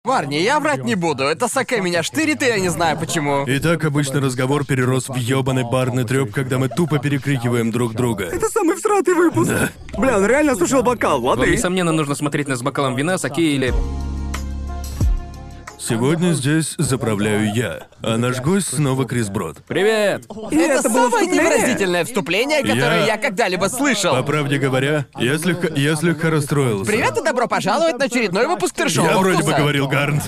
Парни, я врать не буду. Это Саке меня штырит, и я не знаю почему. И так обычно разговор перерос в ёбаный барный трёп, когда мы тупо перекрикиваем друг друга. Это самый всратый выпуск. Да. Бля, он реально осушил бокал, Вам, лады. несомненно, нужно смотреть нас с бокалом вина, саке или... Сегодня здесь заправляю я, а наш гость снова Крис Брод. Привет! И Это было самое вступление? невыразительное вступление, которое я когда-либо слышал. По правде говоря, я слегка расстроился. Привет и добро пожаловать на очередной выпуск трешового Я вроде бы вкуса. говорил Гарнт.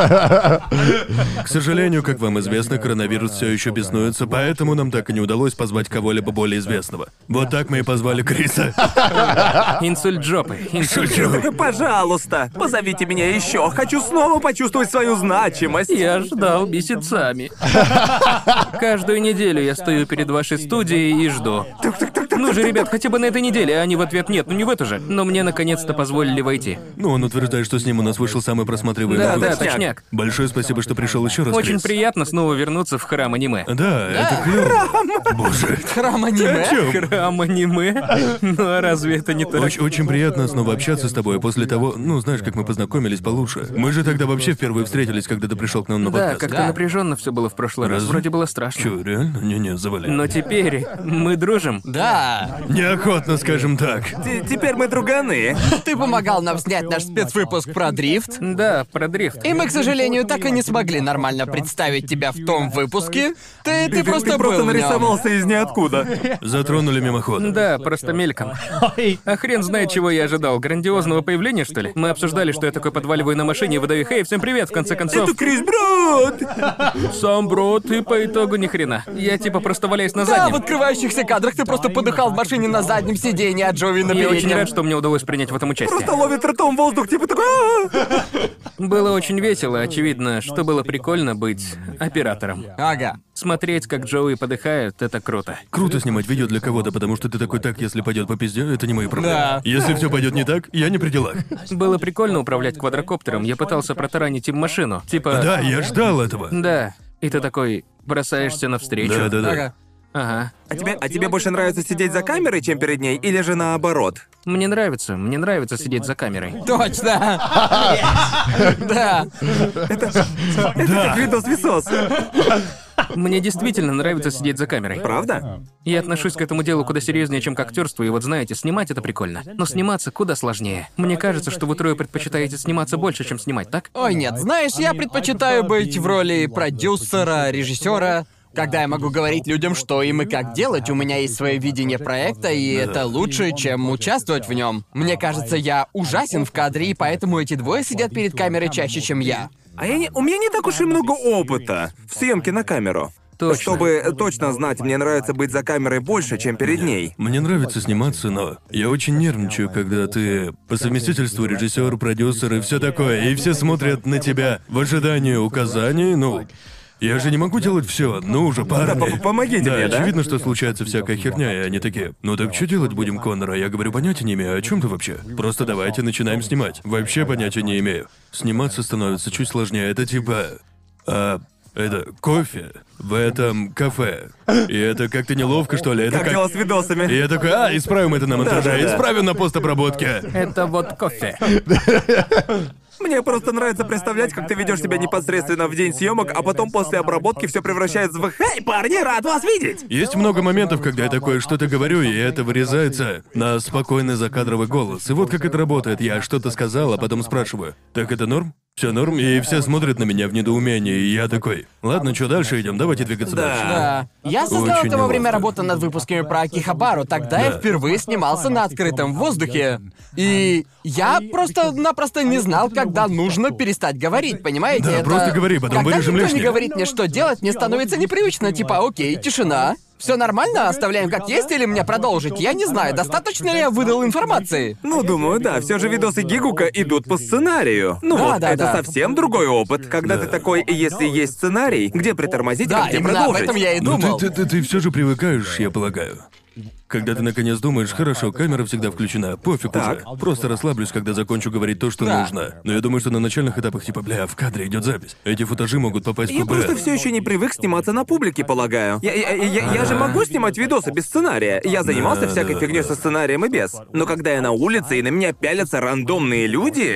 К сожалению, как вам известно, коронавирус все еще беснуется, поэтому нам так и не удалось позвать кого-либо более известного. Вот так мы и позвали Криса. Инсульт жопы. Инсульт жопы. Пожалуйста, позовите меня еще. Хочу снова почувствовать свою значимость. Я ждал месяцами. Каждую неделю я стою перед вашей студией и жду. Ну же, ребят, хотя бы на этой неделе, а они в ответ нет, ну не в эту же. Но мне наконец-то позволили войти. Ну, он утверждает, что с ним у нас вышел самый просматриваемый Да, выпуск. точняк. Большое спасибо, что пришел еще раз, Очень Крис. приятно снова вернуться в храм аниме. Да, это клево. Боже. Храм аниме? Храм аниме? Ну а разве это не так? Очень приятно снова общаться с тобой после того, ну, знаешь, как мы познакомились получше. Мы же тогда вообще впервые встретились, когда ты пришел к нам на Да, подкаст. как-то напряженно все было в прошлый раз. Разве? Вроде было страшно. Чё, реально? Не-не, завали. Но теперь мы дружим. Да. Неохотно, скажем так. Теперь мы друганы. Ты помогал нам снять наш спецвыпуск про дрифт. Да, про дрифт. И мы, к сожалению, так и не смогли нормально представить тебя в том выпуске. Ты просто Ты был просто в нём. нарисовался из ниоткуда. Затронули мимоходом. Да, просто мельком. А хрен знает, чего я ожидал. Грандиозного появления, что ли? Мы обсуждали, что я такой подваливаю на машине и выдаю: «Хей, всем привет», в конце концов. Это Крис Брод! Сам брод, и по итогу ни хрена. Я типа просто валяюсь на Да, заднем. в открывающихся кадрах ты просто подыхал в машине на заднем сиденье, а Джоуи на Я очень переднем. рад, что мне удалось принять в этом участие. Просто ловит ртом воздух, типа такой... «А-а-а». Было очень весело, очевидно, что было прикольно быть оператором. Ага. Смотреть, как Джоуи подыхает, это круто. Круто снимать видео для кого-то, потому что ты такой: так, если пойдет по пизде, это не мои проблемы. Да. Если все пойдет не так, я не при делах. Было прикольно управлять квадрокоптером. Я пытался протаранить им машину. Типа... Да, я ждал этого. Да. И ты такой бросаешься навстречу. Да. Ага. Ага. А тебе больше нравится сидеть за камерой, чем перед ней, или же наоборот? Мне нравится сидеть за камерой. Точно. Да. Это как видос Висос. Мне действительно нравится сидеть за камерой. Правда? Я отношусь к этому делу куда серьезнее, чем к актерству, и вот знаете, снимать это прикольно. Но сниматься куда сложнее. Мне кажется, что вы трое предпочитаете сниматься больше, чем снимать, так? Ой, нет, знаешь, я предпочитаю быть в роли продюсера, режиссера. Когда я могу говорить людям, что им и как делать, у меня есть свое видение проекта, и это лучше, чем участвовать в нем. Мне кажется, я ужасен в кадре, и поэтому эти двое сидят перед камерой чаще, чем я. У меня не так уж и много опыта в съемке на камеру. Точно. Чтобы точно знать, мне нравится быть за камерой больше, чем перед ней. Мне нравится сниматься, но я очень нервничаю, когда ты по совместительству режиссер, продюсер и все такое, и все смотрят на тебя в ожидании указаний, ну... Я же не могу делать все, ну уже, парни. Помогите мне, да? очевидно, что случается всякая херня, и они такие: ну так что делать будем, Коннор? А я говорю: понятия не имею, о чем ты вообще? Просто давайте начинаем снимать. Вообще понятия не имею. Сниматься становится чуть сложнее, это типа... это кофе в этом кафе. И это как-то неловко, что ли? Это Как дела с видосами? И я такой: исправим это на монтаже, Да-да-да. исправим на постобработке. Это вот кофе. Мне просто нравится представлять, как ты ведешь себя непосредственно в день съемок, а потом после обработки все превращается в «Хей, парни, рад вас видеть!» Есть много моментов, когда я такое что-то говорю, и это вырезается на спокойный закадровый голос. И вот как это работает. Я что-то сказал, а потом спрашиваю: так это норм? Все норм? И все смотрят на меня в недоумении, и я такой: ладно, что дальше идем, давайте двигаться дальше. Да. Я создал Очень это во время неловко. работы над выпусками про Акихабару. Тогда я Да. впервые снимался на открытом воздухе. И я просто-напросто не знал, когда нужно перестать говорить, понимаете? Да, Это- просто говори, потом Когда вырежем никто не лишнее. говорит мне, что делать, мне становится непривычно. Типа, окей, тишина. Все нормально, оставляем как есть или мне продолжить? Я не знаю, достаточно ли я выдал информации. Ну, думаю, да, все же видосы Гигука идут по сценарию. Ну Да, вот, да, это да. совсем другой опыт, когда ты такой: если есть сценарий, где притормозить, Да, а где именно об продолжить. этом я и Ну думал. ты все же привыкаешь, я полагаю. Когда ты наконец думаешь: хорошо, камера всегда включена, пофиг Так. уже. Просто расслаблюсь, когда закончу говорить то, что Да. нужно. Но я думаю, что на начальных этапах типа: бля, в кадре идет запись. Эти футажи могут попасть в Я ПБ. просто все еще не привык сниматься на публике, полагаю. Я же могу снимать видосы без сценария. Я занимался Да, всякой да, фигней да. со сценарием и без. Но когда я на улице и на меня пялятся рандомные люди,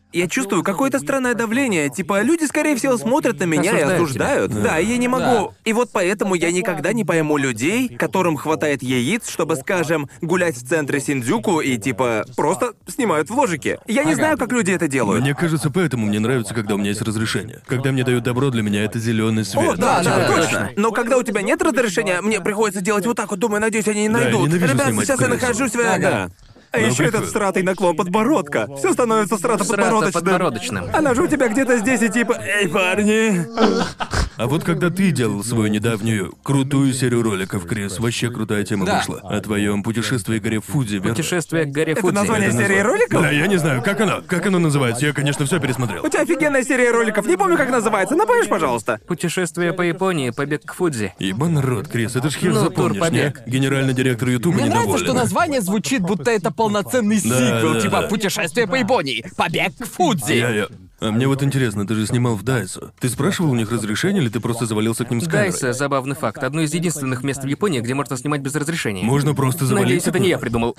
я чувствую какое-то странное давление. Типа, люди, скорее всего, смотрят на меня и осуждают. Да, и я не могу. И вот поэтому я никогда не пойму людей, которым хватает яиц, чтобы, скажем, гулять в центре Синдзюку и, типа, просто снимают вложики. Я не знаю, как люди это делают. Мне кажется, поэтому мне нравится, когда у меня есть разрешение. Когда мне дают добро, для меня это зеленый свет. О, да, Да, точно. Но когда у тебя нет разрешения, мне приходится делать вот так вот, думаю, надеюсь, они не Да, я найдут. ненавижу Ребят, снимать сейчас я колесо. нахожусь в... Да. А Но еще прикольно. этот сратый наклон подбородка. Все становится сратоподбородочным. Сратоподбородочным. Она же у тебя где-то здесь и типа, эй, парни. А вот когда ты делал свою недавнюю крутую серию роликов, Крис, вообще крутая тема Да. вышла. О твоем путешествии к горе Фудзи, верно? Путешествие к горе Это Фудзи. название Это серии название. роликов? Да, я не знаю, как оно называется, я, конечно, все пересмотрел. У тебя офигенная серия роликов. Не помню, как называется. Напомнишь, пожалуйста? Путешествие по Японии, побег к Фудзи. Ебан народ, Крис, это ж хер Ну, запомнишь, турпобег. не? Генеральный директор Ютуба Мне нравится, недоволен. что название звучит, будто это полноценный сиквел, да, типа да. «Путешествие по Японии», «Побег к Фудзи». А мне вот интересно, ты же снимал в Дайсо. Ты спрашивал у них разрешение, или ты просто завалился к ним с камерой? Дайса — забавный факт. Одно из единственных мест в Японии, где можно снимать без разрешения. Можно просто Надеюсь, завалиться? это не я придумал.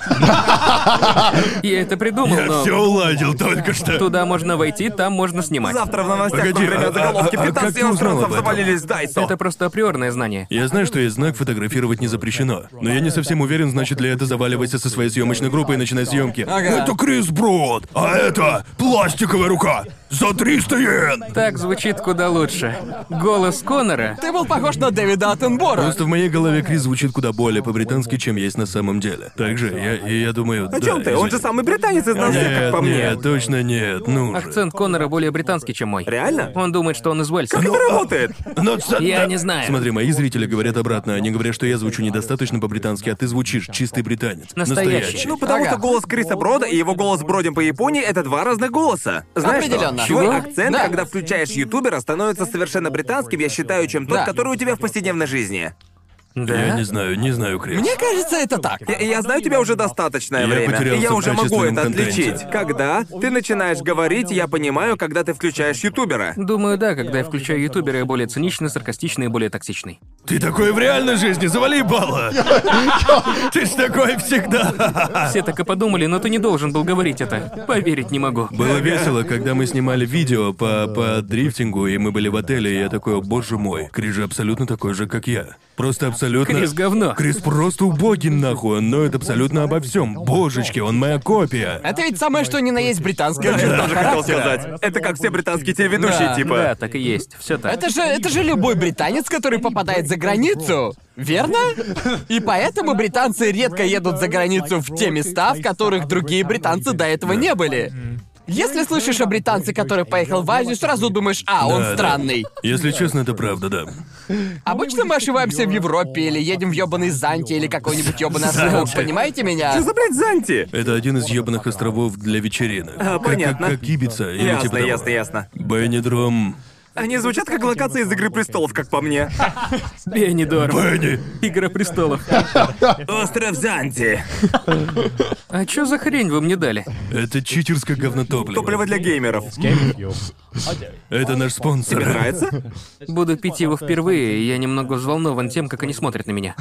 Я это придумал, Я но все уладил только что. туда можно войти, там можно снимать. Завтра в новостях Погоди, прогремят заголовки. как 15 ты узнал иностранцев об этом? завалились в Дайсо. Это просто априорное знание. Я знаю, что есть знак «фотографировать не запрещено», но я не совсем уверен, значит ли это «заваливайся со своей съемочной группой и начинай съемки». Ага. Это Крис Брод, а это пластиковая рука за 300 йен. Так звучит куда лучше. Голос Конора. Ты был похож на Дэвида Аттенбора. Просто в моей голове Крис звучит куда более по-британски, чем есть на самом деле. Также я думаю, О чем ты? Он же самый британец из нас всех, как Нет, по мне. нет, точно нет, ну же. Акцент Конора более британский, чем мой. Реально? Он думает, что он из Уэльса. Как это работает? Я не знаю. Смотри, мои зрители говорят обратно. Они говорят, что я звучу недостаточно по-британски, а ты звучишь чистый британец. Настоящий. Ну, потому Ага. что голос Криса Брода и его голос бродим по Японии — это два разных голоса. Знаешь Определенно. что? Твой Чего? акцент, Да. когда включаешь ютубера, становится совершенно британским, я считаю, чем тот, Да. который у тебя в повседневной жизни. Да? Я не знаю, Крис. Мне кажется, это так. Я знаю тебя уже достаточное Я время, и потерялся я в уже могу качественном это контенте. отличить. Когда ты начинаешь говорить, я понимаю, когда ты включаешь ютубера. Думаю, да, когда я включаю ютубера, я более циничный, саркастичный и более токсичный. Ты такой в реальной жизни, завали ебало! Ты ж такой всегда! Все так и подумали, но ты не должен был говорить это. Поверить не могу. Было весело, когда мы снимали видео по дрифтингу, и мы были в отеле, и я такой, о боже мой, Крис же абсолютно такой же, как я. Просто абсолютно... Крис говно. Крис просто убогий нахуй, он ноет абсолютно обо всем. Божечки, он моя копия. Это ведь самое что ни на есть британская Я черта тоже хотел характера. сказать. Это как все британские телеведущие, Да, типа. Да, так и есть. Все так. Это же любой британец, который попадает за границу, верно? И поэтому британцы редко едут за границу в те места, в которых другие британцы до этого не были. Если слышишь о британце, который поехал в Азию, сразу думаешь, он Да, да. странный. Если честно, это правда, да. Обычно мы ошиваемся в Европе или едем в ёбаный Занти или какой-нибудь ёбаный остров, Занти. понимаете меня? Что за, блядь, Занти? Это один из ебаных островов для вечеринок. понятно. Как Ибица или Ясно, типа того. ясно. Беннидром. Они звучат как локации из «Игры престолов», как по мне. Беннидорм. Бенни! Игра престолов. Остров Занти. А чё за хрень вы мне дали? Это читерское говнотопливо. Топливо для геймеров. Это наш спонсор. Тебе нравится? Буду пить его впервые, и я немного взволнован тем, как они смотрят на меня.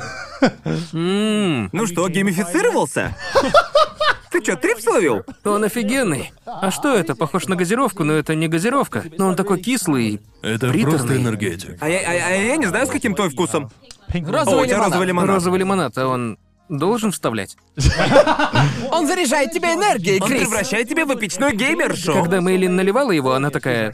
Ну что, геймифицировался? Ты чё, трип словил? Он офигенный. А что это? Похож на газировку, но это не газировка. Но он такой кислый. Это приторный. просто энергетик. А я не знаю, с каким твой вкусом. О, у Розовый тебя розовый лимонад. лимонад. Розовый лимонад, а он должен вставлять? Он заряжает тебя энергией, Он Крис. превращает тебя в эпичную геймершу. Когда Мэйлин наливала его, она такая...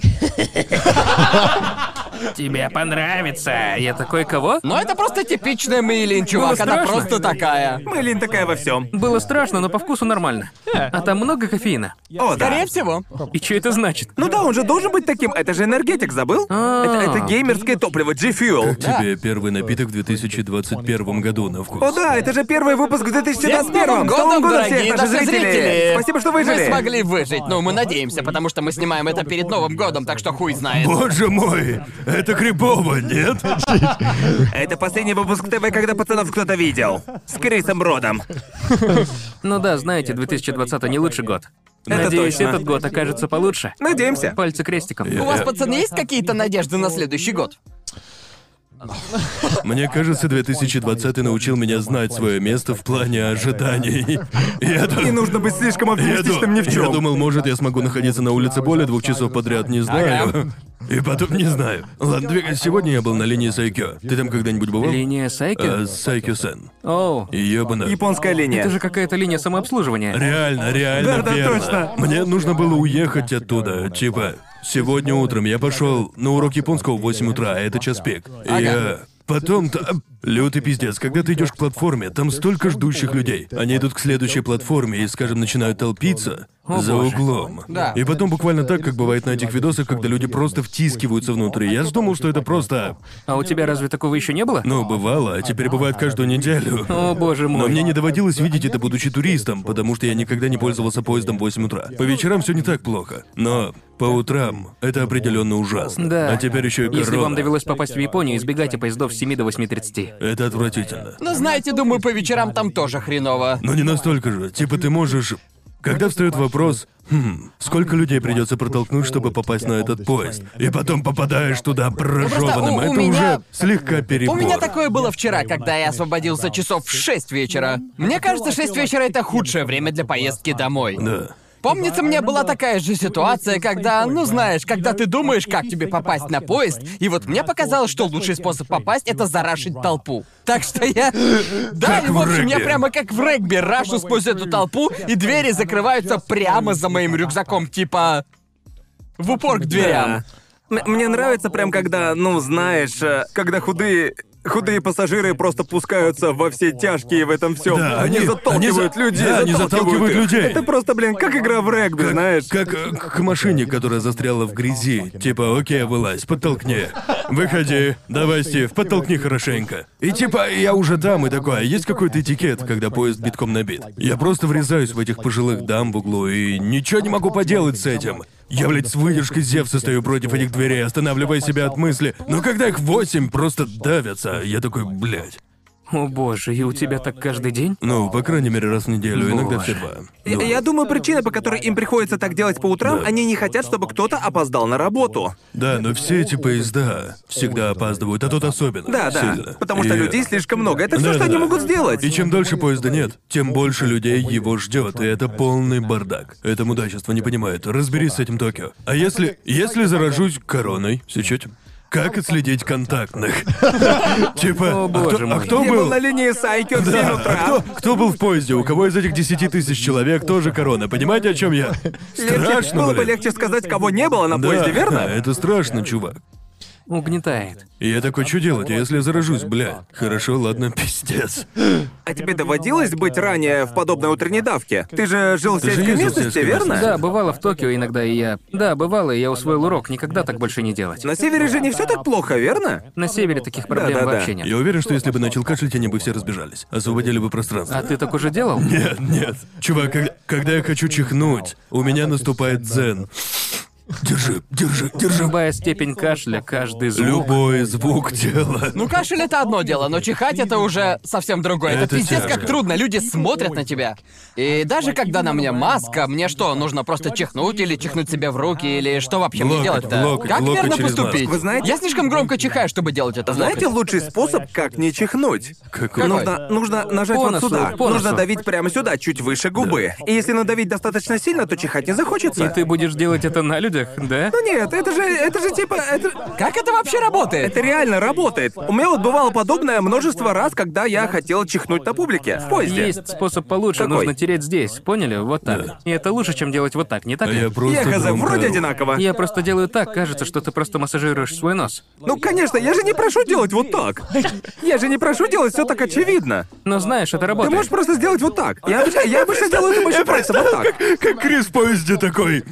Тебе понравится. Я такой, кого? Но это просто типичная Мэйлин, чувак, Было она страшно. просто такая. Мэйлин такая во всем. Было страшно, но по вкусу нормально. А там много кофеина. О, да. Скорее всего. И что это значит? Ну да, он же должен быть таким. Это же энергетик, забыл? Это геймерское топливо G-Fuel. Тебе первый напиток в 2021 году на вкус. О да, это же первый выпуск в 2021. Всех с Новым годом, всех дорогие наши наши зрители! зрители! Спасибо, что Вы выжили. смогли выжить, ну, мы надеемся, потому что мы снимаем это перед Новым годом, так что хуй знает. Боже мой, это крипово, нет? Это последний выпуск ТВ, когда пацанов кто-то видел. С Крисом Бродом. Ну да, знаете, 2020 не лучший год. Это Надеюсь, точно. этот год окажется получше. Надеемся. Пальцы крестиком. У вас, пацаны, есть какие-то надежды на следующий год? Мне кажется, 2020 научил меня знать свое место в плане ожиданий. Не нужно быть слишком оптимистичным ни в чем. Я думал, может, я смогу находиться на улице более 2 часов подряд, не знаю. Ага. И потом не знаю. Ладно, сегодня я был на линии Сайкё. Ты там когда-нибудь бывал? Линия Сайки? Сайкё-сен. Оу. Ёбана. Японская линия. Это же какая-то линия самообслуживания. Реально, Да, верно. точно. Мне нужно было уехать оттуда, типа. Сегодня утром я пошел на урок японского в 8 утра, а это час пик. И потом там лютый пиздец, когда ты идешь к платформе, там столько ждущих людей. Они идут к следующей платформе и, скажем, начинают толпиться за боже. углом. Да. И потом буквально так, как бывает на этих видосах, когда люди просто втискиваются внутрь. Я думал, что это просто... А у тебя разве такого еще не было? Ну, бывало, а теперь бывает каждую неделю. О, боже мой. Но мне не доводилось видеть это, будучи туристом, потому что я никогда не пользовался поездом в 8 утра. По вечерам все не так плохо, но по утрам это определенно ужасно. Да. А теперь еще и корона. Если вам довелось попасть в Японию, избегайте поездов с 7 до 8:30. Это отвратительно. Но знаете, думаю, по вечерам там тоже хреново. Но не настолько же. Типа ты можешь... Когда встает вопрос, сколько людей придется протолкнуть, чтобы попасть на этот поезд, и потом попадаешь туда прожеванным, у это меня- уже слегка перебор. У меня такое было вчера, когда я освободился часов в 6 вечера. Мне кажется, 6 вечера — это худшее время для поездки домой. Да. Помнится, мне была такая же ситуация, когда, ну знаешь, когда ты думаешь, как тебе попасть на поезд, и вот мне показалось, что лучший способ попасть — это зарашить толпу. Так что я... Да, Как и в в общем, я регби. прямо как в регби рашу сквозь эту толпу, и двери закрываются прямо за моим рюкзаком, типа... в упор к дверям. Мне нравится прям когда, ну знаешь, когда худые пассажиры просто пускаются во все тяжкие в этом всем. Да, они заталкивают людей. Да, они заталкивают их. людей. Это просто, блин, как игра в регби, знаешь. Как к машине, которая застряла в грязи. Типа, окей, вылазь, подтолкни. Выходи, давай, Стив, подтолкни хорошенько. И типа, я уже там, и такое, а есть какой-то этикет, когда поезд битком набит? Я просто врезаюсь в этих пожилых дам в углу и ничего не могу поделать с этим. Я, блядь, с выдержкой Зевса стою против этих дверей, останавливая себя от мысли. Но когда их 8 просто давятся, я такой, блядь. О боже, и у тебя так каждый день? Ну, по крайней мере, раз в неделю, иногда Боже. все 2. Я думаю, причина, по которой им приходится так делать по утрам, Да. они не хотят, чтобы кто-то опоздал на работу. Да, но все эти поезда всегда опаздывают, а тут особенно. Да, сильно. потому что И- людей слишком много. Это все, Да, что да, они да. могут сделать. И чем дольше поезда нет, тем больше людей его ждет, и это полный бардак. Это мудачество не понимает. Разберись с этим, Токио. А если заражусь короной, сечете? Как отследить контактных? Типа, О, боже мой. а кто Я был был? на линии Сайкё в 7 Да, утра. кто был в поезде? У кого из этих 10 тысяч человек тоже корона? Понимаете, о чем я? Страшно, Было бы блин. легче сказать, кого не было на поезде, Да, верно? это страшно, чувак. Угнетает. И я такой, что делать, если я заражусь, бля? Хорошо, ладно, пиздец. А тебе доводилось быть ранее в подобной утренней давке? Ты же жил в Ты же сельской ездил в местности, сельской верно? местности. Да, бывало в Токио иногда, и я... Да, бывало, и я усвоил урок, никогда так больше не делать. На севере же не все так плохо, верно? На севере таких проблем Да-да-да. вообще нет. Я уверен, что если бы начал кашлять, они бы все разбежались. Освободили бы пространство. А ты так уже делал? Нет, нет. Чувак, когда я хочу чихнуть, у меня наступает дзен. Держи. Любая степень кашля, каждый звук. Любой звук тела. Ну, кашель — это одно дело, но чихать — это уже совсем другое. Это Это пиздец тяжко. как трудно, люди смотрят на тебя. И даже когда на мне маска, мне что, нужно просто чихнуть или чихнуть себе в руки, или что вообще мне Локоть, делать-то? локоть, Как локоть верно через поступить? маску. Вы знаете- Я слишком громко чихаю, чтобы делать это в Знаете локоть. лучший способ, как не чихнуть? Какой? Нужно нажать По вот носу, сюда. по Нужно носу. давить прямо сюда, чуть выше губы. И если надавить достаточно сильно, то чихать не захочется. И ты будешь делать это на людях, да? Ну нет, это же типа, Как это вообще работает? это реально работает. У меня вот бывало подобное множество раз, когда я хотел чихнуть на публике в поезде. Есть способ получше, Какой? нужно тереть здесь, поняли? Вот так. Да. И это лучше, чем делать вот так, не так А ли? я просто Я хз, громко- вроде одинаково. Я просто делаю так, кажется, что ты просто массажируешь свой нос. Ну конечно, я же не прошу делать вот так. Я же не прошу делать все так очевидно. Но знаешь, это Ты работает. можешь просто сделать вот так. Я обычно делаю это больше пальцем вот так. Как Крис в поезде такой.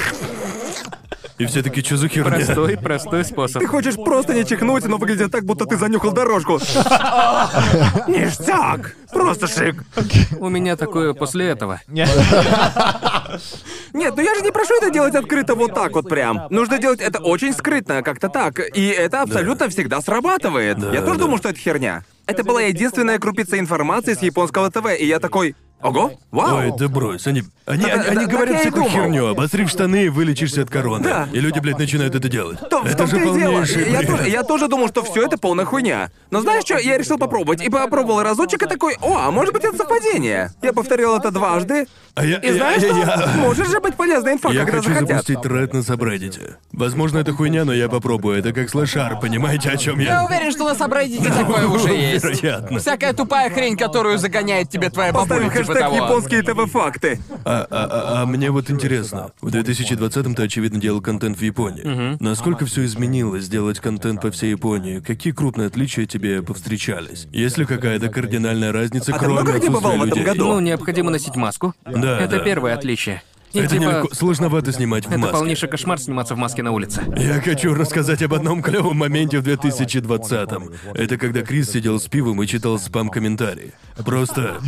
И все таки что за херня? Простой способ. Ты хочешь просто не чихнуть, но выглядит так, будто ты занюхал дорожку. Ништяк! Просто шик. У меня такое после этого. Нет, ну я же не прошу это делать открыто вот так вот прям. Нужно делать это очень скрытно, как-то так. И это абсолютно всегда срабатывает. Я тоже да. думал, что это херня. Это была единственная крупица информации с японского ТВ, и я такой... Ого, вау. Ой, да брось, они да, говорят так я и всякую думал. херню, обостри в штаны и вылечишься от короны. Да. И люди, блядь, начинают это делать. В Это том-то же и дело. полнейший бред. Я тоже думал, что все это полная хуйня. Но знаешь что, я решил попробовать. И попробовал разочек и такой, а может быть это совпадение? Я повторил это дважды. И знаешь что? Может же быть полезная инфа, Я когда хочу захотят. запустить тред на Сабреддите. Возможно, это хуйня, но я попробую. Это как слэшар, понимаете, о чем Я я? уверен, что на Сабреддите такое уже есть. Вероятно. Всякая тупая хрень, которую загоняет тебе твоя Поставим бабуля, типа хэштег того. японские ТВ-факты. А мне вот интересно. В 2020-м ты, очевидно, делал контент в Японии. Насколько все изменилось, сделать контент по всей Японии? Какие крупные отличия тебе повстречались? Есть ли какая-то кардинальная разница, ты кроме много где отсутствия бывал в этом людей? году? Ну, необходимо носить маску. Да, Это да. первое отличие. И Это типа, нелегко, сложновато снимать в это маске. полнейший кошмар сниматься в маске на улице. Я хочу рассказать об одном клевом моменте в 2020-м. Это когда Крис сидел с пивом и читал спам-комментарии. Просто...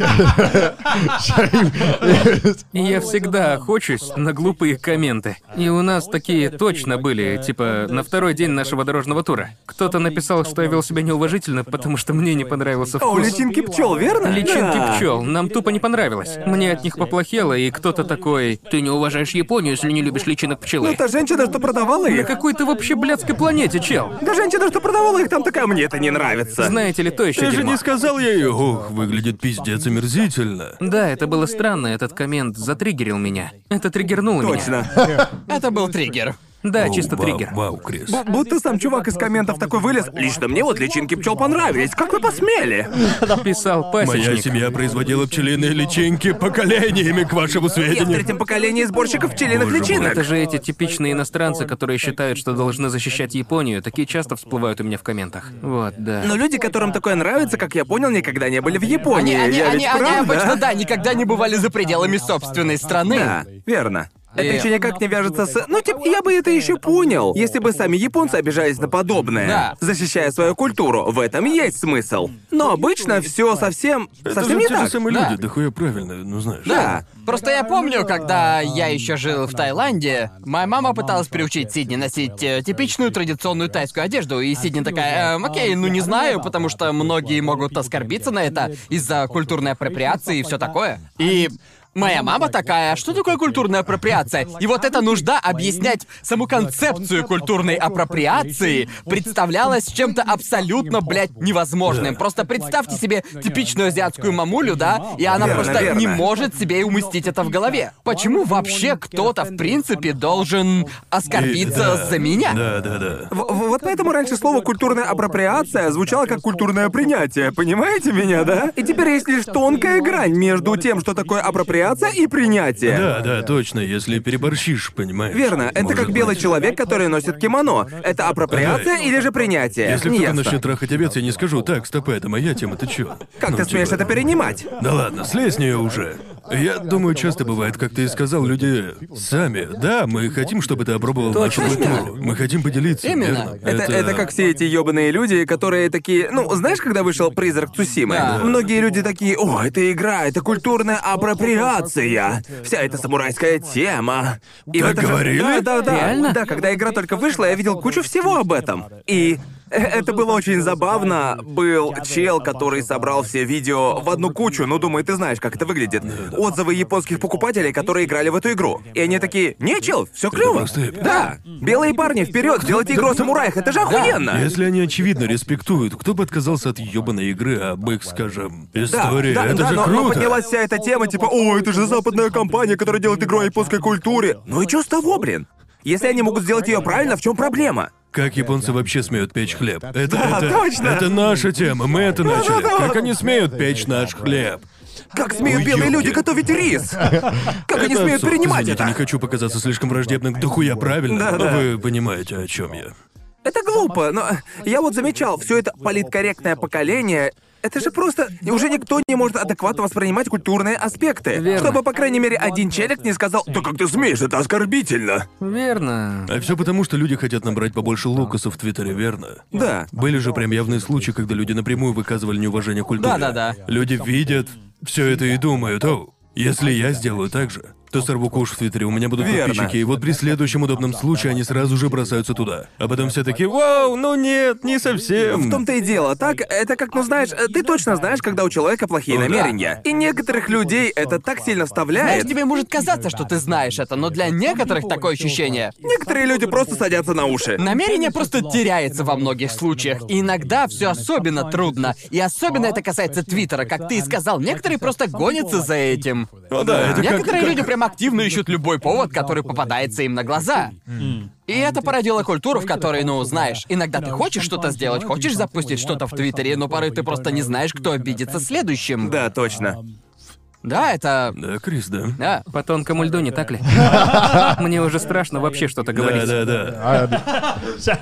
И я всегда охочусь на глупые комменты. И у нас такие точно были, типа, на второй день нашего дорожного тура. Кто-то написал, что я вел себя неуважительно, потому что мне не понравился О, вкус. личинки пчел, верно? Личинки Да. пчел. Нам тупо не понравилось. Мне от них поплохело, и кто-то такой: ты не уважаешь Японию, если не любишь личинок пчелы. Ну, та женщина, что продавала На их. какой ты вообще блядской планете, чел? Да женщина, что продавала их, там такая, мне это не нравится. Знаете ли, то еще Ты же дерьмо. не сказал ей, ох, выглядит пиздец омерзительно. Да, это было странно, этот коммент затриггерил меня. Это триггернуло меня. Точно. Это был триггер. Да, Оу, чисто вау, триггер. Вау, Крис. Будто сам чувак из комментов такой вылез. Лично мне вот личинки пчел понравились. Как вы посмели? Писал Моя пасечник. семья производила пчелиные личинки поколениями, к вашему Я в сведению. третьем поколении сборщиков пчелиных Боже мой. личинок. Это же эти типичные иностранцы, которые считают, что должны защищать Японию, такие часто всплывают у меня в комментах. Вот, да. Но люди, которым такое нравится, как я понял, никогда не были в Японии. Они Я ведь прав, обычно, да? никогда не бывали за пределами собственной страны. Да, верно. Это И- еще никак не вяжется с... Ну, типа, я бы это еще понял, если бы сами японцы обижались на подобное, Да. защищая свою культуру. В этом есть смысл. Но обычно все совсем Это же не те же так. самые Да. люди, да хуя правильно, ну знаешь. Да. Просто я помню, когда я еще жил в Таиланде, моя мама пыталась приучить Сидни носить типичную традиционную тайскую одежду, и Сидни такая, окей, ну не знаю, потому что многие могут оскорбиться на это из-за культурной апроприации и все такое. И моя мама такая, что такое культурная апроприация? И вот эта нужда объяснять саму концепцию культурной апроприации представлялась чем-то абсолютно, блядь, невозможным. Просто представьте себе типичную азиатскую мамулю, да, и она Верно, просто верно. не может себе уместить это в голове. Почему вообще кто-то, в принципе, должен оскорбиться Да. за меня? Да. Вот поэтому раньше слово «культурная апроприация» звучало как «культурное принятие», понимаете меня, да? И теперь есть лишь тонкая грань между тем, что такое апроприация и принятие. Да, точно, если переборщишь, понимаешь. Верно, это Может как белый быть. человек, который носит кимоно. Это апроприация Да. или же принятие? Если Не кто-то ясно. начнет трахать овец, я не скажу, так, стоп, это моя тема, ты чё? Как Ну, ты смеешь типа, это перенимать? Да ладно, слезь с нее уже. Я думаю, часто бывает, как ты и сказал, люди сами. Да, мы хотим, чтобы ты опробовал нашу Точно. культуру. Мы хотим поделиться. Именно. верно? Это как все эти ёбаные люди, которые такие... Ну, знаешь, когда вышел «Призрак Цусимы»? Да. Многие люди такие, о, это игра, это культурная апроприация. Вся эта самурайская тема. И Так в это же- говорили? Да. Реально? Да, когда игра только вышла, я видел кучу всего об этом. И это было очень забавно. Был чел, который собрал все видео в одну кучу. Ну, думаю, ты знаешь, как это выглядит. Отзывы японских покупателей, которые играли в эту игру. И они такие, не, чел, все клево. просто эпик. Да. Белые парни, вперед, делайте игру о самураях, это же охуенно. Если они очевидно респектуют, кто бы отказался от ёбаной игры об их, скажем, истории? Это же но круто. поднялась вся эта тема, типа, о, это же западная компания, которая делает игру о японской культуре. Ну и чё с того, блин? Если они могут сделать ее правильно, в чем проблема? Как японцы вообще смеют печь хлеб? Это точно. Это наша тема, мы это начали. Да. Как они смеют печь наш хлеб? Как смеют Ой, белые ёбки. люди готовить рис? Как они Это смеют абсурд. принимать Извините, это? не хочу показаться слишком враждебным к духу, я правильно, Да, но да. вы понимаете, о чем я. Это глупо, но я вот замечал, все это политкорректное поколение. Это же просто... Уже никто не может адекватно воспринимать культурные аспекты. Верно. Чтобы, по крайней мере, один челик не сказал, да как ты смеешь, это оскорбительно. Верно. А все потому, что люди хотят набрать побольше лукасов в Твиттере, верно? Да. Были же прям явные случаи, когда люди напрямую выказывали неуважение к культуре. Да. Люди видят все это и думают, о, если я сделаю так же, то сорву куш в Твиттере, у меня будут Верно. подписчики, и вот при следующем удобном случае они сразу же бросаются туда. А потом все такие: вау, ну нет, не совсем. В том-то и дело. Так, это как, ну знаешь, ты точно знаешь, когда у человека плохие О, да. намерения. И некоторых людей это так сильно Знаешь, вставляет. тебе может казаться, что ты знаешь это, но для некоторых такое ощущение. Некоторые люди просто садятся на уши. Намерение просто теряется во многих случаях, и иногда все особенно трудно. И особенно это касается Твиттера, как ты и сказал, некоторые просто гонятся за этим. О, да, это Некоторые как... люди прям активно ищут любой повод, который попадается им на глаза. И это породило культуру, в которой, ну, знаешь, иногда ты хочешь что-то сделать, хочешь запустить что-то в Твиттере, но порой ты просто не знаешь, кто обидится следующим. Да, точно. Да, это... Да, Крис, да. Да. По тонкому льду, не так ли? Мне уже страшно вообще что-то говорить. Да.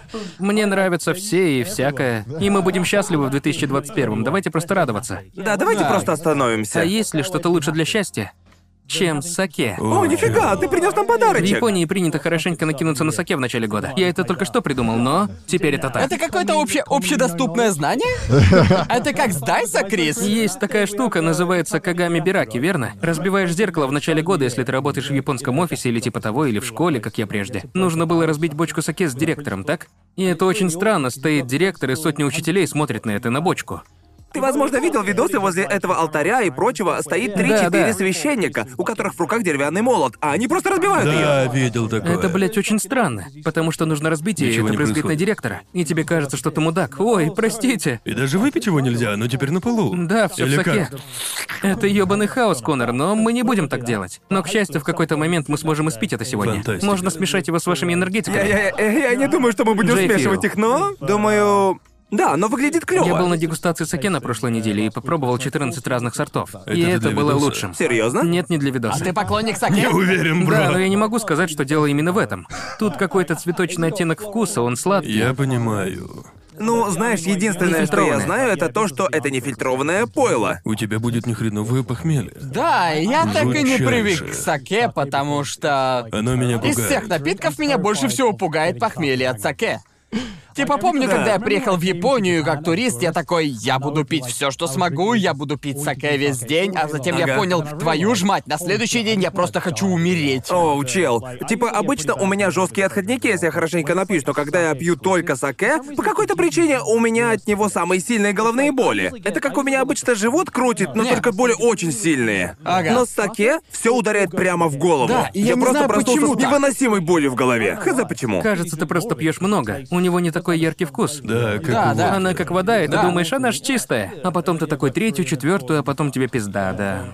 Мне нравятся все и всякое. И мы будем счастливы в 2021-м. Давайте просто радоваться. Да, давайте Да. просто остановимся. А есть ли что-то лучше для счастья, чем саке? О, нифига, ты принес нам В подарочек. Японии принято хорошенько накинуться на саке в начале года. Я это только что придумал, но теперь это так. Это какое-то общедоступное знание? Это как с Дайса, Крис? Есть такая штука, называется кагами бираки, верно? Разбиваешь зеркало в начале года, если ты работаешь в японском офисе или типа того, или в школе, как я прежде. Нужно было разбить бочку саке с директором, так? И это очень странно, стоит директор, и сотни учителей смотрят на это, на бочку. Ты, возможно, видел видосы возле этого алтаря и прочего. Стоит 3-4 Да. священника, у которых в руках деревянный молот, а они просто разбивают ее. Да, видел такое. Это, блядь, очень странно, потому что нужно разбить ее, и Ничего это не брызгает на происходит. директора. И тебе кажется, что ты мудак. Ой, простите. И даже выпить его нельзя, но теперь на полу. Да, все в Или саке. как? Это ёбаный хаос, Конор, но мы не будем так делать. Но, к счастью, в какой-то момент мы сможем испить это сегодня. Фантастика. Можно смешать его с вашими энергетиками. Я не думаю, что мы будем Джей смешивать Фил. их, но... Думаю... Да, оно выглядит клёво. Я был на дегустации саке на прошлой неделе и попробовал 14 разных сортов. И Это это для было видоса? лучшим. Серьезно? Нет, не для видоса. Ты поклонник саке? Не уверен, бро. Да, но я не могу сказать, что дело именно в этом. Тут какой-то цветочный оттенок вкуса, он сладкий. Я понимаю. Ну, знаешь, единственное, что я Нефильтрованное. знаю, это то, что это нефильтрованное пойло. У тебя будет нехреновое похмелье. Да, я так и не Жутчайшее. привык к саке, потому что... Оно меня Из пугает. всех напитков меня больше всего пугает похмелье от саке. Типа помню, когда я приехал в Японию как турист, я такой, я буду пить все, что смогу, я буду пить саке весь день, а затем я Ага. понял, твою ж мать, на следующий день я просто хочу умереть. О, чел. Типа, обычно у меня жесткие отходники, если я хорошенько напьюсь, но когда я пью только саке, по какой-то причине у меня от него самые сильные головные боли. Это как у меня обычно живот крутит, но Нет. только боли очень сильные. Ага. Но с саке все ударяет прямо в голову. Да, и я не просто знаю, проснулся почему с так. невыносимой болью в голове. Хз почему. Кажется, ты просто пьешь много. У него не такой яркий вкус. Да, как Да, у да. водки. Она как вода, и ты Да. думаешь, она ж чистая. А потом ты такой третью, четвертую, а потом тебе пизда, да.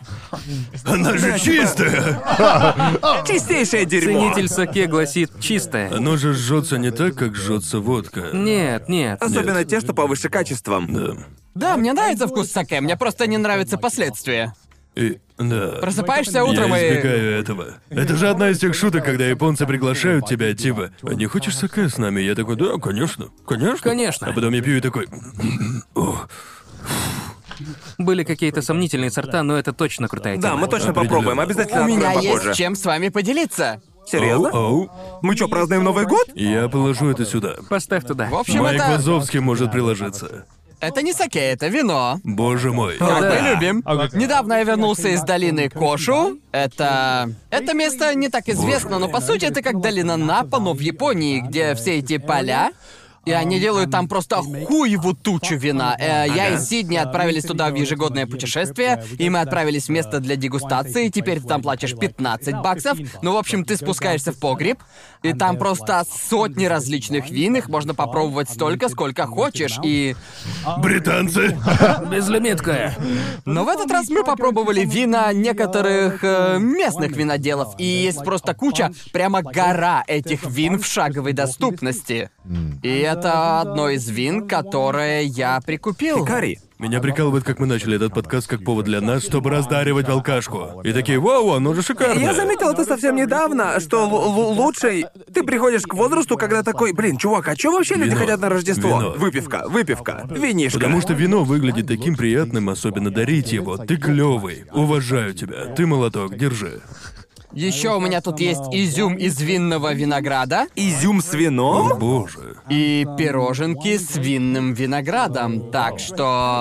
Она же чистая! Чистейшее дерьмо. Ценитель саке гласит чистая. Оно же жжется не так, как жжется водка. Нет, нет. Особенно те, что повыше качеством. Да. Да, мне нравится вкус саке, мне просто не нравятся последствия. И... да. Просыпаешься утром Я и... избегаю этого. Это же одна из тех шуток, когда японцы приглашают тебя, типа, «А не хочешь саке с нами?» Я такой, да, конечно, конечно. Конечно. А потом я пью и такой, «О, Были какие-то сомнительные сорта, но это точно крутая тема. Да, мы точно Определенно. попробуем, обязательно У меня откроем есть попозже. чем с вами поделиться. Серьезно? оу». Мы что, празднуем Новый год? Я положу это сюда. Поставь туда. В общем, Майк это... Вазовский может приложиться. Это не саке, это вино. Боже мой. Как да. мы любим. Недавно я вернулся из долины Кошу. Это место не так известно, но по сути это как долина Напа, но в Японии, где все эти поля. И они делают там просто хуеву тучу вина. Я и Сидни отправились туда в ежегодное путешествие, и мы отправились в место для дегустации, теперь ты там платишь $15. Ну, в общем, ты спускаешься в погреб, и там просто сотни различных вин, их можно попробовать столько, сколько хочешь, и... Британцы! Безлимитка. Но в этот раз мы попробовали вина некоторых местных виноделов, и есть просто куча, прямо гора этих вин в шаговой доступности. И это одно из вин, которое я прикупил. Кари. Меня прикалывает, как мы начали этот подкаст как повод для нас, чтобы раздаривать алкашку. И такие, вау, оно же шикарное. Я заметил это совсем недавно, что лучший... Ты приходишь к возрасту, когда такой, блин, чувак, а чё вообще люди Вино. хотят на Рождество? Вино. Выпивка, винишко. Потому что вино выглядит таким приятным, особенно дарить его. Ты клёвый. Уважаю тебя. Ты молоток, держи. Еще у меня тут есть изюм из винного винограда Изюм с вином? Боже. и пироженки с винным виноградом. Так что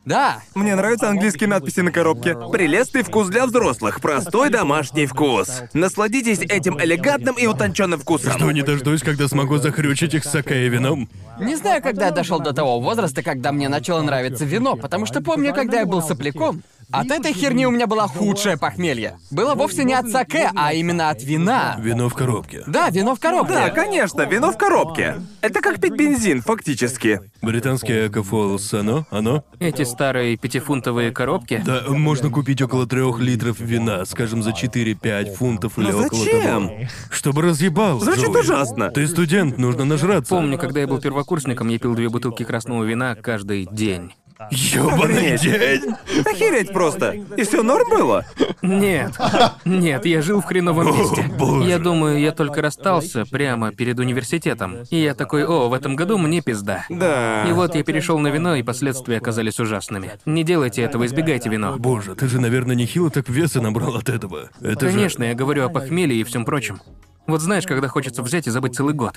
Да. Мне нравятся английские надписи на коробке. Прелестный вкус для взрослых, простой домашний вкус. Насладитесь этим элегантным и утонченным вкусом. Жду не дождусь, когда смогу захрючить их саке и вином. Не знаю, когда я дошел до того возраста, когда мне начало нравиться вино, потому что помню, когда я был сопляком, от этой херни у меня было худшее похмелье. Было вовсе не от саке, а именно от вина. Вино в коробке. Да, вино в коробке. Да, конечно, вино в коробке. Это как пить бензин, фактически. Британский Экофолс, оно? Эти старые 5-фунтовые коробки. Да, можно купить около 3 литров вина, скажем, за 4-5 фунтов или около зачем? того. Чтобы разъебал, Звучит Джоуи. ужасно. Ты студент, нужно нажраться. Помню, когда я был первокурсником, я пил 2 бутылки красного вина каждый день. Ёбаный Охренеть. день! Охереть просто. И все норм было? Нет, нет, я жил в хреновом месте. боже. Я думаю, я только расстался прямо перед университетом. И я такой, в этом году мне пизда. Да. И вот я перешел на вино, и последствия оказались ужасными. Не делайте этого, избегайте вино. Боже, ты же, наверное, нехило так веса набрал от этого. Это же... Конечно, я говорю о похмелье и всем прочем. Вот знаешь, когда хочется взять и забыть целый год.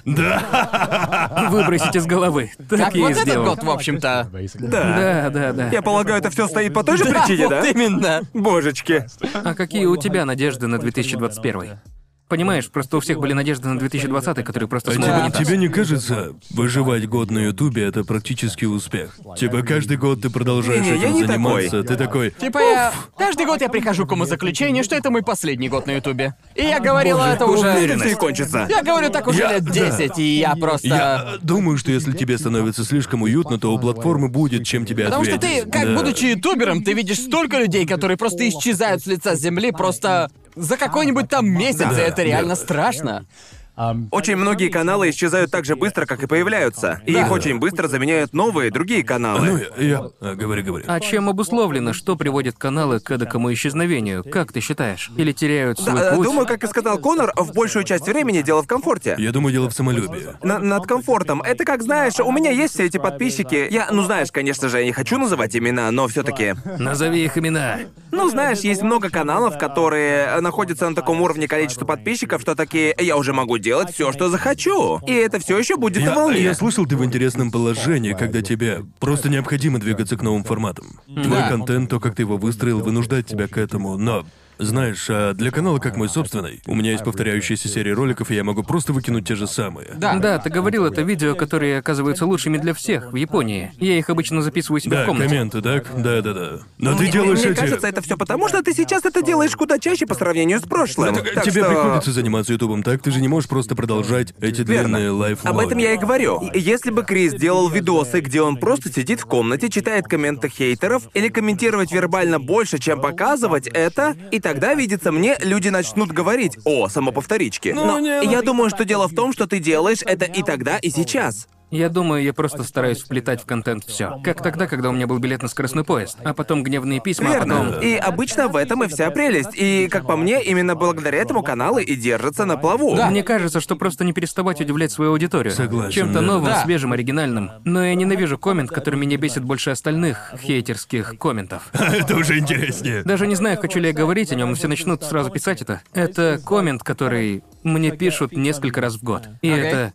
Да! Выбросить из головы. Так Как я вот и этот сделал. год, в общем-то. Да. Да. Я полагаю, это все стоит по той же причине, вот да? именно. Божечки. А какие у тебя надежды на 2021? Понимаешь, просто у всех были надежды на 2020, который просто А смог тебе, унитаз. тебе не кажется, выживать год на Ютубе — это практически успех? Типа каждый год ты продолжаешь Не-не, я этим не заниматься, ты такой... Типа каждый год я прихожу к умозаключению, что это мой последний год на Ютубе. И я говорила это уже... Это все и кончится. Я говорю так уже лет 10, и я просто... Я думаю, что если тебе становится слишком уютно, то у платформы будет чем тебе Потому что ответить. ты, как Да. будучи ютубером, ты видишь столько людей, которые просто исчезают с лица земли просто за какой-нибудь там месяц, и это реально страшно. Очень многие каналы исчезают так же быстро, как и появляются. И их очень быстро заменяют новые, другие Ну, каналы. говори. А чем обусловлено, что приводит каналы к эдакому исчезновению? Как ты считаешь? Или теряют свой Да, путь? думаю, как и сказал Конор, в большую часть времени дело в комфорте. Я думаю, дело в самолюбии. Над комфортом. Это как, знаешь, у меня есть все эти подписчики. Знаешь, конечно же, я не хочу называть имена, но все-таки. Назови их имена. Знаешь, есть много каналов, которые находятся на таком уровне количества подписчиков, что такие, я уже могу делать все, что захочу. И это все еще будет на волне. Я слышал, ты в интересном положении, когда тебе просто необходимо двигаться к новым форматам. Твой контент, то, как ты его выстроил, вынуждает тебя к этому, но... Знаешь, для канала как мой собственный, у меня есть повторяющиеся серии роликов, и я могу просто выкинуть те же самые. Да, ты говорил, это видео, которые оказываются лучшими для всех в Японии. Я их обычно записываю себе в Да, комнате. комменты, так? Да. Но ты делаешь Мне эти... кажется, это все потому, что ты сейчас это делаешь куда чаще по сравнению с прошлым. Так Тебе что... приходится заниматься ютубом, так? Ты же не можешь просто продолжать эти длинные лайфлоги. Об этом я и говорю. Если бы Крис делал видосы, где он просто сидит в комнате, читает комменты хейтеров, или комментировать вербально больше, чем показывать это, и тогда, видится мне, люди начнут говорить «О, самоповторички». Но я думаю, что дело в том, что ты делаешь это и тогда, и сейчас. Я думаю, я просто стараюсь вплетать в контент все. Как тогда, когда у меня был билет на скоростной поезд, а потом гневные письма, Верно. а потом... И обычно в этом и вся прелесть. И, как по мне, именно благодаря этому каналы и держатся на плаву. Мне кажется, что просто не переставать удивлять свою аудиторию. Согласен, Чем-то да. новым, Да. свежим, оригинальным. Но я ненавижу коммент, который меня бесит больше остальных хейтерских комментов. Это уже интереснее. Даже не знаю, хочу ли я говорить о нем, и все начнут сразу писать это. Это коммент, который мне пишут несколько раз в год. И это...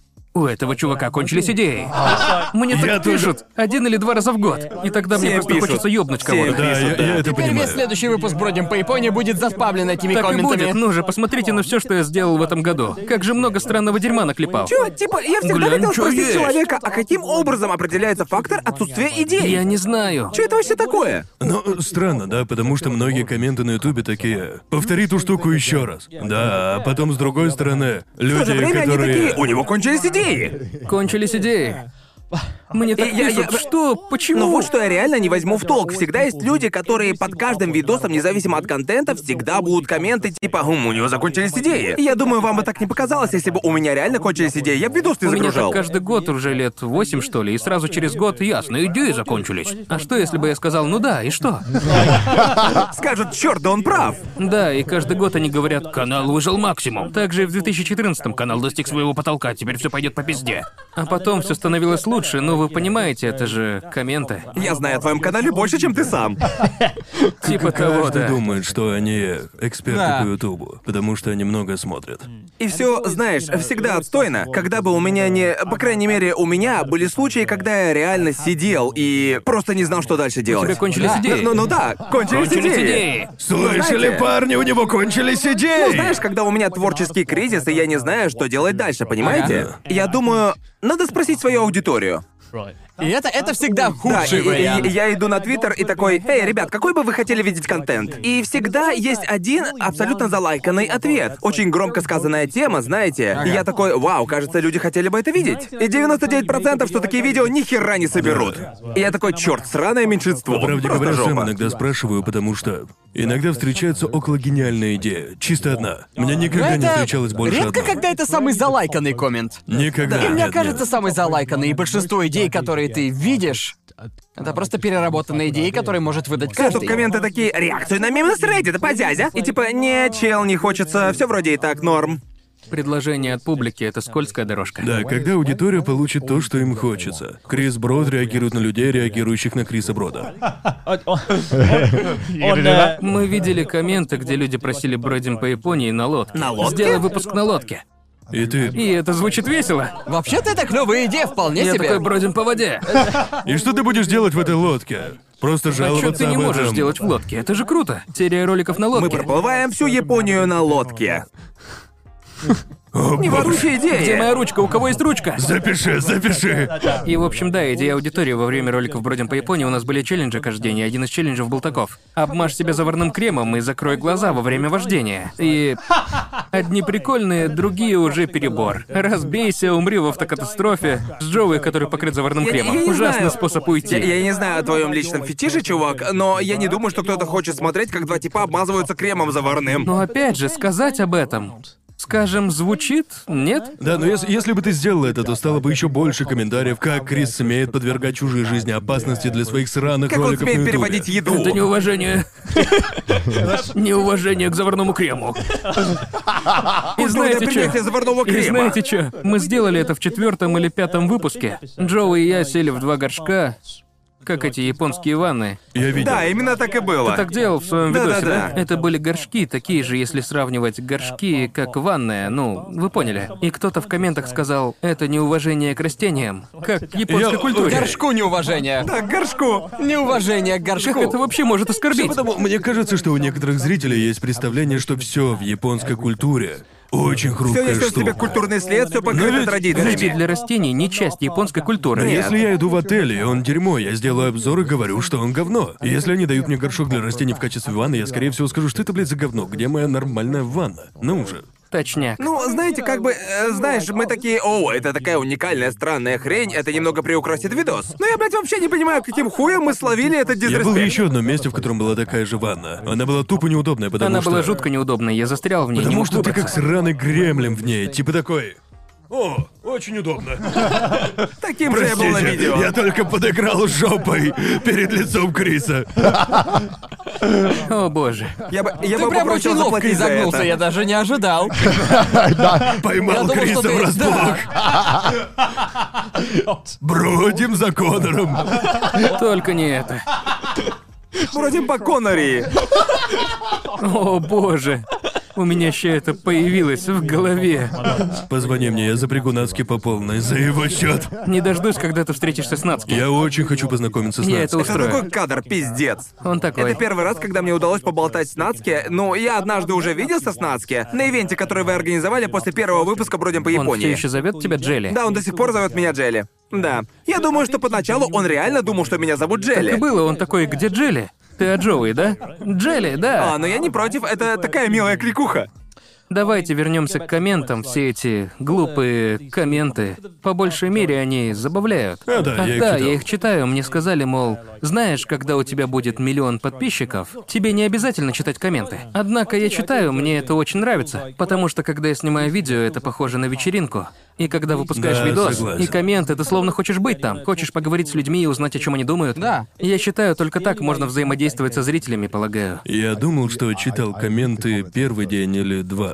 У этого чувака кончились идеи. Мне Я так тоже. пишут 1 или 2 раза в год. И тогда мне Все просто пишут. хочется ёбнуть Все кого-то. Да, я это Теперь понимаю. весь следующий выпуск «Бродим по Японии» будет заспавлен этими Так и комментами. будет, ну же, посмотрите на все, что я сделал в этом году. Как же много странного дерьма наклепал. Чё, типа, я всегда Глянь, хотел чё спросить есть. человека, а каким образом определяется фактор отсутствия идей? Я не знаю. Чё это вообще такое? Ну, странно, да, потому что многие комменты на ютубе такие «Повтори ту штуку еще раз». Да, а потом с другой стороны, В то люди, же время которые... они такие, у него кончились идеи. Кончились идеи. Мне так Я- пишут, что, почему? Но вот что я реально не возьму в толк. Всегда есть люди, которые под каждым видосом, независимо от контента, всегда будут комменты типа у него закончились идеи». И я думаю, вам бы так не показалось, если бы у меня реально кончились идеи. Я бы видос не У меня так загружал. каждый год уже лет 8, что ли, и сразу через год ясно, идеи закончились. А что, если бы я сказал, ну да, и что? Скажут, черт, да он прав. Да, и каждый год они говорят, канал выжил максимум. Также и в 2014-м канал достиг своего потолка, теперь все пойдет по пизде. А потом все становилось лучше, лучше, но вы понимаете, это же комменты. Я знаю о твоем канале больше, чем ты сам. Типа того, Каждый да. думает, что они эксперты Да. по Ютубу, потому что они много смотрят. И все, знаешь, всегда отстойно. Когда бы у меня не... По крайней мере, у меня были случаи, когда я реально сидел и просто не знал, что дальше У тебя делать. кончились идеи. Ну да, кончились Кончились идеи. идеи. Слышали, знаете- парни, у него кончились идеи! Ну, знаешь, когда у меня творческий кризис, и я не знаю, что делать дальше, понимаете? Ага. Я думаю, надо спросить свою аудиторию. И это всегда Да, худший и вариант. я иду на Твиттер и такой: «Эй, ребят, какой бы вы хотели видеть контент?» И всегда есть один абсолютно залайканный ответ. Очень громко сказанная тема, знаете. И я такой: «Вау, кажется, люди хотели бы это видеть». И 99%, что такие видео ни хера не соберут. И я такой: «Чёрт, сраное меньшинство». По правде Просто говоря, сам жопа. иногда спрашиваю, потому что иногда встречается около гениальная идея. Чисто одна. Мне Но никогда не это встречалось больше редко, одной. когда это самый залайканный коммент. Никогда. И мне нет, кажется, нет. самый залайканный, и большинство идей, которые ты видишь, это просто переработанные идеи, которые может выдать Тут каждый. комменты такие: «Реакцию на мем с Reddit, позязя». И типа: «Не, чел, не хочется, все вроде и так норм». Предложение от публики — это скользкая дорожка. Да, когда аудитория получит то, что им хочется. Крис Брод реагирует на людей, реагирующих на Криса Брода. Мы видели комменты, где люди просили бродим по Японии на лодке. На лодке? Сделай выпуск на лодке. И ты... И это звучит весело. Вообще-то это клевая идея, вполне Я себе. такой, бродим по воде. И что ты будешь делать в этой лодке? Просто А что жаловаться ты не об можешь этом? делать в лодке? Это же круто. Серия роликов на Мы лодке. проплываем всю Японию на лодке. О, Не боже. ворующая Где идея. моя ручка? У кого есть ручка? Запиши, запиши. И, в общем, да, идея аудитории во время роликов «Бродим по Японии» у нас были челленджи каждый день, и один из челленджев был таков. Обмажь себя заварным кремом и закрой глаза во время вождения. И одни прикольные, другие уже перебор. Разбейся, умри в автокатастрофе. С Джоуи, который покрыт заварным кремом. Я не Ужасный знаю. способ уйти. Я не знаю о твоем личном фетише, чувак, но я не думаю, что кто-то хочет смотреть, как два типа обмазываются кремом заварным. Но опять же, сказать об этом, скажем, звучит? Нет? Да, но если бы ты сделал это, то стало бы еще больше комментариев, как Крис смеет подвергать чужие жизни опасности для своих сраных Как он роликов на смеет Ютубе. переводить еду? Это неуважение. Неуважение к заварному крему. И знаете принятие что? заварного И крема. знаете что? Мы сделали это в 4-м или 5-м выпуске. Джоуи и я сели в 2 горшка, как эти японские ванны. Я видел. Да, именно так и было. Ты так делал в своем видосе, Да-да-да. да? Это были горшки, такие же, если сравнивать горшки, как ванная, ну, вы поняли. И кто-то в комментах сказал, это неуважение к растениям, как к японской Я- культуре. Горшку неуважение. Так, горшку. Неуважение к горшку. Как это вообще может оскорбить? Потому мне кажется, что у некоторых зрителей есть представление, что все в японской культуре очень Все хрупкая несет в себе штука. культурный след, все покрыто Но ведь- Цветы традициями. для растений не часть японской культуры. Нет. Если я иду в отель, и он дерьмо, я сделаю обзор и говорю, что он говно. И если они дают мне горшок для растений в качестве ванны, я скорее всего скажу, что это, блядь, за говно, где моя нормальная ванна? Ну уже. Точняк. Ну, знаете, как бы, знаешь, мы такие: «О, это такая уникальная, странная хрень, это немного приукрасит видос». Но я, блядь, вообще не понимаю, каким хуем мы словили этот Я был в дизреспект. еще одном месте, в котором была такая же ванна. Она была тупо неудобная, потому Она что... была жутко неудобной, я застрял в ней. не Потому мог что ты выбраться. как сраный гремлин в ней, типа такой... О, очень удобно. Таким же я был на Простите, видео. я только подыграл жопой перед лицом Криса. О боже. Я бы Ты попросил прям очень ловко заплатить за изогнулся, это. я даже не ожидал. Поймал Я думал, Криса что ты- врасплох. Бродим за Конором. Только не это. Вроде по Коннори. О боже. У меня еще это появилось в голове. Позвони мне, я запрягу Нацки по полной за его счет. Не дождусь, когда ты встретишься с Нацки. Я очень хочу познакомиться с Я это Нацки. Это устрою. такой кадр, пиздец. Он такой. Это первый раз, когда мне удалось поболтать с Нацки. Ну, я однажды уже виделся с Нацки на ивенте, который вы организовали после первого выпуска «Бродим по Он все Японии». еще зовет тебя Джелли. Да, он до сих пор зовет меня Джелли. Да. Я думаю, что поначалу он реально думал, что меня зовут Так и Джелли. было, он такой, где Джелли? Ты о Джоуи, да? Джелли, да. Но я не против, это такая милая кликуха. Давайте вернемся к комментам. Все эти глупые комменты. По большей мере, они забавляют. А, да, я их да, читал. я их читаю. Мне сказали, мол, знаешь, когда у тебя будет 1 000 000 подписчиков, тебе не обязательно читать комменты. Однако я читаю, мне это очень нравится. Потому что, когда я снимаю видео, это похоже на вечеринку. И когда выпускаешь Да, видос, согласен. и комменты, ты словно хочешь быть там. Хочешь поговорить с людьми и узнать, о чем они думают. Да. Я считаю, только так можно взаимодействовать со зрителями, полагаю. Я думал, что читал комменты первый день или два.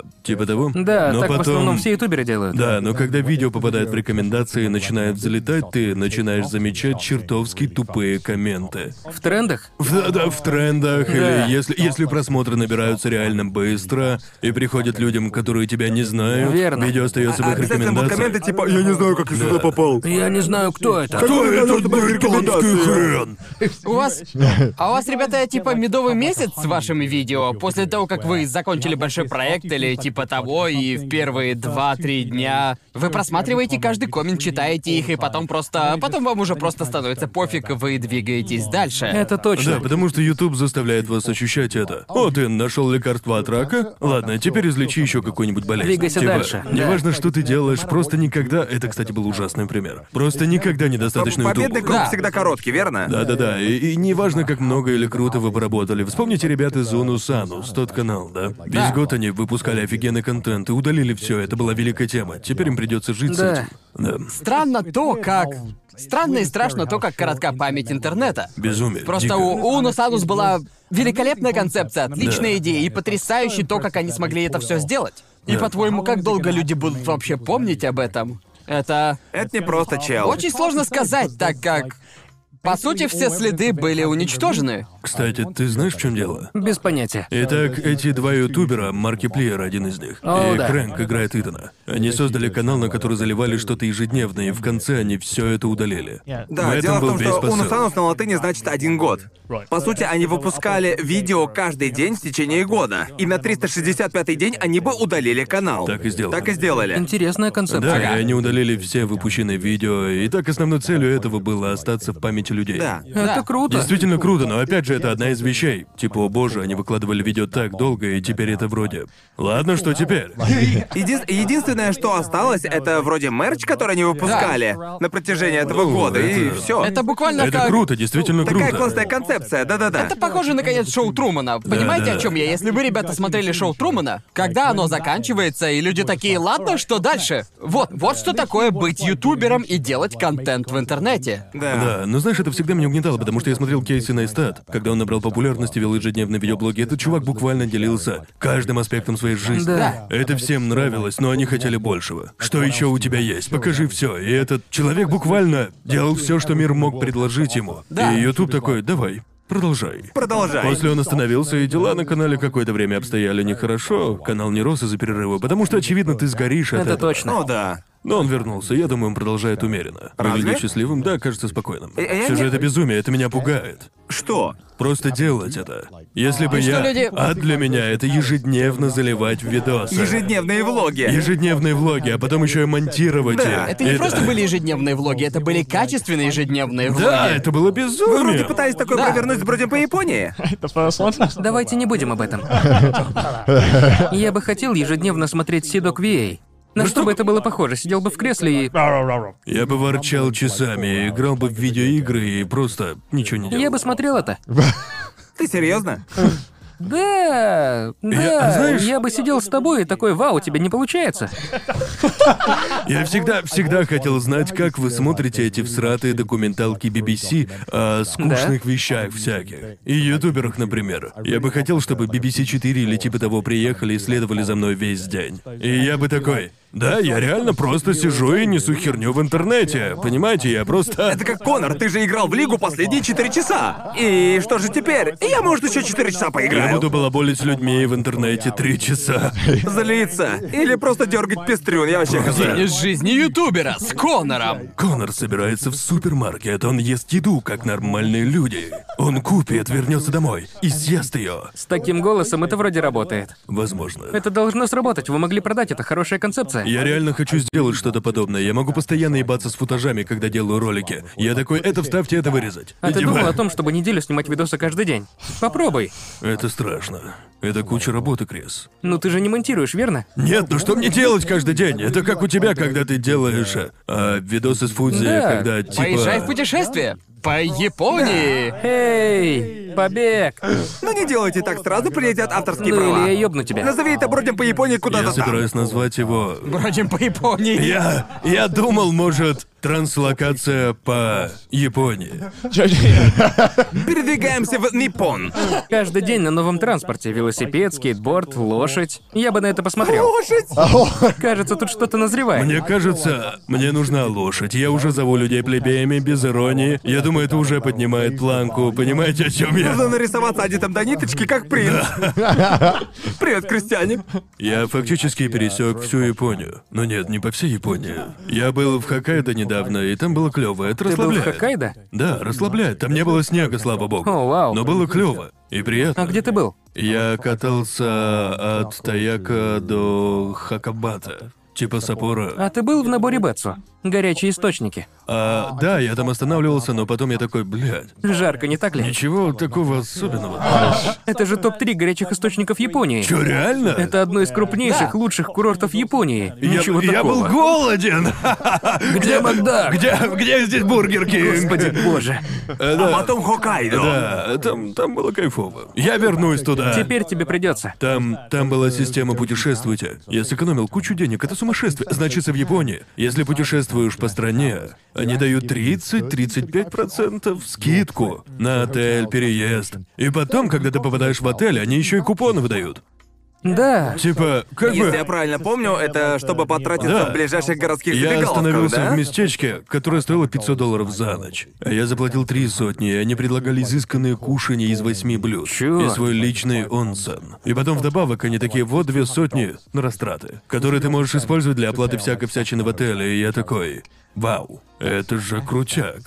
Типа того? Да, но так потом... в основном все ютуберы делают. Да, но когда видео попадает в рекомендации и начинает взлетать, ты начинаешь замечать чертовски тупые комменты. В трендах? Да, в трендах, Да. или если просмотры набираются реально быстро и приходят людям, которые тебя не знают, Верно. видео остается в их Обязательно будут комменты рекомендациях. типа «Я не знаю, как я сюда попал». Я не знаю, кто это. Кто этот британский хрен? У вас... А у вас, ребята, типа медовый месяц с вашими видео? После того, как вы закончили большой проект или типа того, и в первые 2-3 дня вы просматриваете каждый коммент, читаете их, и потом просто... Потом вам уже просто становится пофиг, и вы двигаетесь дальше. Это точно. Да, потому что YouTube заставляет вас ощущать это. О, ты нашел лекарство от рака? Ладно, теперь излечи еще какую-нибудь болезнь. Двигайся Типа, дальше. Неважно, что ты делаешь, просто никогда... Это, кстати, был ужасный пример. Просто никогда недостаточно Победный YouTube. круг Да. всегда короткий, верно? Да-да-да, и неважно, как много или круто вы поработали. Вспомните ребят из Унус Анус, тот канал, да? Весь год они выпускали офигенный контент и удалили все. Это была великая тема. Теперь им придется жить с Да. этим. Да. Странно то, как... Странно и страшно то, как коротка память интернета. Безумие. Просто дико. у Унус Анус была великолепная концепция, отличная идея и потрясающе то, как они смогли это все сделать. И Да. по-твоему, как долго люди будут вообще помнить об этом? Это Это не просто чел. очень сложно сказать, так как, по сути, все следы были уничтожены. Кстати, ты знаешь, в чем дело? Без понятия. Итак, эти два ютубера, Маркиплеер один из них, О, и да. Крэнк играет Итана. Они создали канал, на который заливали что-то ежедневно, и в конце они все это удалили. Да, в этом дело в был том, весь что посыл. Унус Анус на латыни значит 1 год. По сути, они выпускали видео каждый день в течение года. И на 365-й день они бы удалили канал. Так и сделали. Так и сделали. Интересная концепция. Да, и они удалили все выпущенные видео, и так основной целью этого было остаться в памяти людей. Да. Это круто. Действительно круто, но опять же, это одна из вещей. Типа, о боже, они выкладывали видео так долго, и теперь это вроде... Ладно, что теперь? Единственное, что осталось, это вроде мерч, который они выпускали на протяжении этого Ну, года, и это- все. Это буквально Это как... круто, действительно Такая круто. классная концепция, да-да-да. Это похоже на конец шоу Трумана. Понимаете, да. о чем я? Если вы, ребята, смотрели шоу Трумана, когда оно заканчивается, и люди такие, ладно, что дальше? Вот что такое быть ютубером и делать контент в интернете. Да. Да, но знаешь, это всегда меня угнетало, потому что я смотрел Кейси Нейстат. Когда он набрал популярность и вел ежедневные видеоблоги, этот чувак буквально делился каждым аспектом своей жизни. Да. Это всем нравилось, но они хотели большего. Что еще у тебя есть? Покажи все. И этот человек буквально делал все, что мир мог предложить ему. Да. И YouTube такой, давай. Продолжай. Продолжай. После он остановился, и дела на канале какое-то время обстояли нехорошо. Канал не рос из-за перерыва, потому что, очевидно, ты сгоришь от Это этого. точно. О, да. Но он вернулся, я думаю, он продолжает умеренно. Разве? Выглядит счастливым, да, кажется спокойным. Я Все же не- это безумие, это меня пугает. Что? Просто делать это. Если бы И что я... люди- А для меня это ежедневно заливать в видосы. Ежедневные влоги. Ежедневные влоги, а потом еще и монтировать Да. их. Это не просто были ежедневные влоги, это были качественные ежедневные влоги. Да, это было Вы вроде безумие. пытались такое Да. провернуть с бродом по Японии? Давайте не будем об этом. Я бы хотел ежедневно смотреть Сидок VA. На что бы это было похоже? Сидел бы в кресле и... Я бы ворчал часами, играл бы в видеоигры и просто ничего не делал. Я бы смотрел это. Ты серьезно? Да, знаешь- я бы сидел с тобой и такой, вау, у тебя не получается. Я всегда хотел знать, как вы смотрите эти всратые документалки BBC о скучных вещах всяких. И ютуберах, например. Я бы хотел, чтобы BBC 4 или типа того приехали и следовали за мной весь день. И я бы такой... Да, я реально просто сижу и несу херню в интернете. Понимаете, я просто... Это как Конор, ты же играл в Лигу последние 4 часа. И что же теперь? Я, может, еще 4 часа Я поиграю. буду балаболить с людьми в интернете 3 часа. Злиться. Или просто дергать пестрюн, я вообще хз. Из жизни ютубера с Конором. Конор собирается в супермаркет, он ест еду, как нормальные люди. Он купит, вернется домой и съест ее. С таким голосом это вроде работает. Возможно. Это должно сработать, вы могли продать, это хорошая концепция. Я реально хочу сделать что-то подобное. Я могу постоянно ебаться с футажами, когда делаю ролики. Я такой, это вставьте, это вырезать. А ты Типа, думал о том, чтобы неделю снимать видосы каждый день? Попробуй. Это страшно. Это куча работы, Крис. Ну ты же не монтируешь, верно? Нет, ну что мне делать каждый день? Это как у тебя, когда ты делаешь видосы с Фудзи, Да. когда типа... Поезжай в путешествие. По Японии. Эй! Побег! Ну не делайте так, сразу прилетят авторские Ну права. или я ёбну тебя. Назови это бродим по Японии Я куда-то там. собираюсь назвать его... Бродим по Японии. Я думал, может, транслокация по Японии. Передвигаемся в Ниппон. Каждый день на новом транспорте. Велосипед, скейтборд, лошадь. Я бы на это посмотрел. Лошадь! Кажется, тут что-то назревает. Мне кажется, мне нужна лошадь. Я уже зову людей плебеями, без иронии. Я думаю, это уже поднимает планку. Понимаете, о чем я? Нужно нарисоваться одетым до ниточки, как принц. Привет, крестьяне. Я фактически пересек всю Японию. Но нет, не по всей Японии. Я был в Хоккайдо недавно, и там было клево. Это Ты был в расслабляет. Хоккайдо? Да, расслабляет. Там не было снега, слава богу. О, вау. Но было клево и приятно. А где ты был? Я катался от Таяка до Хакабата. Типа Саппоро. А ты был в наборе Бетсу? Горячие источники. Да, я там останавливался, но потом я такой, блядь, Жарко, не так ли? ничего такого особенного. Это же топ-3 горячих источников Японии. Чё, реально? Это одно из крупнейших, лучших курортов Японии. Ничего я такого. был голоден. Где Макдак? Где здесь Бургер Кинг? Господи боже. А потом Хоккайдо. Да, там было кайфово. Я вернусь туда. Теперь тебе придется. Там была система «Путешествуйте». Я сэкономил кучу денег, это сумасшествие. Значится, в Японии, если путешествуешь по стране, они дают 30-35% скидку на отель, переезд. И потом, когда ты попадаешь в отель, они еще и купоны выдают. Да. Типа, как Если бы... я правильно помню, это чтобы потратиться Да. в ближайших городских Я забегаловках, остановился да? в местечке, которое стоило $500 за ночь. А я заплатил 300, и они предлагали изысканные кушанья из 8 блюд. Чё? И свой личный онсен. И потом вдобавок они такие, вот 200 на растраты, которые ты можешь использовать для оплаты всякой всячины в отеле. И я такой, вау, это же крутяк.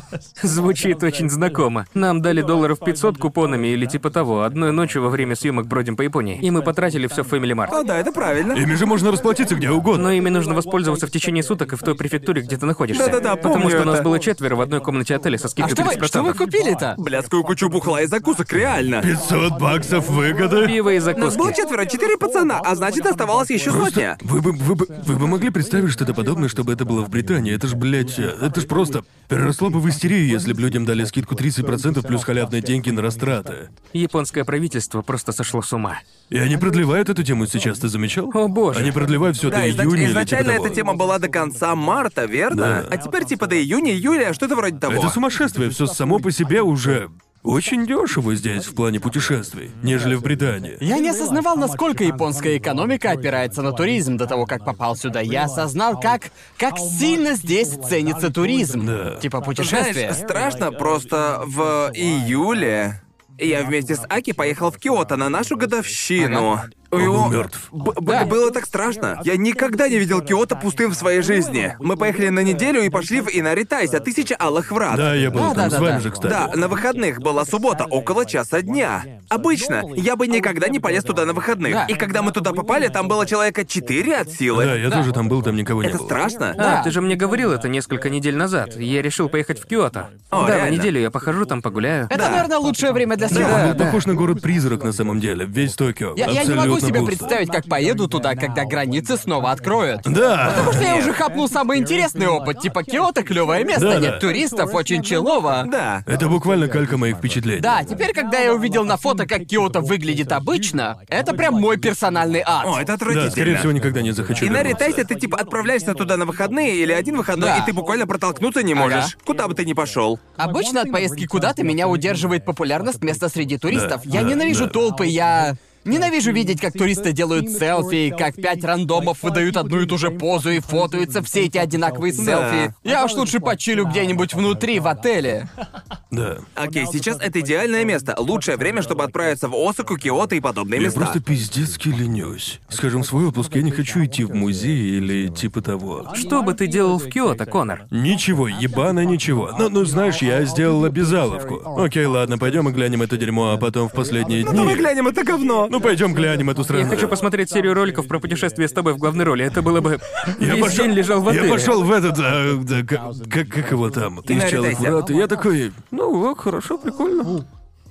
Звучит очень знакомо. Нам дали $500 купонами или типа того, одной ночью во время съемок бродим по Японии. И мы потратили все в Family Mart. О, да, это правильно. Ими же можно расплатиться где угодно. Но ими нужно воспользоваться в течение суток и в той префектуре, где ты находишься. Да-да-да, Потому помню что у нас это. было 4 в одной комнате отеля со А скидкой что 30%. вы купили-то? Блядскую кучу бухла и закусок, реально. $500 выгоды? Пиво и Нас было закуски. 4 пацана, а значит, оставалось еще сотня. Вы бы могли представить что-то подобное, чтобы это было в Британии? Это ж, блядь, это ж просто переросло бы в истерию, если бы людям дали скидку 30% плюс халявные деньги на растраты. Японское правительство просто сошло с ума. И они продлевают эту тему сейчас, ты замечал? О боже. Они продлевают все Да, до июня или изначально типа того. эта тема была до конца марта, верно? Да. А теперь типа до июня, июля, что-то вроде того. Это сумасшествие, все само по себе уже очень дешево здесь в плане путешествий, нежели в Британии. Я не осознавал, насколько японская экономика опирается на туризм до того, как попал сюда. Я осознал, как сильно здесь ценится туризм. Да. Типа путешествия. Знаешь, страшно, просто в июле я вместе с Аки поехал в Киото на нашу годовщину. Он Его- был мертв. Да. Было так страшно. Я никогда не видел Киото пустым в своей жизни. Мы поехали на неделю и пошли в Инаритайся, 1000 алых врат. Да, я был там с да, вами да. же, кстати. Да, на выходных была суббота, около часа дня. Обычно я бы никогда не полез туда на выходных. Да. И когда мы туда попали, там было человека 4 от силы. Да, я тоже там был, там никого не Это было. страшно? Да. Ты же мне говорил это несколько недель назад. Я решил поехать в Киото. О, Да, на реально? неделю я похожу там, погуляю. Это, наверное, лучшее время для съемок. Он был похож на город-призрак на самом деле, весь Токио. Я не Абсолютно могу себе пусто. представить, как поеду туда, когда границы снова откроют. Да. Потому что я уже хапнул самый интересный опыт. Типа Киото клевое место, Да, нет да. туристов, очень челово. Да. Это буквально калька моих впечатлений. Да, теперь, когда я увидел на фото, как Киото выглядит обычно, это прям мой персональный ад. О, это Да, скорее отвратительно. всего, никогда не захочу И на вернуться. Ритайсе ты типа отправляешься туда на выходные или один выходной, Да. и ты буквально протолкнуться не можешь. Ага. Куда бы ты ни пошел. Обычно от поездки куда-то меня удерживает популярность места среди туристов. Да, Я да, ненавижу да. толпы, я ненавижу видеть, как туристы делают селфи, как 5 рандомов выдают одну и ту же позу и фотаются все эти одинаковые селфи. Я уж лучше почилю где-нибудь внутри, в отеле. Да. Окей, сейчас это идеальное место. Лучшее время, чтобы отправиться в Осаку, Киото и подобные Я места. просто пиздецки ленюсь. Скажем, в свой отпуск я не хочу идти в музей или типа того. Что бы ты делал в Киото, Конор? Ничего, ебано ничего. Ну, знаешь, я сделал обязаловку. Окей, ладно, пойдем и глянем это дерьмо, а потом в последние Ну давай дни... глянем это говно. Ну пойдем глянем эту страну. Я хочу посмотреть серию роликов про путешествие с тобой в главной роли. Это было бы... Весь день лежал в отеле. Я пошел в этот, да, как его там, «Тысяча алых врат», и я такой, ну ок, хорошо, прикольно.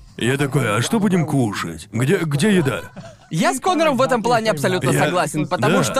Я такой, а что будем кушать? Где еда? Я с Конором в этом плане абсолютно Я- согласен, потому да. что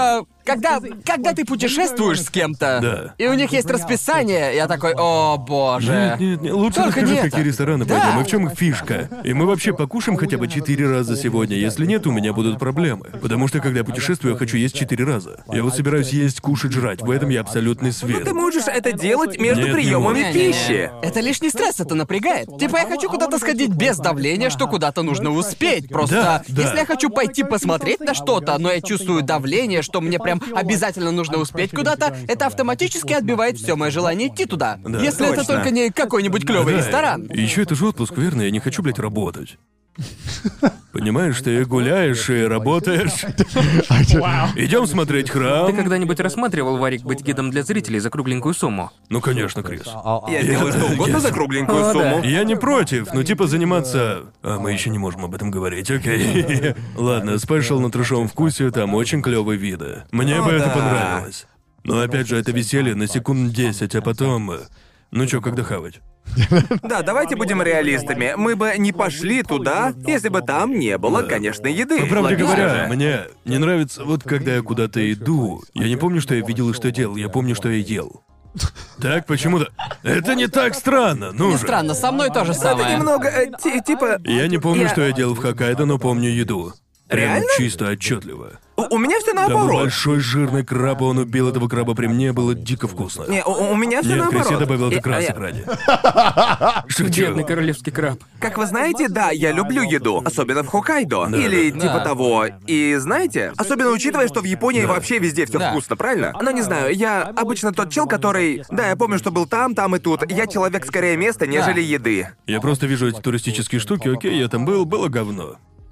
когда ты путешествуешь с кем-то, Да. и у них есть расписание, я такой, о боже. Нет, лучше Только расскажи, не в какие это. рестораны Да. пойдем, и в чем их фишка. И мы вообще покушаем хотя бы 4 раза сегодня. Если нет, у меня будут проблемы. Потому что когда я путешествую, я хочу есть 4 раза. Я вот собираюсь есть, кушать, жрать. В этом я абсолютный свет. Ты можешь это делать между Нет, не приемами можешь. пищи. Это лишний стресс, это напрягает. Типа, я хочу куда-то сходить без давления, что куда-то нужно успеть. Просто, Да. если я хочу пойти посмотреть на что-то, но я чувствую давление, что мне прям обязательно нужно успеть куда-то, это автоматически отбивает все мое желание идти туда. Да. Если это Точно. только не какой-нибудь клевый Да. ресторан. И еще это же отпуск, верно? Я не хочу, блядь, работать. Понимаешь, ты гуляешь и работаешь. Идем смотреть Ты храм. когда-нибудь рассматривал, Варик, быть гидом для зрителей за кругленькую сумму? Ну, конечно, Крис. Я сделаю что угодно за кругленькую О, да. сумму. Я не против, но типа заниматься... А мы еще не можем об этом говорить, окей. Ладно, спешл на трешовом вкусе, там очень клевые виды. Мне бы это да. понравилось. Но опять же, это веселье на секунд 10, а потом... Ну чё, когда хавать? Да, давайте будем реалистами. Мы бы не пошли туда, если бы там не было, конечно, еды. По правде Логично говоря, же. мне не нравится, вот когда я куда-то иду, я не помню, что я видел и что делал, я помню, что я ел. Так, почему-то... Это не так странно, ну же. Странно, со мной то же Это самое. немного, типа... Я не помню, что я делал в Хоккайдо, но помню еду. Прям Реально? чисто отчетливо. У меня все Там был наоборот. большой жирный краб, и он убил этого краба при мне, было дико вкусно. Не, у меня все Нет, наоборот. Крис, я добавил это И- красок а ради. Бедный Шучу. королевский краб. Как вы знаете, да, я люблю еду, особенно в Хоккайдо. Да, Или да. типа Да. того. И знаете, особенно учитывая, что в Японии Да. вообще везде все Да. вкусно, правильно? Но не знаю, я обычно тот чел, который... Да, я помню, что был там, там и тут. Я человек скорее места, нежели еды. Я просто вижу эти туристические штуки, окей, я там был, было говно.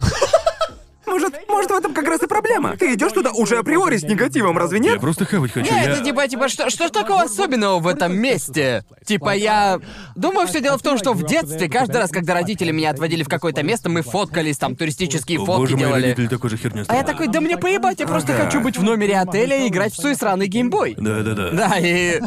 Может, в этом как раз и проблема. Ты идешь туда уже априори с негативом, разве Я нет? просто хавать хочу, Не, я... это типа, что ж такого особенного в этом месте? Типа, я... Думаю, все дело в том, что в детстве, каждый раз, когда родители меня отводили в какое-то место, мы фоткались, там, туристические О, фотки боже, мои делали. родители такой же херню А я стали. такой, да мне поебать, я просто хочу быть в номере отеля и играть в свой сраный геймбой. Да-да-да. Да, и...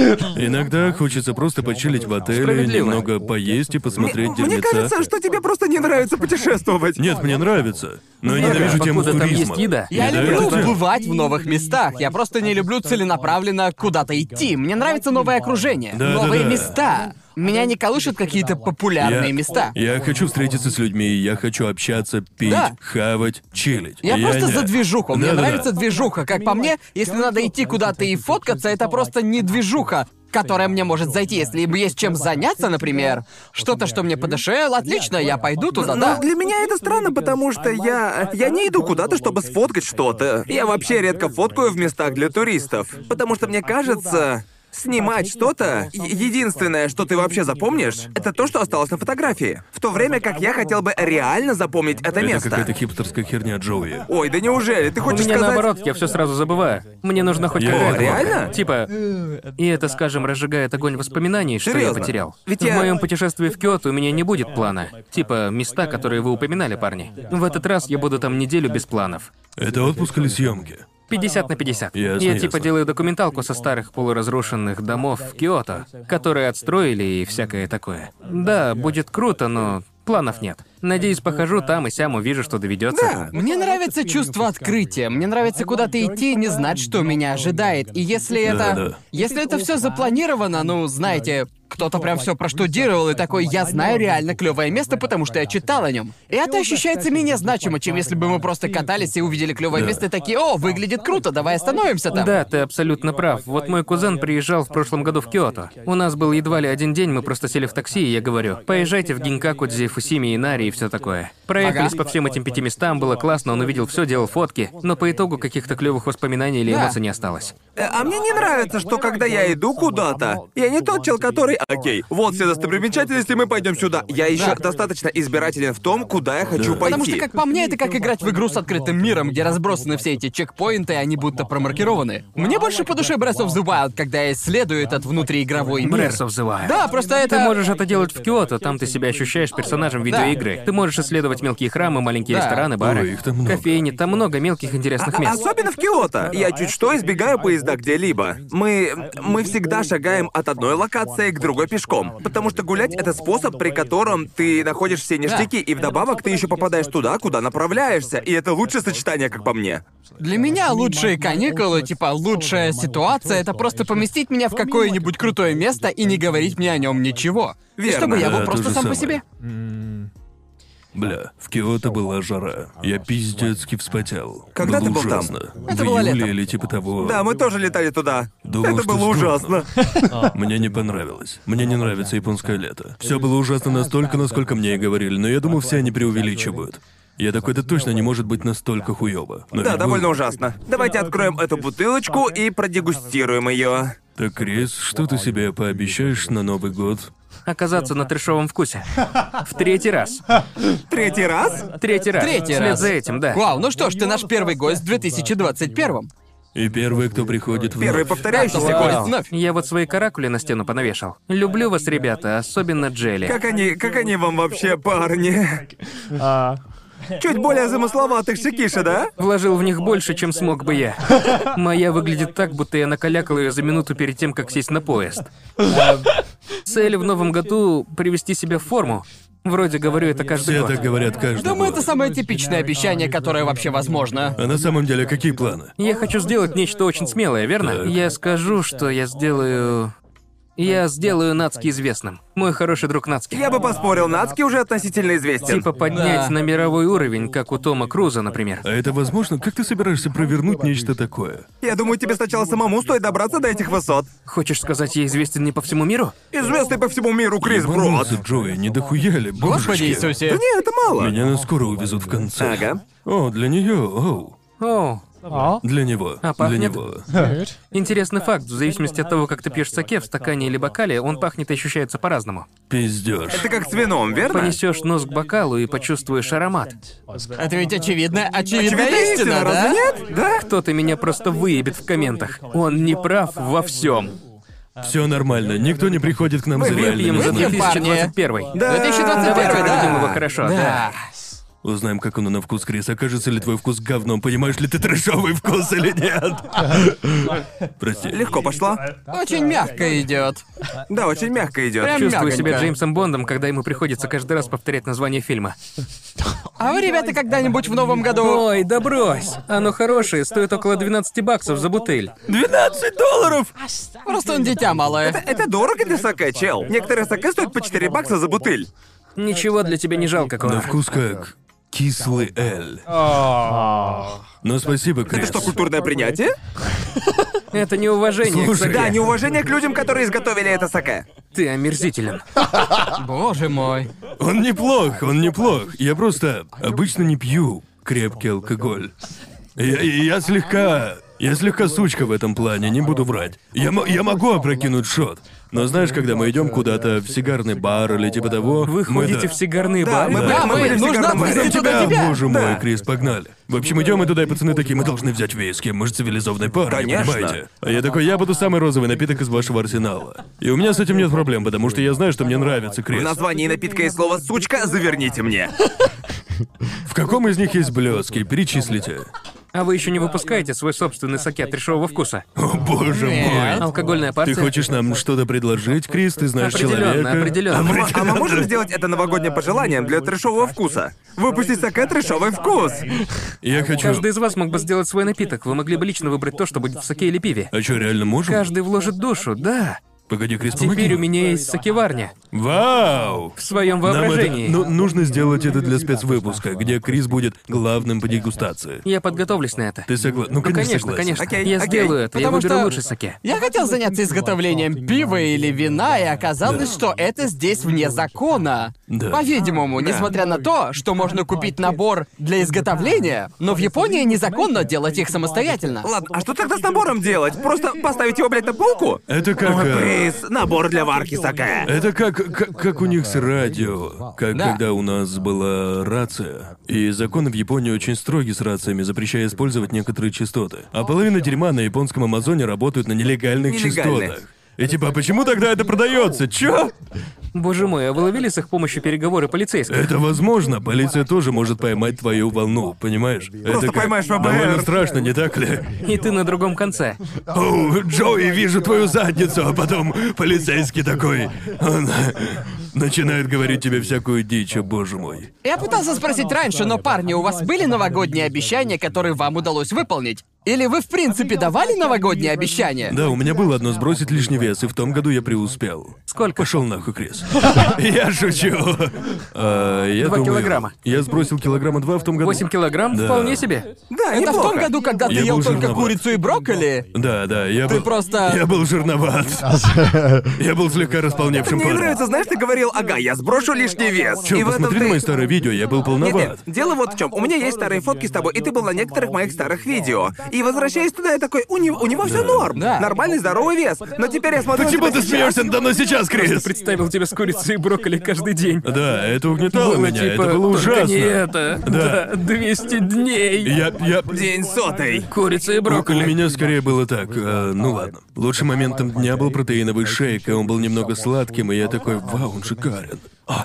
Иногда хочется просто почилить в отеле, Справедливо. немного поесть и посмотреть Мне дерьмеца. кажется, что тебе просто не нравится путешествовать. Нет, мне нравится. Но я Ага, ненавижу тему покуда там туризма. есть еда. Я Да, люблю это да. бывать в новых местах. Я просто не люблю целенаправленно куда-то идти. Мне нравится новое окружение, Да, новые да. места. Меня не колышут какие-то популярные места. Я хочу встретиться с людьми, я хочу общаться, пить, Да. хавать, чилить. Я просто не- за движуху. Мне Да-да-да. нравится движуха. Как по мне, если надо идти куда-то и фоткаться, это просто не движуха, которая мне может зайти. Если есть чем заняться, например, что-то, что мне по душе, отлично, я пойду туда, Но да. для меня это странно, потому что я не иду куда-то, чтобы сфоткать что-то. Я вообще редко фоткаю в местах для туристов. Потому что мне кажется, снимать что-то, единственное, что ты вообще запомнишь, это то, что осталось на фотографии. В то время как я хотел бы реально запомнить это Это место. какая-то хипстерская херня, Джоуи. Ой, да неужели? Ты У хочешь меня сказать... наоборот, я все сразу забываю. Мне нужно хоть Я- какая-то... О, реально? Типа... И это, скажем, разжигает огонь воспоминаний, что Серьезно? я потерял. Ведь В я- моем путешествии в Киото у меня не будет плана. Типа места, которые вы упоминали, парни. В этот раз я буду там неделю без планов. Это отпуск или съемки? 50 на 50. Ясно, Я ясно. типа делаю документалку со старых полуразрушенных домов в Киото, которые отстроили и всякое такое. Да, будет круто, но планов нет. Надеюсь, похожу там и сям, увижу, что доведется. Да. Мне нравится чувство открытия. Мне нравится куда-то идти и не знать, что меня ожидает. И если это... Да. Если это все запланировано, ну, знаете, кто-то прям все проштудировал и такой, я знаю реально клевое место, потому что я читал о нем. И это ощущается менее значимо, чем если бы мы просто катались и увидели клевое Да. место и такие, о, выглядит круто, давай остановимся там. Да, ты абсолютно прав. Вот мой кузен приезжал в прошлом году в Киото. У нас был едва ли один день, мы просто сели в такси, и я говорю, поезжайте в Гинкакудзи, Фусими, Инари и все такое. Проехались Ага. по всем этим 5 местам, было классно, он увидел все, делал фотки, но по итогу каких-то клевых воспоминаний или Да. эмоций не осталось. А мне не нравится, что когда я иду куда-то, я не тот чел, который, окей, вот все достопримечательности, мы пойдем сюда. Я еще Да. достаточно избирателен в том, куда я хочу Да. пойти. Потому что, как по мне, это как играть в игру с открытым миром, где разбросаны все эти чекпоинты, и они будто промаркированы. Мне больше по душе Breath of the Wild, когда я исследую этот внутриигровой мир. Breath of the Wild. Да, просто это... Ты можешь это делать в Киото, там ты себя ощущаешь персонажем видеоигры. Ты можешь исследовать мелкие храмы, маленькие Да. рестораны, бары, Ой, их там много. кофейни, там много мелких интересных мест. Особенно в Киото. Я чуть что избегаю поезда где-либо. Мы всегда шагаем от одной локации к другой пешком. Потому что гулять — это способ, при котором ты находишь все ништяки, и вдобавок ты еще попадаешь туда, куда направляешься. И это лучшее сочетание, как по мне. Для меня лучшие каникулы, типа лучшая ситуация, это просто поместить меня в какое-нибудь крутое место и не говорить мне о нем ничего. И Верно. чтобы я был Да, просто то же сам по самое. себе. Бля, в Киото была жара. Я пиздецки вспотел. Когда было ты был там? ужасно. Это в было июле летом. или типа того. Да, мы тоже летали туда. Думал, Это что было сдохну. ужасно. Мне не понравилось. Мне не нравится японское лето. Все было ужасно настолько, насколько мне и говорили, но я думал, все они преувеличивают. Я такой, это точно не может быть настолько хуёво. Но Да, ведь довольно было. ужасно. Давайте откроем эту бутылочку и продегустируем ее. Так, Крис, что ты себе пообещаешь на Новый год? Оказаться на трэшовом вкусе. В третий раз. Третий раз? Третий раз. Третий Вслед раз. за этим, да. Вау, ну что ж, ты наш первый гость в 2021-м. И первый, кто приходит вновь. Первый повторяющийся Кто гость. гость вновь. Я вот свои каракули на стену понавешал. Люблю вас, ребята, особенно Джелли. Как они вам вообще, парни? Чуть более замысловатых Шикиши, да? Вложил в них больше, чем смог бы я. Моя выглядит так, будто я накалякал ее за минуту перед тем, как сесть на поезд. Цель в новом году — привести себя в форму. Вроде говорю это каждый Все год. так говорят каждый Думаю, год. это самое типичное обещание, которое вообще возможно. А на самом деле, какие планы? Я хочу сделать нечто очень смелое, верно? Так. Я скажу, что я сделаю Нацки известным. Мой хороший друг Нацки. Я бы поспорил, Нацки уже относительно известен. Типа поднять Да. на мировой уровень, как у Тома Круза, например. А это возможно? Как ты собираешься провернуть нечто такое? Я думаю, тебе сначала самому стоит добраться до этих высот. Хочешь сказать, я известен не по всему миру? Известный по всему миру Крис Брод. Ебануться, Джои, не дохуя ли, Господи божечки? Иисусе. Да не, это мало. Меня на скоро увезут в конце. Ага. О, для нее, оу. О, Для него. А для пахнет? него. интересный факт. В зависимости от того, как ты пьешь саке, в стакане или бокале, он пахнет и ощущается по-разному. Пиздёж. Это как с вином, верно? Понесешь нос к бокалу и почувствуешь аромат. Это ведь очевидная Очевидная истина, разве да? нет? Да? Кто-то меня просто выебет в комментах. Он не прав во всем. Все нормально, никто не приходит к нам за Выпьем реальными за Выпьем, знаниями. 2021. Да. 2021, Давайте да. проведем его хорошо, да. Узнаем, как он на вкус, Крис. Окажется ли твой вкус говном? Понимаешь ли ты трэшовый вкус или нет? Прости. Легко пошло. Очень мягко идет. Да, очень мягко идет. Прям Чувствую мягонько. себя Джеймсом Бондом, когда ему приходится каждый раз повторять название фильма. А вы, ребята, когда-нибудь в новом году... Ой, да брось! Оно хорошее, стоит около $12 за бутыль. $12! Просто он дитя малое. Это дорого для саке, чел. Некоторые саке стоят по $4 за бутыль. Ничего для тебя не жалко, На Конор. вкус как кислый эль. Но спасибо, Крис. Это что, культурное принятие? Это неуважение к Слушай, Да, саке. неуважение к людям, которые изготовили это саке. Ты омерзителен. Боже мой. Он неплох, он неплох. Я просто обычно не пью крепкий алкоголь. Я слегка сучка в этом плане, не буду врать. Я могу опрокинуть шот. Но знаешь, когда мы идем куда-то в сигарный бар или типа того, Вы мы ходите да. в сигарные Да, бары? мы Да, были в нужно сигарном баре. отвезти туда тебя. Боже Да. мой, Крис, погнали. В общем, идем мы туда, и пацаны такие, мы должны взять виски, мы же цивилизованные парни, Конечно. понимаете? А я такой, я буду самый розовый напиток из вашего арсенала. И у меня с этим нет проблем, потому что я знаю, что мне нравится, В Крис. названии напитка есть слово «сучка», заверните мне. В каком из них есть блески? Перечислите. А вы еще не выпускаете свой собственный саке от трешового вкуса? О, боже мой. Алкогольная Ты партия? хочешь нам что-то предложить, Крис? Ты знаешь Определенно, человека? определенно. А мы можем сделать это новогодним пожеланием для трэшового вкуса? Выпустить саке трэшовый вкус. Я хочу... Каждый из вас мог бы сделать свой напиток. Вы могли бы лично выбрать то, что будет в саке или пиве. А что, реально можем? Каждый вложит душу, да. Погоди, Крис, помоги. Теперь у меня есть сакеварня. Вау! В своем Нам это... воображении. нужно сделать это для спецвыпуска, где Крис будет главным по дегустации. Я подготовлюсь на это. Ты согласен? Ну, Ну, конечно, согласен. конечно. Окей, Я окей. сделаю это. Я Потому выберу что- лучший саке. Я хотел заняться изготовлением пива или вина, и оказалось, что это здесь вне закона. Да. По-видимому, несмотря на то, что можно купить набор для изготовления, но в Японии незаконно делать их самостоятельно. Ладно, а что тогда с набором делать? Просто поставить его, блядь, на полку? Это как... Крис, набор для варки саке. Это как у них с радио. Как Да. когда у нас была рация. И законы в Японии очень строги с рациями, запрещая использовать некоторые частоты. А половина дерьма на японском Амазоне работают на нелегальных Нелегальные. частотах. И типа, а почему тогда это продается? Чё? Боже мой, а вы ловили с их помощью переговоры полицейских? Это возможно, полиция тоже может поймать твою волну, понимаешь? Просто Это поймаешь ФБР. довольно страшно, не так ли? И ты на другом конце. О, Джоуи, вижу твою задницу, а потом полицейский такой. Он начинает говорить тебе всякую дичь, о, боже мой. Я пытался спросить раньше, но, парни, у вас были новогодние обещания, которые вам удалось выполнить? Или вы, в принципе, давали новогодние обещания? Да, у меня было одно сбросить лишний вес, и в том году я преуспел. Сколько? Пошел нахуй, Крис. Я шучу. 2 килограмма. Я сбросил 2 килограмма в том году. 8 килограмм? Да. Вполне себе. Да, Это в неплохо. том году, когда ты Я ел был только жирноват. курицу и брокколи? Да, я был... просто- Я был жирноват. Я был слегка располневшим Мне парнем. нравится, знаешь, ты говорил, ага, я сброшу лишний вес. Чё, И в этом посмотри ты- на мои старые видео, я был Нет, полноват. дело вот в чем. У меня есть старые фотки с тобой, и ты был на некоторых моих старых видео. И возвращаясь туда, я такой, у него все норм. Да. Нормальный здоровый вес. Но теперь я смотрю. на Почему тебя ты сейчас. смеешься надо мной сейчас, Крис? Представил тебя с курицей и брокколи каждый день. Да, это угнетало Было меня, типа, это было «Только ужасно. не это. Да, 200 дней. Я... День сотый. Курица и У брокколи. меня скорее было так, ну ладно. Лучшим моментом дня был протеиновый шейк, и он был немного сладким, и я такой, вау, он шикарен.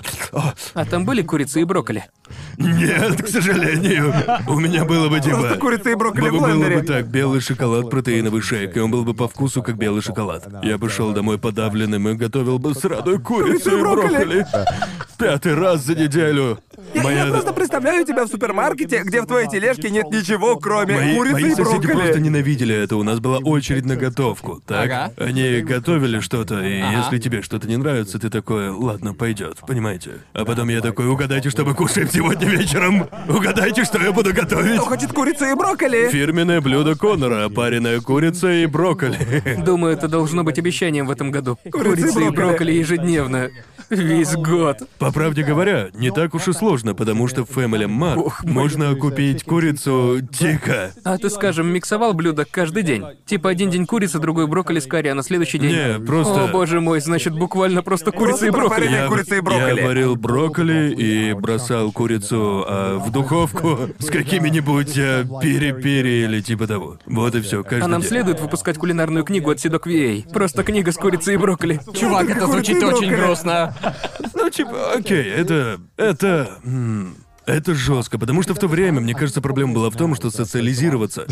А там были курицы и брокколи? Нет, к сожалению. У меня было бы типа... Просто курица и брокколи в Было блендере. бы так, белый шоколад, протеиновый шейк, и он был бы по вкусу, как белый шоколад. Я бы шел домой подавленным и готовил бы сраную курицу и брокколи. 5-й раз за неделю. Я просто представляю тебя в супермаркете, где в твоей тележке нет ничего, кроме Мои курицы и соседи просто брокколи. ненавидели это. У нас была очередь на готовку, так? Ага. Они готовили что-то, и Ага. если тебе что-то не нравится, ты такой, ладно, пойдет, понимаете? А потом я такой, угадайте, что мы кушаем сегодня вечером. Угадайте, что я буду готовить. Кто хочет курицу и брокколи? Фирменное блюдо Коннора, пареная курица и брокколи. Думаю, это должно быть обещанием в этом году. Курица и Курица и брокколи. брокколи ежедневно. Весь год. По правде говоря, не так уж и сложно, потому что в Family Mart Ох, мой. можно купить курицу тика. А ты, скажем, миксовал блюдо каждый день? Типа один день курица, другой брокколи с карри, а на следующий день... Не, просто- О, боже мой, значит, буквально просто курица и Просто брокколи. пропаренная курица и брокколи. Я варил брокколи и бросал курицу в духовку с какими-нибудь пири-пири или типа того. Вот и все, каждый А нам день. следует выпускать кулинарную книгу от Седок VA. Просто книга с курицей и брокколи. Чувак, это звучит Курица и очень брокколи. грустно. Ну, типа, окей, это жестко, потому что в то время, мне кажется, проблема была в том, что социализироваться.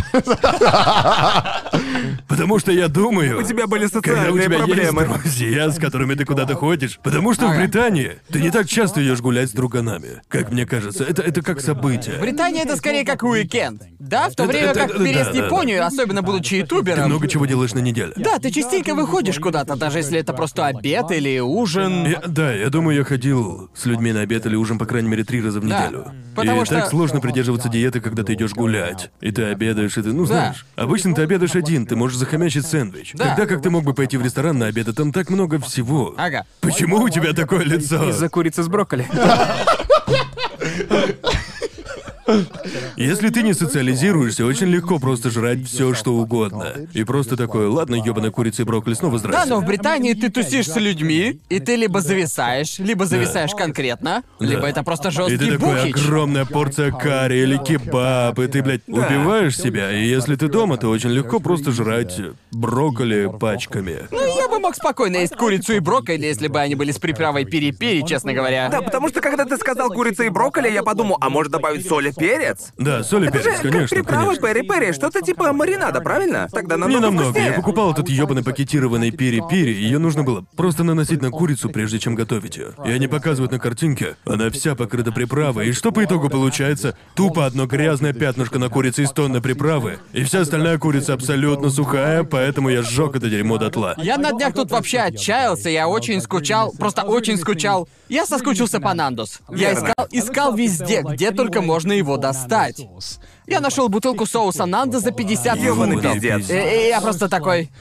Потому что я думаю... У тебя были Когда у социальные тебя проблемы. есть друзья, с которыми ты куда-то ходишь. Потому что в Британии ты не так часто идешь гулять с друганами. Как мне кажется, это как событие. Британия это скорее как уикенд. Да, в то время как да, переезд в да. Японию, особенно будучи Ты ютубером. много чего делаешь на неделе. Да, ты частенько выходишь куда-то, даже если это просто обед или ужин. Я думаю, я ходил с людьми на обед или ужин, по крайней мере, 3 раза в Да, неделю. потому и что- так сложно придерживаться диеты, когда ты идешь гулять. И ты обедаешь, и ты, ну знаешь, обычно ты обедаешь один, ты можешь захомячить сэндвич. Да. Тогда как ты мог бы пойти в ресторан на обед, и там так много всего. Ага. Почему у тебя такое лицо? Из-за курицы с брокколи. Если ты не социализируешься, очень легко просто жрать все, что угодно. И просто такое, ладно, ёбаная курица и брокколи, снова Да, здрасте. но в Британии ты тусишь с людьми, и ты либо зависаешь конкретно, либо это просто И жесткий ты такой, бухич. огромная порция карри или кебаб, и ты, блядь, убиваешь себя. И если ты дома, то очень легко просто жрать брокколи пачками. Ну, я бы мог спокойно есть курицу и брокколи, если бы они были с приправой пири-пири, честно говоря. Да, потому что когда ты сказал курица и брокколи, я подумал, а может добавить соль и перец? Да, соль и Это перец, же конечно, как приправа конечно. пери-пери, что-то типа маринада, правильно? Тогда Не намного намного. вкуснее. Я покупал этот ёбаный пакетированный пири-пири, ее нужно было просто наносить на курицу, прежде чем готовить ее. И они показывают на картинке, она вся покрыта приправой, и что по итогу получается? Тупо одно грязное пятнышко на курице из тонны приправы, и вся остальная курица абсолютно сухая, поэтому я сжег это дерьмо дотла. Я на днях тут вообще отчаялся, я очень скучал, просто очень скучал. Я соскучился по Нандос. Я искал везде, где только можно его достать. Я нашел бутылку соуса Нандо за 50 Ёбаный фунтов. пиздец. И я просто такой...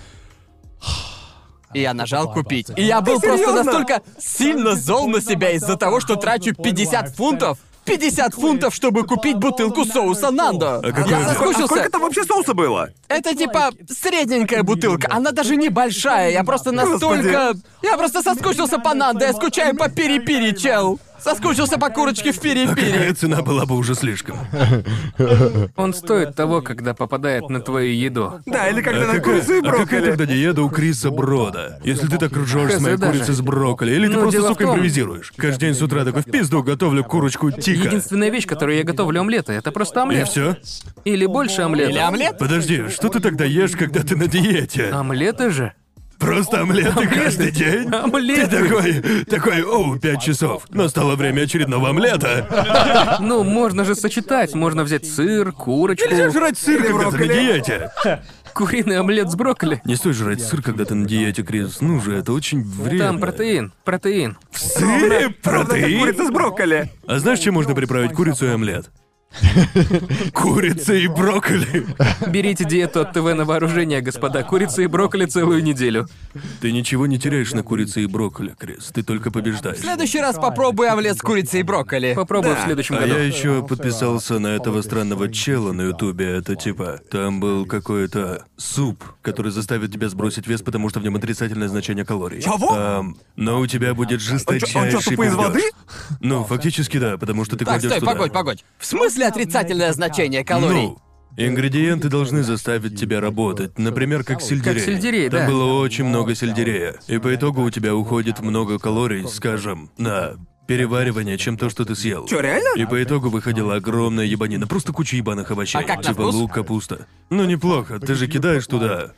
И я нажал купить. И я был просто серьёзно? настолько сильно зол на себя из-за того, что трачу 50 фунтов. 50 фунтов, чтобы купить бутылку соуса Нандо. какой Я это? А соскучился. сколько там вообще соуса было? Это типа средненькая бутылка, она даже небольшая, я просто настолько... Я просто соскучился по Нандо, я скучаю по пири-пири, чел. Соскучился по курочке в пири-пири. Какая цена была бы уже слишком. Он стоит того, когда попадает на твою еду. Да, или когда на какая, курицу и какая брокколи. тогда диета у Криса Брода? Если ты так ржешь с Хз моей даже. курицей с брокколи, или ты Ну, просто, дело в сука, том- импровизируешь? Каждый день с утра такой в пизду готовлю курочку тика. Единственная вещь, которую я готовлю омлеты, это просто И омлет. все? Или больше омлетов. Или омлет? Подожди, что ты тогда ешь, когда ты на диете? Омлеты же? Просто омлеты каждый день? Омлеты. Ты такой, 5 часов. Настало время очередного омлета. Ну, можно же сочетать. Можно взять сыр, курочку. Нельзя жрать сыр, когда ты на брокколи. диете. Куриный омлет с брокколи. Не стоит жрать сыр, когда ты на диете, Крис. Ну же, это очень вредно. Там протеин. Протеин. В сыре Ровно как протеин? курица с брокколи. А знаешь, чем можно приправить курицу и омлет? Курица и брокколи. Берите диету от ТВ на вооружение, господа. Курица и брокколи целую неделю. Ты ничего не теряешь на курице и брокколи, Крис. Ты только побеждаешь. В следующий раз попробуй омлет с курицей и брокколи. Попробую Да. в следующем А году. я еще подписался на этого странного чела на Ютубе. Это типа, там был какой-то суп, который заставит тебя сбросить вес, потому что в нем отрицательное значение калорий. Чего? Но у тебя будет жесточайший он чё, тупо из пиздёж. воды? Ну, фактически да, потому что ты Так, кладешь стой, туда. погодь. В смысле отрицательное значение калорий? Ну, ингредиенты должны заставить тебя работать. Например, как сельдерей. Как сельдерей, Там да. было очень много сельдерея. И по итогу у тебя уходит много калорий, скажем, на переваривание, чем то, что ты съел. Чё, реально? И по итогу выходила огромная ебанина. Просто куча ебаных овощей. А как на типа вкус? лук, капуста. Ну, неплохо. Ты же кидаешь туда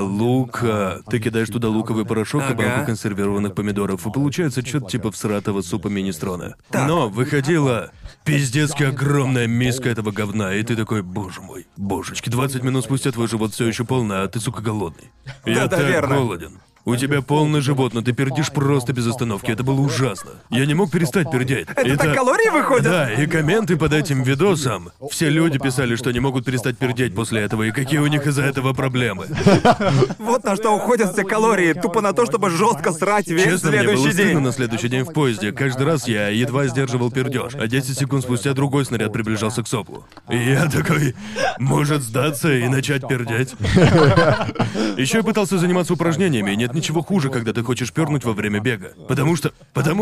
ты кидаешь туда луковый порошок и Ага. банку консервированных помидоров. И получается что-то типа всратого супа министрона. Так. Но выходила пиздецки огромная миска этого говна. И ты такой, боже мой, божечки, 20 минут спустя твой живот все еще полный, а ты, сука, голодный. Я Да-да, так верно. голоден. У тебя полный живот, но ты пердишь просто без остановки. Это было ужасно. Я не мог перестать пердеть. Это так калории выходят? Да, и комменты под этим видосом. Все люди писали, что не могут перестать пердеть после этого, и какие у них из-за этого проблемы. Вот на что уходят все калории. Тупо на то, чтобы жестко срать весь Честно, мне было следующий стыдно день. на следующий день в поезде. Каждый раз я едва сдерживал пердеж, а 10 секунд спустя другой снаряд приближался к соплу. И я такой, может сдаться и начать пердеть? Еще я пытался заниматься упражнениями, и нет ничего хуже, когда ты хочешь пернуть во время бега. Потому что,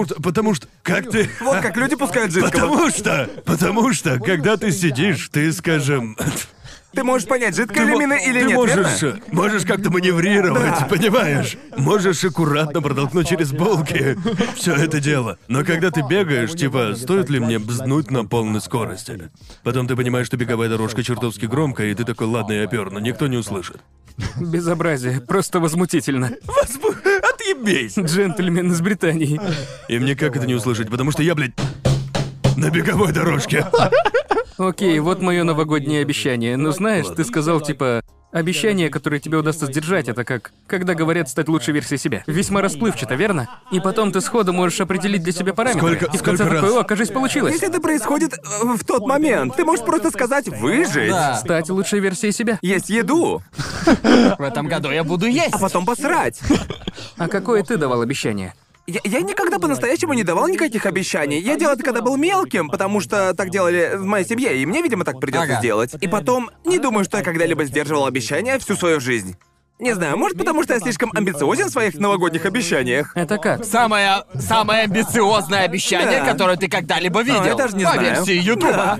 как ты... Вот как люди пускают жидкого. Потому что, когда ты сидишь, ты, скажем... Ты можешь понять, жидкое Ты ли мо- мина или ты нет, можешь, верно? можешь как-то маневрировать, понимаешь? Можешь аккуратно протолкнуть через булки все это дело. Но когда ты бегаешь, типа, стоит ли мне бзнуть на полной скорости? Потом ты понимаешь, что беговая дорожка чертовски громкая, и ты такой, ладно, я перну, никто не услышит. Безобразие. Просто возмутительно. Отъебись! Джентльмен из Британии. И мне как это не услышать, потому что я, блядь, на беговой дорожке. Окей, вот мое новогоднее обещание. Но знаешь, ты сказал типа... Обещание, которое тебе удастся сдержать, это как, когда говорят стать лучшей версией себя. Весьма расплывчато, верно? И потом ты сходу можешь определить для себя параметры. Сколько- И в конце сколько такой, раз? о, кажись, получилось. Если это происходит в тот момент, ты можешь просто сказать «выжить». Да. Стать лучшей версией себя. Есть еду, В этом году я буду есть. а потом посрать. А какое ты давал обещание? Я никогда по-настоящему не давал никаких обещаний. Я делал это, когда был мелким, потому что так делали в моей семье, и мне, видимо, так придется Ага. сделать. И потом, не думаю, что я когда-либо сдерживал обещания всю свою жизнь. Не знаю, может, потому что я слишком амбициозен в своих новогодних обещаниях. Это как? Самое амбициозное обещание, Да. которое ты когда-либо видел. я даже не По знаю. версии Ютуба.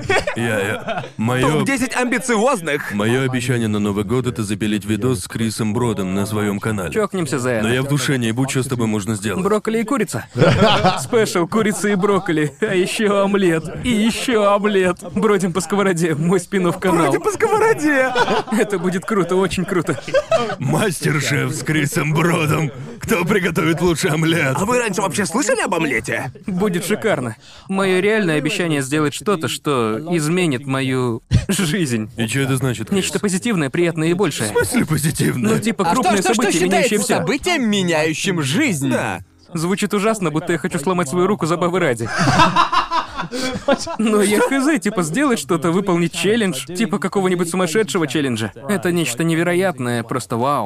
Мое... Топ-10 амбициозных. Мое обещание на Новый год — это запилить видос с Крисом Бродом на своем канале. Чокнемся за Но это. я в душе не ебу, что с тобой можно сделать. Брокколи и курица. Спешл, курица и брокколи. А еще омлет. И еще омлет. Бродим по сковороде. Мой спин-офф канал. Вроде по сковороде. Это будет круто, очень круто. Мастер-шеф с Крисом Бродом. Кто приготовит лучший омлет? А вы раньше вообще слышали об омлете? Будет шикарно. Мое реальное обещание сделать что-то, что изменит мою жизнь. И что это значит, Крис? Нечто позитивное, приятное и большее. В смысле позитивно? Ну, типа А крупное что событие, меняющее считается все. событием, меняющим жизнь? Да. Звучит ужасно, будто я хочу сломать свою руку забавы ради. Но я хз, типа сделать что-то, выполнить челлендж, типа какого-нибудь сумасшедшего челленджа. Это нечто невероятное, просто вау.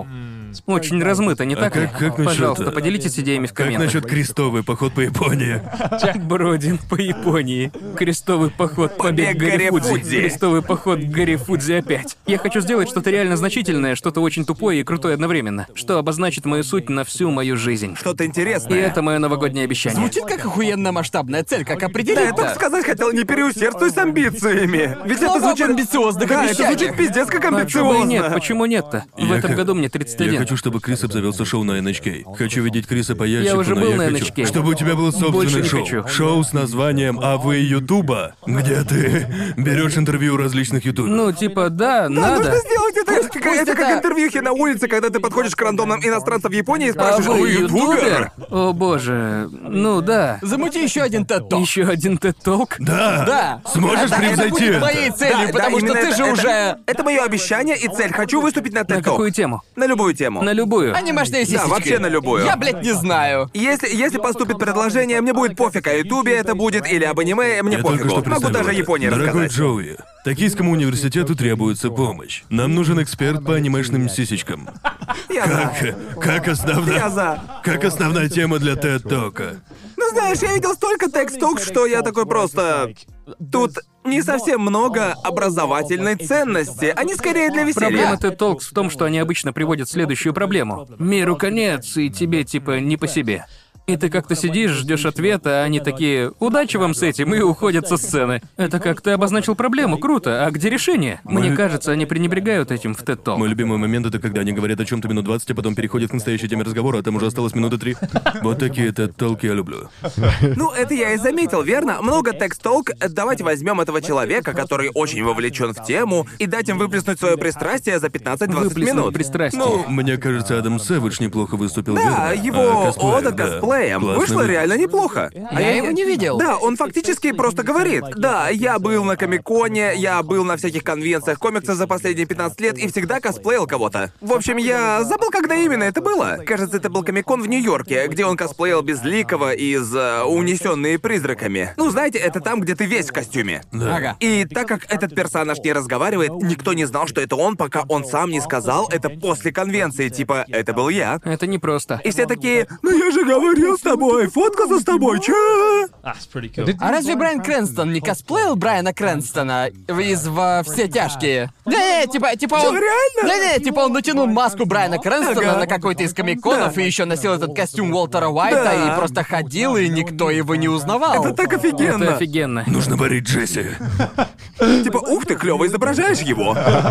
Очень размыто, не так ли? как насчёт- Пожалуйста, поделитесь идеями в Как комментах. насчет крестовый поход по Японии? Бродин по Японии. Крестовый поход побег Гарри Фудзи. Крестовый поход Гарри Фудзи опять. Я хочу сделать что-то реально значительное, что-то очень тупое и крутое одновременно, что обозначит мою суть на всю мою жизнь. Что-то И интересное. это мое новогоднее обещание. Звучит как охуенно масштабная цель, как Да, я определить-то? только сказать хотел, не переусердствуй с амбициями. Ведь это Слава звучит... об амбициозных Да, это обещаниях. звучит пиздец как А чё бы и амбициозно. нет? Почему нет-то? В Я этом х- году мне Я 31. хочу, чтобы Крис обзавелся шоу на NHK. Хочу видеть Криса по ящику, уже но был я на хочу, NHK. чтобы у тебя было Больше собственное не шоу. хочу. Шоу с названием «А вы Ютуба», где ты берешь интервью у различных ютуберов. Ну, типа, да, надо. Нужно сделать это. Это как это- интервьюхи на улице, когда ты подходишь к рандомным иностранцам в Японии и А спрашиваешь, вы вы ютубер? О боже. Ну да. Замути еще один тет-ток. Еще один TED-ток. Да! Да. Сможешь это превзойти будет это? моей целью, Да, потому что именно ты это- же это- уже... Это мое обещание и цель. Хочу выступить на На TED какую Talk. тему? На любую тему. На любую. Анимешные сисечки. вообще на любую. Я, блядь, не знаю. Если поступит предложение, мне будет пофиг, о Ютубе это будет или об аниме, мне Я только пофигу. что Могу представил даже это. Японии Дорогой рассказать. Джоуи, Токийскому университету требуется помощь. Нам нужен эксперт по анимешным сисечкам. Я за. Как Я за. Как основная тема для TED-тока. Ну знаешь, я видел столько текст-ток, что я такой просто... Тут не совсем много образовательной ценности. Они скорее для Проблема веселья. TED Talks в том, что они обычно приводят следующую проблему. Миру конец, и тебе типа не по себе. И ты как-то сидишь, ждешь ответа, а они такие: удачи вам с этим, и уходят со сцены. Это как ты обозначил проблему, круто, а где решение? Мне кажется, они пренебрегают этим в TED Talk. Мой любимый момент — это когда они говорят о чем-то минут 20, а потом переходят к настоящей теме разговора, а там уже осталось минуты 3. Вот такие TED-толки я люблю. Ну, это я и заметил, верно? Много текст-толк. Давайте возьмем этого человека, который очень вовлечен в тему, и дать им выплеснуть свое пристрастие за 15-20 Выплеснуть минут. пристрастие. Ну, Мне кажется, Адам Сэвидж неплохо выступил, да, верно? его Косплей, ода да. косплеем Классный вышло выпуск. реально неплохо. А я его не видел. Да, он фактически просто говорит: да, я был на Комик-Коне, я был на всяких конвенциях комикса за последние 15 лет и всегда косплеил кого-то. В общем, я забыл, когда именно это было. Кажется, это был Комик-Кон в Нью-Йорке, где он косплеил Безликого из «Унесенные призраками». Ну, знаете, это там, где ты весь в костюме. Да. Ага. И так как этот персонаж не разговаривает, никто не знал, что это он, пока он сам не сказал это после конвенции, типа «это был я». Это непросто. И все такие: ну я же говорил с тобой, фоткался с тобой, чё? А разве Брайан Крэнстон не косплеил Брайана Крэнстона из «Во все тяжкие»? Не, типа он... реально? Не, типа он натянул маску Брайана Крэнстона Ага. на какой-то из комик-конов и еще носил этот костюм Уолтера Уайта Да. и просто ходил, и никто его не узнавал. Это так офигенно. Это офигенно. Нужно варить Джесси. Типа, ух ты, клево изображаешь его.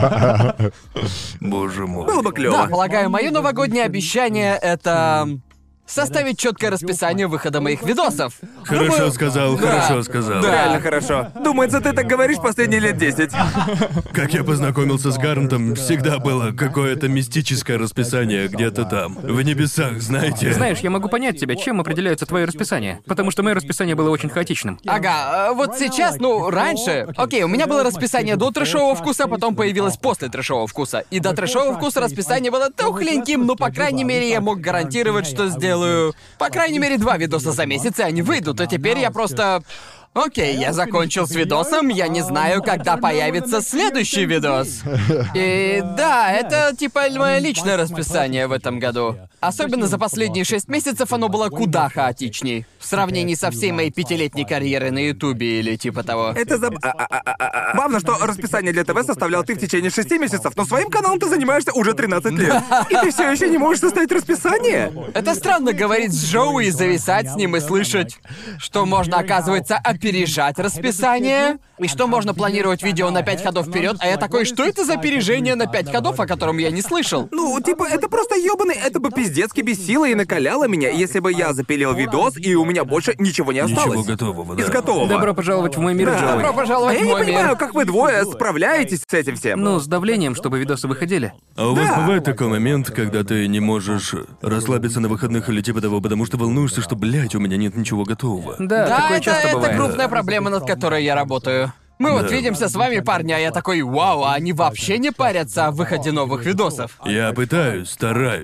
Боже мой. Было бы Да, клево. полагаю, мое новогоднее обещание — это... составить четкое расписание выхода моих видосов. Хорошо сказал, хорошо сказал. Да. Реально хорошо. Думается, ты так говоришь последние лет 10. Как я познакомился с Гарнтом, всегда было какое-то мистическое расписание где-то там, в небесах, знаете. Знаешь, я могу понять тебя, чем определяется твое расписание. Потому что мое расписание было очень хаотичным. Ага, вот сейчас, ну, раньше... Окей, у меня было расписание до трэшового вкуса, потом появилось после трэшового вкуса. И до трэшового вкуса расписание было тухленьким, но, по крайней мере, я мог гарантировать, что сделаю... По крайней мере, 2 видоса за месяц, и они выйдут. А теперь я просто... Окей, я закончил с видосом, я не знаю, когда появится следующий видос. И да, это типа мое личное расписание в этом году. Особенно за последние 6 месяцев оно было куда хаотичней. В сравнении со всей моей 5-летней карьерой на Ютубе или типа того. Это забавно, что расписание для ТВ составлял ты в течение 6 месяцев, но своим каналом ты занимаешься уже 13 лет. И ты все еще не можешь составить расписание? Это странно говорить с Джоуи и зависать с ним и слышать, что можно, оказывается, опережать расписание, и что можно планировать видео на 5 ходов вперед, а я такой, что это за опережение на 5 ходов, о котором я не слышал? Ну, типа, это просто ёбаный, это бы пиздецки бесило и накаляло меня, если бы я запилил видос, и у меня больше ничего не осталось. Ничего готового, да. Из готового. Добро пожаловать в мой мир, Да. Джоуи. Добро пожаловать А в я не мой мир. понимаю, как вы двое справляетесь с этим всем. Ну, с давлением, чтобы видосы выходили. А у вас Да. бывает такой момент, когда ты не можешь расслабиться на выходных или типа того, потому что волнуешься, что, блядь, у меня нет ничего готового. Да, Да, такое это, часто это бывает. крупная проблема, над которой я работаю. Мы вот Да. видимся с вами, парни, а я такой, вау, а они вообще не парятся о выходе новых видосов. Я пытаюсь, стараюсь.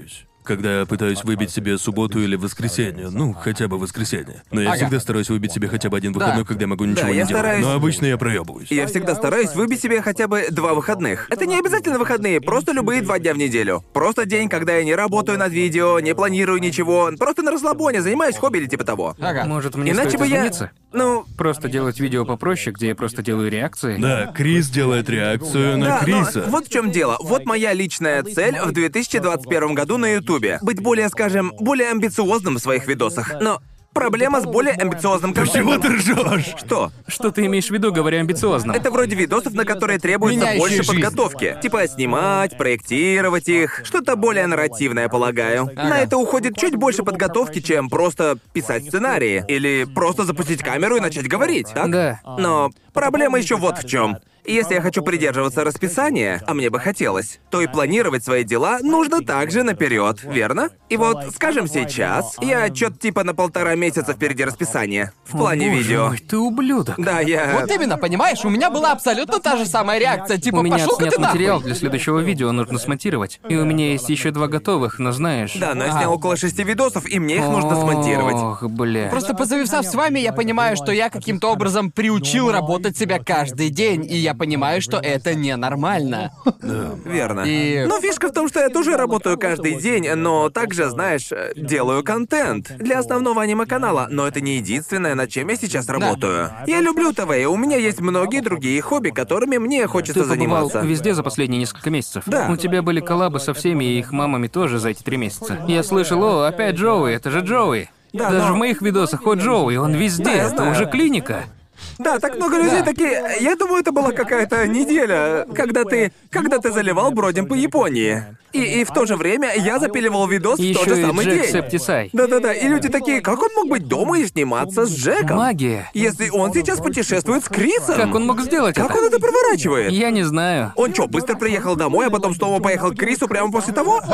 когда я пытаюсь выбить себе субботу или воскресенье, ну, хотя бы воскресенье. Но я всегда стараюсь выбить себе хотя бы один выходной, когда могу ничего я не делать. стараюсь. Но обычно я проебываюсь. Я всегда стараюсь выбить себе хотя бы 2 выходных. Это не обязательно выходные, просто любые 2 дня в неделю. Просто день, когда я не работаю над видео, не планирую ничего, просто на расслабоне, занимаюсь хобби или типа того. Может, мне Иначе стоит бы я... извиниться? Ну, Просто делать видео попроще, где я просто делаю реакции? Да, Крис делает реакцию на да, но Криса. вот в чем дело. Вот моя личная цель в 2021 году на Ютубе. Быть более, скажем, более амбициозным в своих видосах. Но проблема с более амбициозным Почему контентом. ты ржешь? Что? Что ты имеешь в виду, говоря амбициозно? Это вроде видосов, на которые требуется Меняющие больше жизнь. подготовки. Типа снимать, проектировать их. Что-то более нарративное, полагаю. На это уходит чуть больше подготовки, чем просто писать сценарии. Или просто запустить камеру и начать говорить, так? Да. Но проблема еще вот в чем. Если я хочу придерживаться расписания, а мне бы хотелось, то и планировать свои дела нужно также наперед, верно? И вот, скажем, сейчас я отчет типа на 1,5 месяца впереди расписания. В плане Боже видео. мой, ты ублюдок. Да, я... Вот именно, понимаешь, у меня была абсолютно та же самая реакция, типа, У меня пошёл-ка отснят ты нахуй. материал для следующего видео, нужно смонтировать. И у меня есть еще 2 готовых, но знаешь... Да, но я снял около 6 видосов, и мне их нужно смонтировать. Ох, бля. Просто позависав с вами, я понимаю, что я каким-то образом приучил работать себя каждый день, и я понимаю, что это ненормально. Верно. И- Но фишка в том, что я тоже работаю каждый день, но также, знаешь, делаю контент для основного аниме-канала, но это не единственное, над чем я сейчас работаю. Я люблю ТВ, и у меня есть многие другие хобби, которыми мне хочется Ты побывал заниматься. везде за последние несколько месяцев. Да. У тебя были коллабы со всеми и их мамами тоже за эти 3 месяца. Я слышал, о, опять Джоуи, это же Джоуи. Да, Даже но- в моих видосах о Джоуи, он везде, Да, я это знаю. уже клиника. Да, так много людей такие. Я думаю, это была какая-то неделя, когда ты заливал бродим по Японии. И в то же время я запиливал видос И в тот еще же и самый Джек день. Септисай. Да-да-да, и люди такие, как он мог быть дома и сниматься с Джеком? Магия. Если он сейчас путешествует с Крисом. Как он мог сделать Как это? он это проворачивает? Я не знаю. Он что, быстро приехал домой, а потом снова поехал к Крису прямо после того?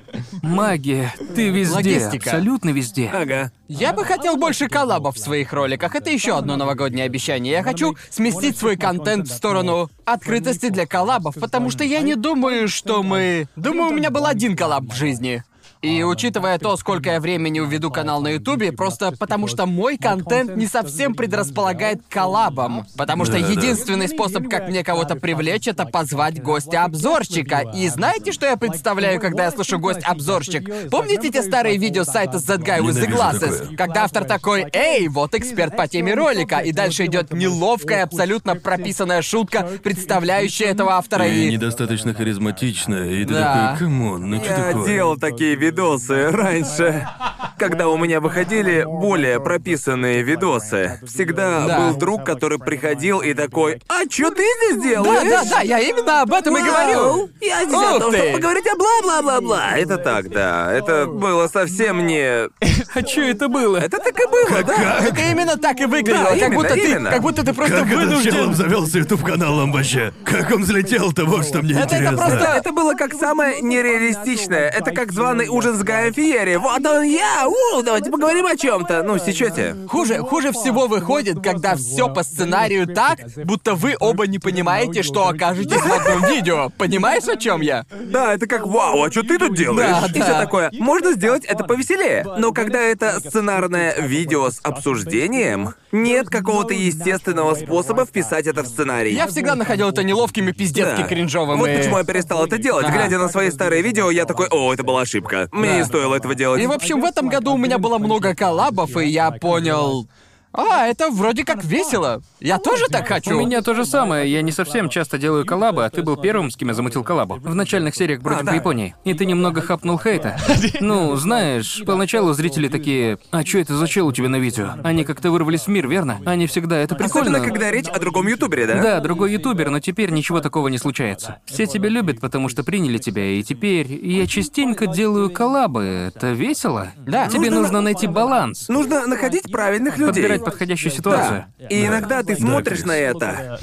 Магия. Ты везде, Логистика. абсолютно везде. Ага. Я бы хотел больше коллабов в своих роликах. Это еще одно новогоднее обещание. Я хочу сместить свой контент в сторону открытости для коллабов, потому что я не думаю, что мы... Думаю, у меня был один коллаб в жизни. И учитывая то, сколько я времени уведу канал на Ютубе, просто потому что мой контент не совсем предрасполагает к коллабам. Потому что Да-да. единственный способ, как мне кого-то привлечь, это позвать гостя-обзорщика. И знаете, что я представляю, когда я слышу гость-обзорщик? Помните те старые видео с сайта That Guy with the Ненавижу Glasses? такое. Когда автор такой: «Эй, вот эксперт по теме ролика», и дальше идет неловкая, абсолютно прописанная шутка, представляющая этого автора И и... недостаточно харизматичная, и ты Да. такой, камон, ну что Я такое? делал такие видосы раньше, когда у меня выходили более прописанные видосы. Всегда Да. был друг, который приходил и такой, а чё ты здесь делаешь? Да, я именно об этом и говорю. Вау, я здесь о Ух том, ты. чтобы поговорить о бла-бла-бла-бла. Это так, да. Это было совсем не... А что это было? Это так и было, да. Это именно так и выглядело, Да, как именно, будто именно. как будто ты просто Как этот чел вынужден. обзавелся ютуб-каналом вообще? Как он взлетел того, что мне Это интересно? просто- Это было как самое нереалистичное. Это как званый ужин с Гаем Фиери. Вот он я! Давайте поговорим о чем-то. Ну, сечете? Хуже всего выходит, когда все по сценарию так, будто вы оба не понимаете, что окажетесь в одном видео. Понимаешь, о чем я? Да, это как вау, а что ты тут делаешь? Да, И да. все такое. Можно сделать это повеселее. Но когда это сценарное видео с обсуждением, нет какого-то естественного способа вписать это в сценарий. Я всегда находил это неловким и пиздецки Да. кринжовым. Вот и- почему я перестал это делать. Ага. Глядя на свои старые видео, я такой, о, это была ошибка. Мне Да. не стоило этого делать. И, в общем, в этом году у меня было много коллабов, и я понял... это вроде как весело. Я тоже так хочу. У меня то же самое, я не совсем часто делаю коллабы, а ты был первым, с кем я замутил коллабу. В начальных сериях «Бродим да. по Японии». И ты немного хапнул хейта. Ну, знаешь, поначалу зрители такие, а чё это за чел у тебя на видео? Они как-то вырвались в мир, верно? Они всегда, это прикольно. Особенно, когда речь о другом ютубере, да? Да, другой ютубер, но теперь ничего такого не случается. Все тебя любят, потому что приняли тебя, и теперь я частенько делаю коллабы. Это весело. Да. Тебе нужно найти баланс, Нужно находить правильных людей. подбирать подходящую ситуацию. И иногда ты смотришь на это.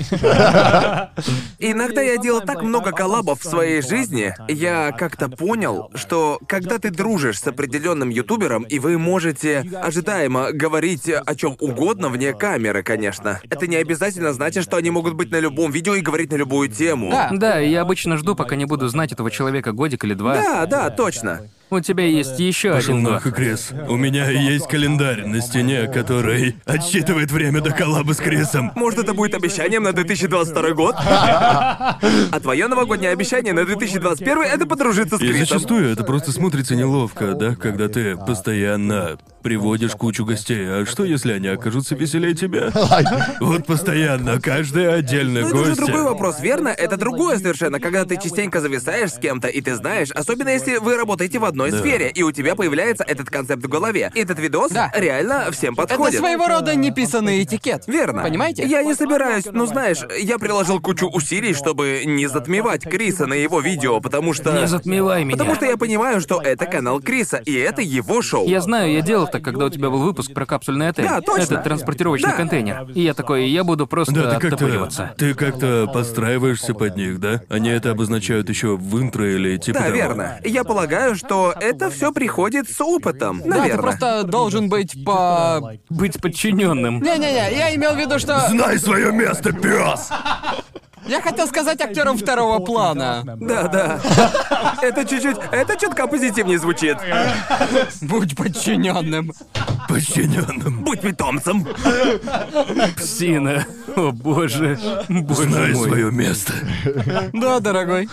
Иногда я делал так много коллабов в своей жизни, я как-то понял, что когда ты дружишь с определенным ютубером, и вы можете ожидаемо говорить о чем угодно вне камеры, конечно. Это не обязательно значит, что они могут быть на любом видео и говорить на любую тему. Да. Да, и я обычно жду, пока не буду знать этого человека годик или два. Да, точно. У тебя есть еще Пошел один год. нахуй, Крис. У меня есть календарь на стене, который отсчитывает время до коллаба с Крисом. Может, это будет обещанием на 2022 год? А твое новогоднее обещание на 2021 это подружиться с И Крисом. зачастую это просто смотрится неловко, да, когда ты постоянно приводишь кучу гостей. А что, если они окажутся веселее тебя? Вот постоянно, каждая отдельная Ну, это уже гостья. другой вопрос, верно? Это другое совершенно, когда ты частенько зависаешь с кем-то, и ты знаешь, особенно если вы работаете в одной сфере, и у тебя появляется этот концепт в голове. И этот видос Да. реально всем Это подходит. своего рода неписанный этикет. Верно. Понимаете? Я не собираюсь, ну знаешь, я приложил кучу усилий, чтобы не затмевать Криса на его видео, потому что... Не затмевай меня. Потому что я понимаю, что это канал Криса, и это его шоу. Я знаю, я делал так, когда у тебя был выпуск про капсульный отель. Да, точно. Это транспортировочный Да. контейнер. И я такой, я буду просто Да, оттопыриваться. ты как-то подстраиваешься под них, да? Они это обозначают еще в интро или типа Да, того. верно. Я полагаю, что это все приходит с опытом. Да, ты Наверное. просто должен быть по... Быть подчиненным. Не-не-не, я имел в виду, что... Знай свое место, пес! Я хотел сказать актером второго плана. Да. Это чутка позитивнее звучит. Будь подчиненным. Подчиненным. Будь питомцем. Псина. О боже. Боже Знай мой. свое место. Да, дорогой.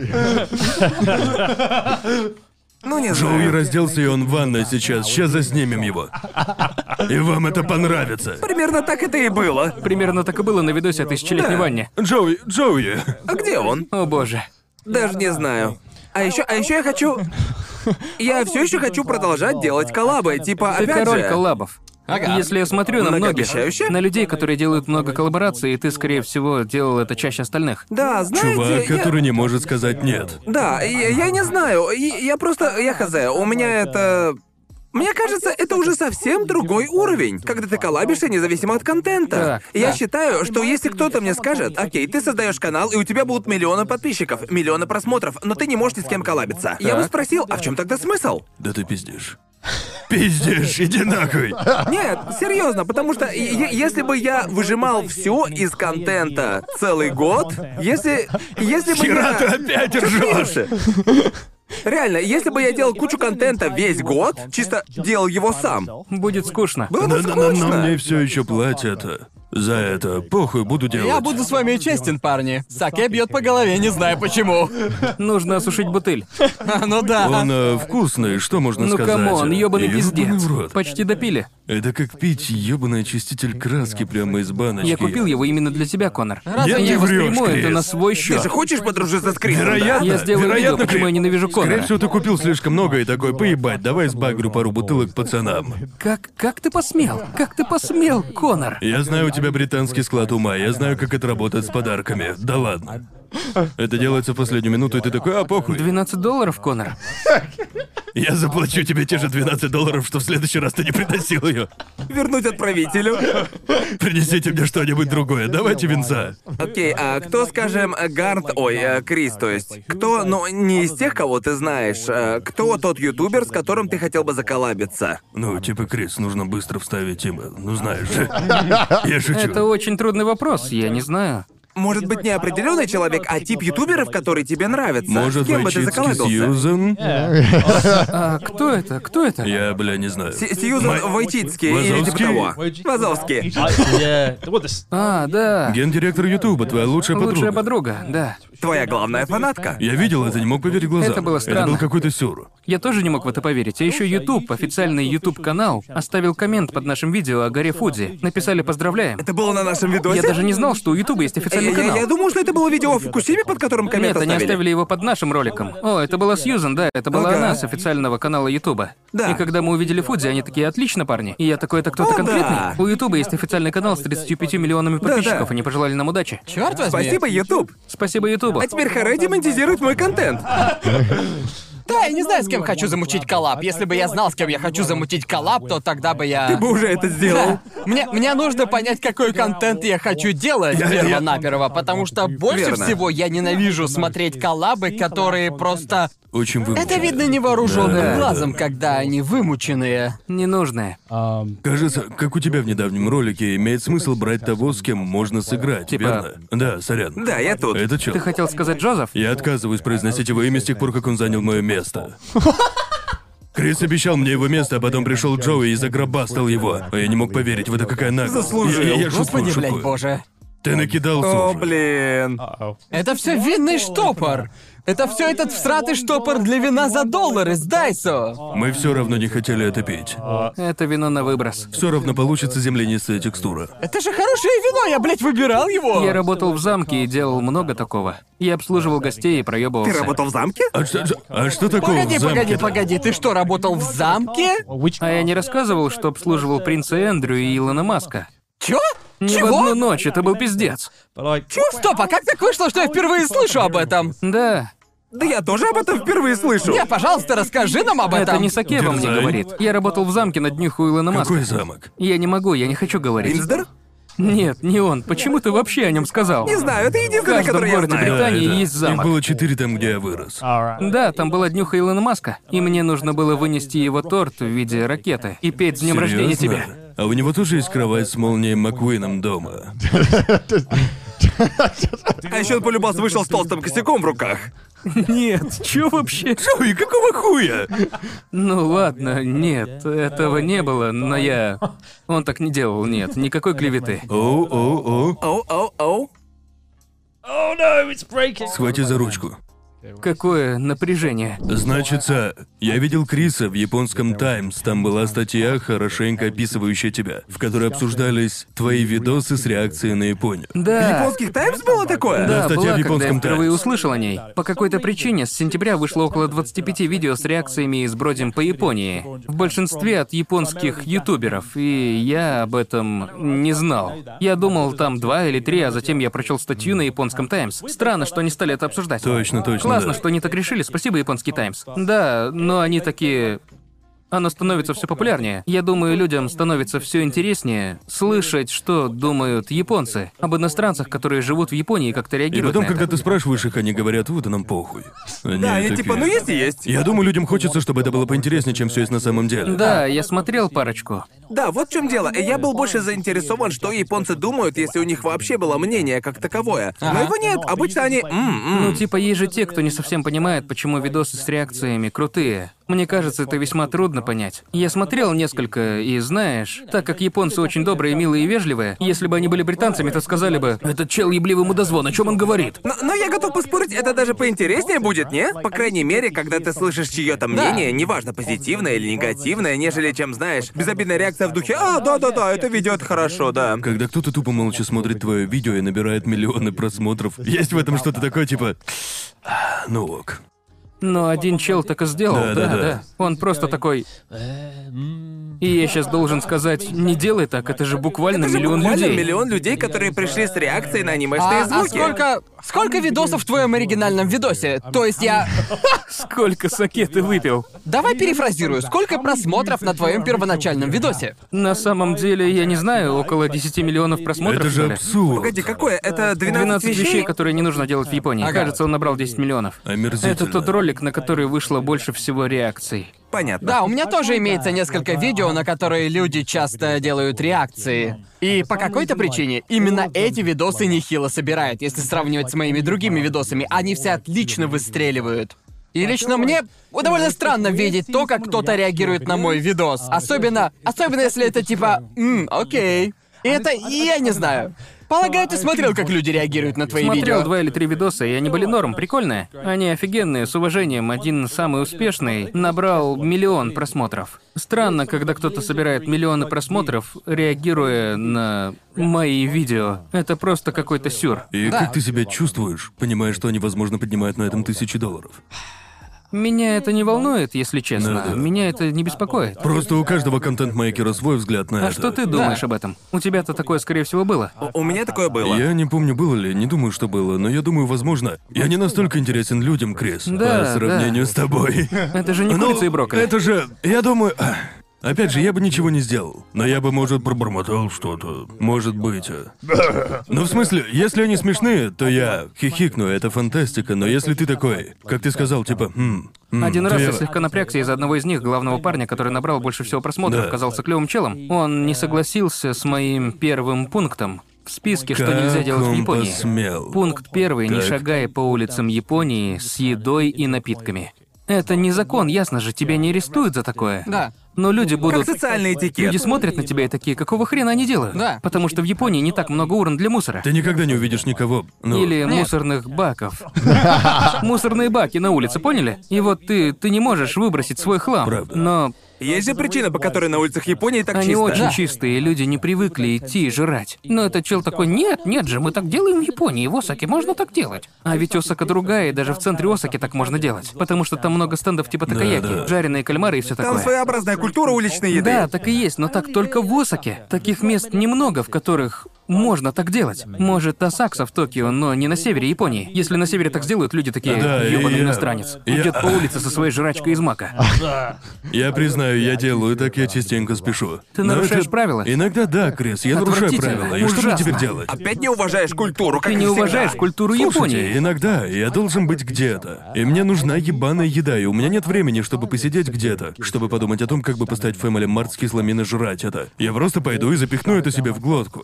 Ну, не Джоуи знаю. разделся, и он в ванной сейчас. Сейчас заснимем его. И вам это понравится. Примерно так это и было. Примерно так и было на видосе о тысячелетней Да. ванне. Джоуи. А где он? О боже. Даже не знаю. А еще я хочу. Я все еще хочу продолжать делать коллабы. Типа, Ты опять король же. коллабов. Ага. Если я смотрю на многих, Многообещающе? на людей, которые делают много коллабораций, и ты, скорее всего, делал это чаще остальных. Да, знаете, Чувак, я- который не может сказать нет. Да, я не знаю. Я просто. Я хз. У меня это. Мне кажется, это уже совсем другой уровень, когда ты коллабишься независимо от контента. Так, Я да. считаю, что если кто-то мне скажет, окей, ты создаешь канал, и у тебя будут миллионы подписчиков, миллионы просмотров, но ты не можешь ни с кем коллабиться. Я бы Так. спросил, а в чем тогда смысл? Да ты пиздишь. Пиздишь, иди нахуй. Нет, серьезно, потому что если бы я выжимал все из контента целый год, если бы Хера я... ты опять ржешь. Реально, если бы я делал кучу контента весь год, чисто делал его сам, Будет скучно. было бы Но скучно. мне все еще платят. За это. Похуй, буду делать. Я буду с вами честен, парни. Саке бьет по голове, не знаю почему. Нужно осушить бутыль. Ну да. Он вкусный, что можно Ну сказать? камон, ёбаный пиздец. в рот. Почти допили. Это как пить ёбаный очиститель краски прямо из баночки. Я купил его именно для тебя, Конор. Разве Нет, не Я ты врёшь, восприму это Крис. на свой Ты счет. же хочешь подружиться с Крисом, да? Вероятно. Я сделаю видео, вероятно, почему я ненавижу Скорее Конора. всего, ты купил слишком много и такой, поебать, давай сбагрю пару бутылок пацанам. Как ты посмел? Как ты посмел, Конор? Я знаю, у тебя британский склад ума, я знаю, как это работает с подарками. Да ладно. Это делается в последнюю минуту, и ты такой, похуй. $12, Конор. Я заплачу тебе те же $12, что в следующий раз ты не приносил ее. Вернуть отправителю. Принесите мне что-нибудь другое, давайте винца. Окей, а кто, скажем, Крис, то есть, кто, ну, не из тех, кого ты знаешь, кто тот ютубер, с которым ты хотел бы заколлабиться? Ну, типа, Крис, нужно быстро вставить имя. Ну, знаешь же. Я шучу. Это очень трудный вопрос, я не знаю. Может быть, не определенный человек, а тип ютуберов, который тебе нравится. Может, С кем бы ты Войчицкий заколлабился? Сьюзен? А кто это? Кто это? Я, не знаю. Сьюзан Войчицкий или типа того. Вазовский. А, да. Гендиректор Ютуба, твоя лучшая подруга. Лучшая подруга, да. Твоя главная фанатка. Я видел это, не мог поверить глазам. Это было странно. Это был какой-то сюр. Я тоже не мог в это поверить. А еще YouTube, официальный YouTube-канал, оставил коммент под нашим видео о горе Фудзи. Написали «Поздравляем». Это было на нашем видосе? Я даже не знал, что у YouTube есть официальный канал. Я думал, что это было видео о Фукусиме, под которым коммент Нет, они оставили. оставили его под нашим роликом. О, это была Сьюзан, да, это была Ага. она с официального канала Ютуба. Да. И когда мы увидели Фудзи, они такие, отлично, парни. И я такой, это кто-то О, конкретный? да. У Ютуба есть официальный канал с 35 миллионами подписчиков, они пожелали нам удачи. Черт возьми. Спасибо, Ютуб. Спасибо Ютубу. А теперь Харай демонтизирует мой контент. Да, я не знаю, с кем хочу замутить коллаб. Если бы я знал, с кем я хочу замутить коллаб, то тогда бы я... Ты бы уже это сделал. Мне нужно понять, какой контент я хочу делать перво-наперво, потому что больше Верно. всего я ненавижу смотреть коллабы, которые просто... Очень вымученная. Это видно невооруженным Да. глазом, когда они вымученные. Ненужное. Кажется, как у тебя в недавнем ролике, имеет смысл брать того, с кем можно сыграть, Типа- верно? Да, сорян. Да, я тут. Это чё? Ты хотел сказать Джозеф? Я отказываюсь произносить его имя с тех пор, как он занял мое место. Крис обещал мне его место, а потом пришел Джоуи и загробастал его. А я не мог поверить, в это какая наглость. Заслужил. Я Господи, шуткую. блядь, боже. Ты накидался О, уже. блин. Это все винный штопор. Это все этот всратый штопор для вина за $1 из Дайсо. Мы все равно не хотели это пить. Это вино на выброс. Все равно получится землянистая текстура. Это же хорошее вино, я, блядь, выбирал его. Я работал в замке и делал много такого. Я обслуживал гостей и проебывался. Ты работал в замке? А что такого Погоди, в замке? погоди, ты что, работал в замке? А я не рассказывал, что обслуживал принца Эндрю и Илона Маска? Чё? Не в Чего? одну ночь, это был пиздец. Стоп, а как так вышло, что я впервые слышу об этом? Да, Да я тоже об этом впервые слышу. Не, пожалуйста, расскажи нам об этом. это не Сакева мне Дерзай. говорит. Я работал в замке на днюху Илона Маска. Какой замок? Я не могу, я не хочу говорить. Винсдор? Нет, не он. Почему ты вообще о нем сказал? Не знаю, это В единственное, каждом которое я городе знаю. Британии Да. есть замок. Их было 4 там, где я вырос. Да, там была днюха Илона Маска, и мне нужно было вынести его торт в виде ракеты и петь «С днем рождения Серьёзно? тебе». А у него тоже есть кровать с молнией Маккуином дома. А еще он полюбас вышел с толстым косяком в руках. Нет, чё вообще? Ой, какого хуя? Ну ладно, нет, этого не было, но я... Он так не делал, нет, никакой клеветы. Оу. Оу-оу-оу. Схвати за ручку. Какое напряжение. Значится, я видел Криса в японском Таймс. Там была статья, хорошенько описывающая тебя, в которой обсуждались твои видосы с реакцией на Японию. В Да, японских Таймс было такое? Да, да, статья была, в когда японском я впервые «Таймс». услышал о ней. По какой-то причине с сентября вышло около 25 видео с реакциями из бродим по Японии. В большинстве от японских ютуберов, и я об этом не знал. Я думал, там 2 или 3, а затем я прочел статью на японском Таймс. Странно, что они стали это обсуждать. Точно, Классно, да. что они так решили, спасибо, японский Таймс. Да, но они такие... Оно становится все популярнее. Я думаю, людям становится все интереснее слышать, что думают японцы об иностранцах, которые живут в Японии и как-то И реагируют потом, на это. когда ты спрашиваешь их, они говорят, вот и нам похуй. Да, они такие. типа, ну есть и есть. Я думаю, людям хочется, чтобы это было поинтереснее, чем все есть на самом деле. Да, я смотрел парочку. Да, вот в чем дело. Я был больше заинтересован, что японцы думают, если у них вообще было мнение как таковое. Но его нет. Обычно они... Ну, типа, есть же те, кто не совсем понимает, почему видосы с реакциями крутые. Мне кажется, это весьма трудно понять. Я смотрел несколько, и знаешь, так как японцы очень добрые, милые и вежливые, если бы они были британцами, то сказали бы: «Этот чел ебливый мудозвон, о чем он говорит?» Но я готов поспорить, это даже поинтереснее будет, не? По крайней мере, когда ты слышишь чье-то мнение, неважно, позитивное или негативное, нежели чем, знаешь, безобидная реакция в духе «А, да-да-да, это видео, это хорошо, да». Когда кто-то тупо молча смотрит твое видео и набирает миллионы просмотров, есть в этом что-то такое, типа... Ну ок. Но один чел так и сделал, Да. Он просто такой... И я сейчас должен сказать, не делай так, это же буквально Это же миллион буквально людей. миллион людей, которые пришли с реакцией на анимешные А звуки. сколько видосов в твоем оригинальном видосе? То есть я... Сколько саке ты выпил? Давай перефразирую. Сколько просмотров на твоем первоначальном видосе? На самом деле, я не знаю, около 10 миллионов просмотров, Это что же ли? абсурд. Погоди, какое? Это 12 вещей? вещей, которые не нужно делать в Японии. Ага. Кажется, он набрал 10 миллионов. Омерзительно. Это тот ролик, на который вышло больше всего реакций. Понятно. Да, у меня тоже имеется несколько видео, на которые люди часто делают реакции. И по какой-то причине именно эти видосы нехило собирают, если сравнивать с моими другими видосами. Они все отлично выстреливают. И лично мне довольно странно видеть то, как кто-то реагирует на мой видос. Особенно если это типа окей. И это, я не знаю. Полагаю, ты смотрел, как люди реагируют на твои Смотрел видео? 2 или 3 видоса, и они были норм, прикольные. Они офигенные, с уважением. Один самый успешный набрал 1 миллион просмотров. Странно, когда кто-то собирает миллионы просмотров, реагируя на мои видео. Это просто какой-то сюр. И Да. как ты себя чувствуешь, понимая, что они, возможно, поднимают на этом $1000? Меня это не волнует, если честно. Да. Меня это не беспокоит. Просто у каждого контент-мейкера свой взгляд на А это. что ты думаешь об этом? У тебя-то такое, скорее всего, было. У меня такое было. Я не помню, было ли, не думаю, что было, но я думаю, возможно, я не настолько интересен людям, Крис, Да, по сравнению с тобой. Это же не Ну, курица и брокколи. это же, я думаю... Опять же, я бы ничего не сделал, но я бы, может, пробормотал что-то. Может быть. Ну, в смысле, если они смешные, то я хихикну, это фантастика, но если ты такой, как ты сказал, типа, Один то раз я я... слегка напрягся из-за одного из них, главного парня, который набрал больше всего просмотров, Да. оказался клевым челом. Он не согласился с моим первым пунктом в списке, что Как нельзя делать в он Японии. посмел? Пункт первый: не Так. шагай по улицам Японии с едой и напитками. Это не закон, ясно же, тебя не арестуют за такое. Да. Но люди будут... Как социальный этикет. Люди смотрят на тебя и такие, какого хрена они делают? Да. Потому что в Японии не так много урн для мусора. Ты никогда не увидишь никого. Ну, Или мусорных баков. Мусорные баки на улице, поняли? И вот ты не можешь выбросить свой хлам. Правда. Но Есть же причина, по которой на улицах Японии так они чисто. очень чистые, люди не привыкли идти и жрать. Но этот чел такой, нет же, мы так делаем в Японии, в Осаке можно так делать. А ведь Осака другая, и даже в центре Осаки так можно делать. Потому что там много стендов типа такаяки, да. жареные кальмары и все Там такое. своеобразная культура уличной еды. Да, так и есть, но так только в Осаке. Таких мест немного, в которых можно так делать. Может, Осакса в Токио, но не на севере Японии. Если на севере так сделают, люди такие, Да, ёбаный я- иностранец. я- Идет по улице со своей жрачкой из мака. Я признаю, я делаю так, я частенько спешу. Ты Но нарушаешь это- правила? Иногда да, Крис, я нарушаю Отвратительно. правила. И что мне Ужасно. теперь делать? Опять не уважаешь культуру, как Ты и не всегда. уважаешь культуру Слушайте, Японии. иногда я должен быть где-то. И мне нужна ебаная еда, и у меня нет времени, чтобы посидеть где-то, чтобы подумать о том, как бы поставить Family Mart с кисломин и жрать это. Я просто пойду и запихну это себе в глотку.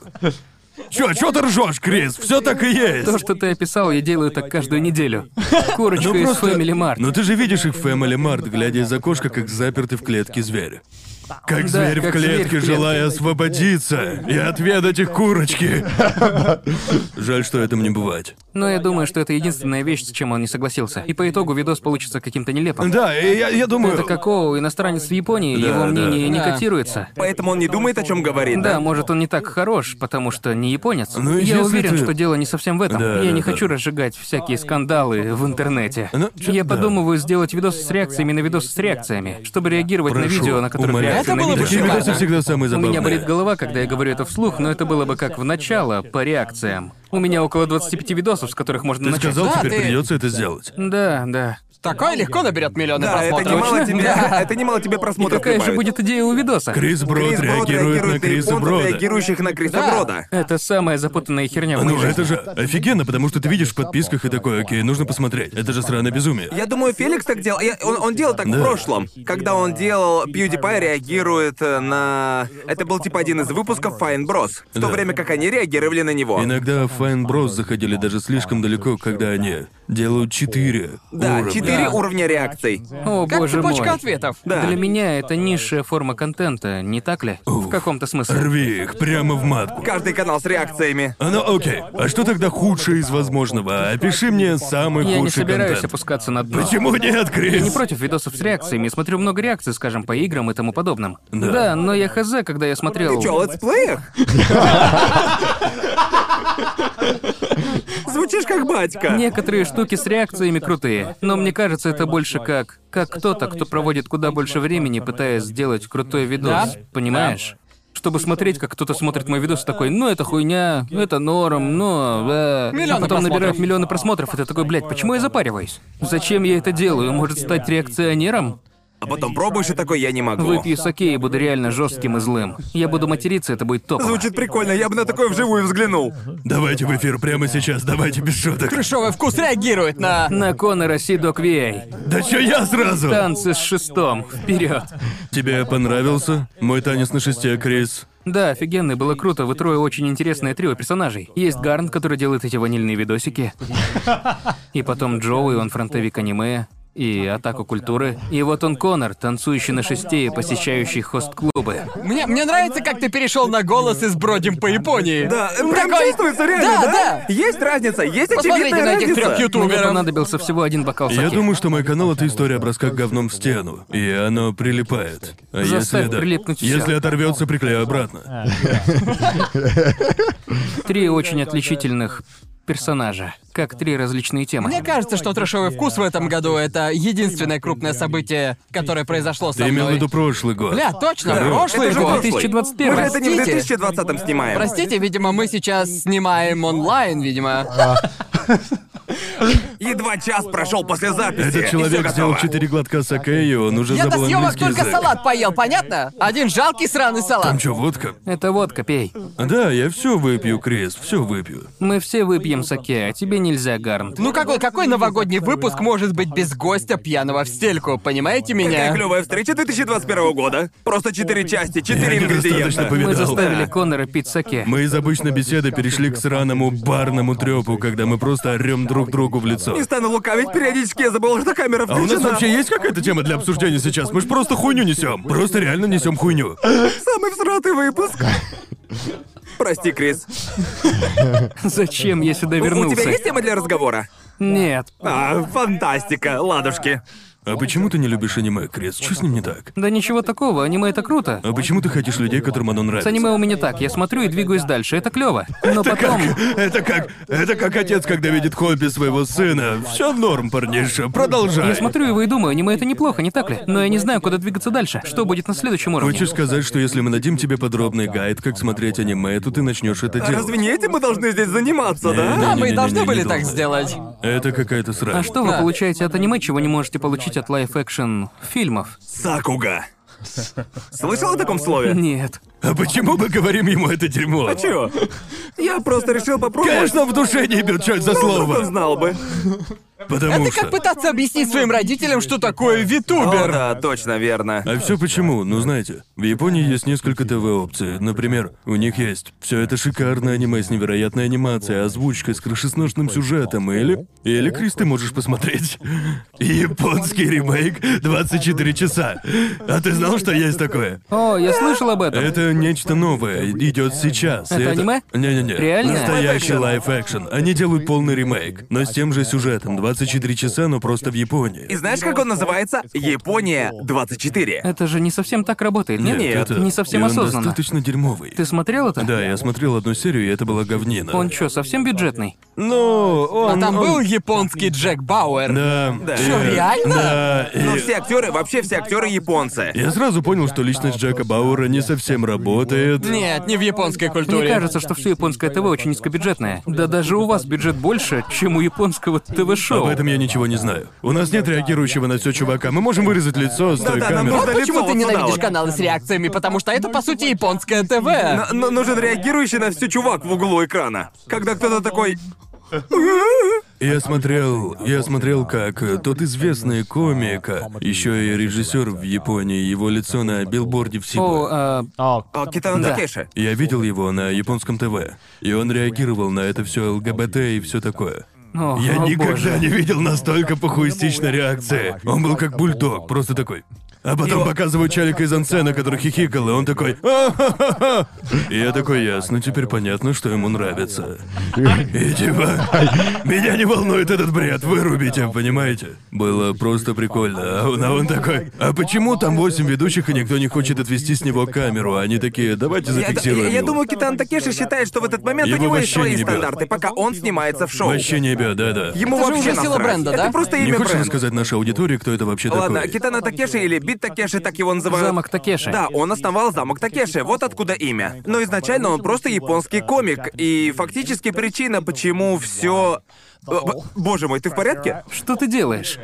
Чё ты ржёшь, Крис? Все так и есть. То, что ты описал, я делаю так каждую неделю. Курочка Ну из просто- Family Mart. Ну ты же видишь их в Family Mart, глядя из окошка, как запертый в клетке зверь. Как Да, зверь в как зверь в клетке, клетке. желая освободиться и отведать их курочки. Жаль, что этому не бывать. Но я думаю, что это единственная вещь, с чем он не согласился. И по итогу видос получится каким-то нелепым. Да, и я думаю... Это как иностранец в Японии, Да, его да. мнение не Да. котируется. Поэтому он не думает, о чем говорит, Да, да? может, он не так хорош, потому что не японец. Ну, Я если уверен, ты- что дело не совсем в этом. Да, Я да, не да. хочу разжигать всякие скандалы в интернете. Ну, Я да. подумываю сделать видосы с реакциями на видосы с реакциями, чтобы реагировать на Прошу, видео, на которых умоляю. реакции Это на было бы видео. Такие шикарно. видосы всегда самые У забавные. меня болит голова, когда я говорю это вслух, но это было бы как в начало, по реакциям. У меня около 25 видосов, с которых можно Ты начать. сказал, Да, теперь ты- придется это сделать. Да. Такое легко наберет миллионы Да, это просмотров. немало тебе, Да. это немало тебе И просмотров какая же прибавит. будет идея у видоса? Крис Брод Крис Брод реагирует на Криса японцев, Брода. реагирующих на Криса Да. Брода. Это самая запутанная херня в моей Ну, жизни. это же офигенно, потому что ты видишь в подписках и такой, окей, нужно посмотреть. Это же сраное безумие. Я думаю, Феликс так делал. Он делал так в Да. прошлом. Когда он делал PewDiePie реагирует на... Это был типа один из выпусков Fine Bros. В то Да. время как они реагировали на него. Иногда Fine Bros заходили даже слишком далеко, когда они делают 4 Да, уровня. 4 Да. уровня реакций. О, Как боже цепочка мой. ответов. Да. Для меня это низшая форма контента, не так ли? В каком-то смысле. Рви их прямо в матку. Каждый канал с реакциями. Ну окей, а что тогда худшее из возможного? Опиши мне самый Я не худший собираюсь контент. опускаться на дно. Почему нет, Крис? Я не против видосов с реакциями, смотрю много реакций, скажем, по играм и тому подобным. Да. Да, но я хз, когда я смотрел... Ты чё, о летсплеях? Звучишь как батька. Некоторые штуки с реакциями крутые, но мне кажется, это больше как кто-то, кто проводит куда больше времени, пытаясь сделать крутой видос, Да. понимаешь? Чтобы смотреть, как кто-то смотрит мой видос и такой, ну это хуйня, это норм, но... Миллионы А потом просмотров. набирают миллионы просмотров, и ты такой, блядь, почему я запариваюсь? Зачем я это делаю? Может стать реакционером? А потом пробуешь и такой, я не могу. Выпью саке и буду реально жестким и злым. Я буду материться, это будет топово. Звучит прикольно, я бы на такое вживую взглянул. Давайте в эфир прямо сейчас, давайте без шуток. Крышовый вкус реагирует на... На Конора Сидок VA. Да чё я сразу? Танцы с шестом. Вперед. Тебе понравился мой танец на шесте, Крис? Да, офигенно, было круто. Вы трое очень интересное трио персонажей. Есть Гарн, который делает эти ванильные видосики. И потом Джоуи, он фронтовик аниме. И атаку культуры. И вот он Конор, танцующий на шесте и посещающий хост-клубы. Мне нравится, как ты перешел на голос из «Бродим по Японии». Да, прям Такой- чувствуется реально, Да, да? да. Есть разница, есть Посмотрите очевидная на этих трех разница. Мне ютуберов. понадобился всего один бокал Я саке. думаю, что мой канал — это история броска говном в стену, и оно прилипает. А Заставь если да, прилипнуть всё. если оторвется, приклею обратно. Три очень отличительных персонажа. Как три различные темы. Мне кажется, что трэшовый вкус в этом году — это единственное крупное событие, которое произошло со Ты имел в мной. виду прошлый год. Бля, точно, Хорош. прошлый Это же год. прошлый. 2021. Мы же это не в Простите. 2020-м снимаем. Простите, видимо, мы сейчас снимаем онлайн, видимо. Едва час прошел после записи. Этот и человек всё сделал готово. 4 глотка саке, и он уже Я до забыл съемок английский только язык. салат поел, понятно? Один жалкий сраный Там салат. что, водка? Это водка, пей. Да, я все выпью, Крис, все выпью. Мы все выпьем саке, а тебе нельзя, Гарнт. Ну какой новогодний выпуск может быть без гостя пьяного в стельку, понимаете Какая меня? клевая встреча 2021 года. Просто 4 части, 4 Я недостаточно ингредиента. повидал. Мы заставили Да. Конора пить саке. Мы из обычной беседы перешли к сраному барному трёпу, когда мы просто орём друг другу в лицо. что? Не стану лукавить, периодически я забыл, что камера А у включена. нас вообще есть какая-то тема для обсуждения сейчас? Мы ж просто хуйню несем. Просто реально несем хуйню. Самый всратый выпуск. Прости, Крис. Зачем я сюда У вернулся? тебя есть тема для разговора? Нет. Фантастика, ладушки. А почему ты не любишь аниме, Крис? Что с ним не так? Да ничего такого, аниме это круто. А почему ты хотишь людей, которым оно С нравится? аниме у меня так, я смотрю и двигаюсь дальше, это клево. Но потом... Это как отец, когда видит хобби своего сына. Все норм, парниша, продолжай. Я смотрю его и думаю, аниме это неплохо, не так ли? Но я не знаю, куда двигаться дальше. Что будет на следующем уровне? Хочешь сказать, что если мы дадим тебе подробный гайд, как смотреть аниме, то ты начнешь это делать? Разве не этим мы должны здесь заниматься, да? Да, мы и должны Не-не-не, были не так должны. сделать. Это какая-то срань. А что вы Да. получаете от аниме, чего не можете получить от лайф-экшн фильмов? Сакуга. Слышал о таком слове? Нет. А почему мы говорим ему это дерьмо? А чё? Я просто решил попробовать. Конечно, в душе не бьет, что это за Кто слово. знал бы. Потому Это что... как пытаться объяснить своим родителям, что такое О, витубер. да, точно, верно. А все почему? Ну знаете, в Японии есть несколько ТВ-опций. Например, у них есть все это шикарное аниме с невероятной анимацией, озвучкой, с крышесносным сюжетом, или, Крис, ты можешь посмотреть японский ремейк 24 часа. А ты знал, что есть такое? О, я слышал об этом. Это нечто новое, идет сейчас. Это и аниме? Не-не-не. Реально? Настоящий лайф-экшен. Они делают полный ремейк, но с тем же сюжетом. 24 часа, но просто в Японии. И знаешь, как он называется? Япония 24. Это же не совсем так работает, нет? это... Не совсем и он осознанно. достаточно дерьмовый. Ты смотрел это? Да, я смотрел одну серию, и это была говнина. Он что, совсем бюджетный? Ну, он... А там он- был японский Джек Бауэр. Да. Да. Чё, реально? Да. Но и- все актеры, вообще все актеры японцы. Я сразу понял, что личность Джека Бауэра не совсем работает. Нет, не в японской Мне культуре. кажется, что все японское ТВ очень низкобюджетное. Да даже у вас бюджет больше, чем у японского ТВ-шоу. Об этом я ничего не знаю. У нас нет реагирующего на все чувака. Мы можем вырезать лицо с той Да-да, нам камеры. нужно Вот почему лицо ты вот сюда ненавидишь вот. каналы с реакциями, потому что это, по сути, японское ТВ. Но нужен реагирующий на все чувак в углу экрана. Когда кто-то такой... Я смотрел, как тот известный комик, еще и режиссер в Японии, его лицо на билборде в Сибо. О, Китано Да. Такеши. Я видел его на японском ТВ, и он реагировал на это все ЛГБТ и все такое. о, Я о, никогда боже. не видел настолько похуистичной реакции. Он был как бульдог, просто такой. А потом показывают челика из Ансена, который хихикал, и он такой... «А-ха-ха-ха». И я такой, ясно, теперь понятно, что ему нравится. И типа, меня не волнует этот бред, вырубите, понимаете? Было просто прикольно. А он такой, а почему там 8 ведущих, и никто не хочет отвести с него камеру? Они такие, давайте зафиксируем Я его». думаю, Китано Такеши считает, что в этот момент Его у него есть вообще свои не бьёт. стандарты, пока он снимается в шоу. Вообще не бьет, да-да. Ему Это же вообще уже сила насрать. бренда, Это да? просто Не имя хочешь бренда. рассказать нашей аудитории, кто это вообще Ладно, такой? Китано Такеши или Бит Такеши, так его называют. Замок Такеши. Да, он основал замок Такеши, вот откуда имя. Но изначально он просто японский комик, и фактически причина, почему все. Боже мой, ты в порядке? Что ты делаешь?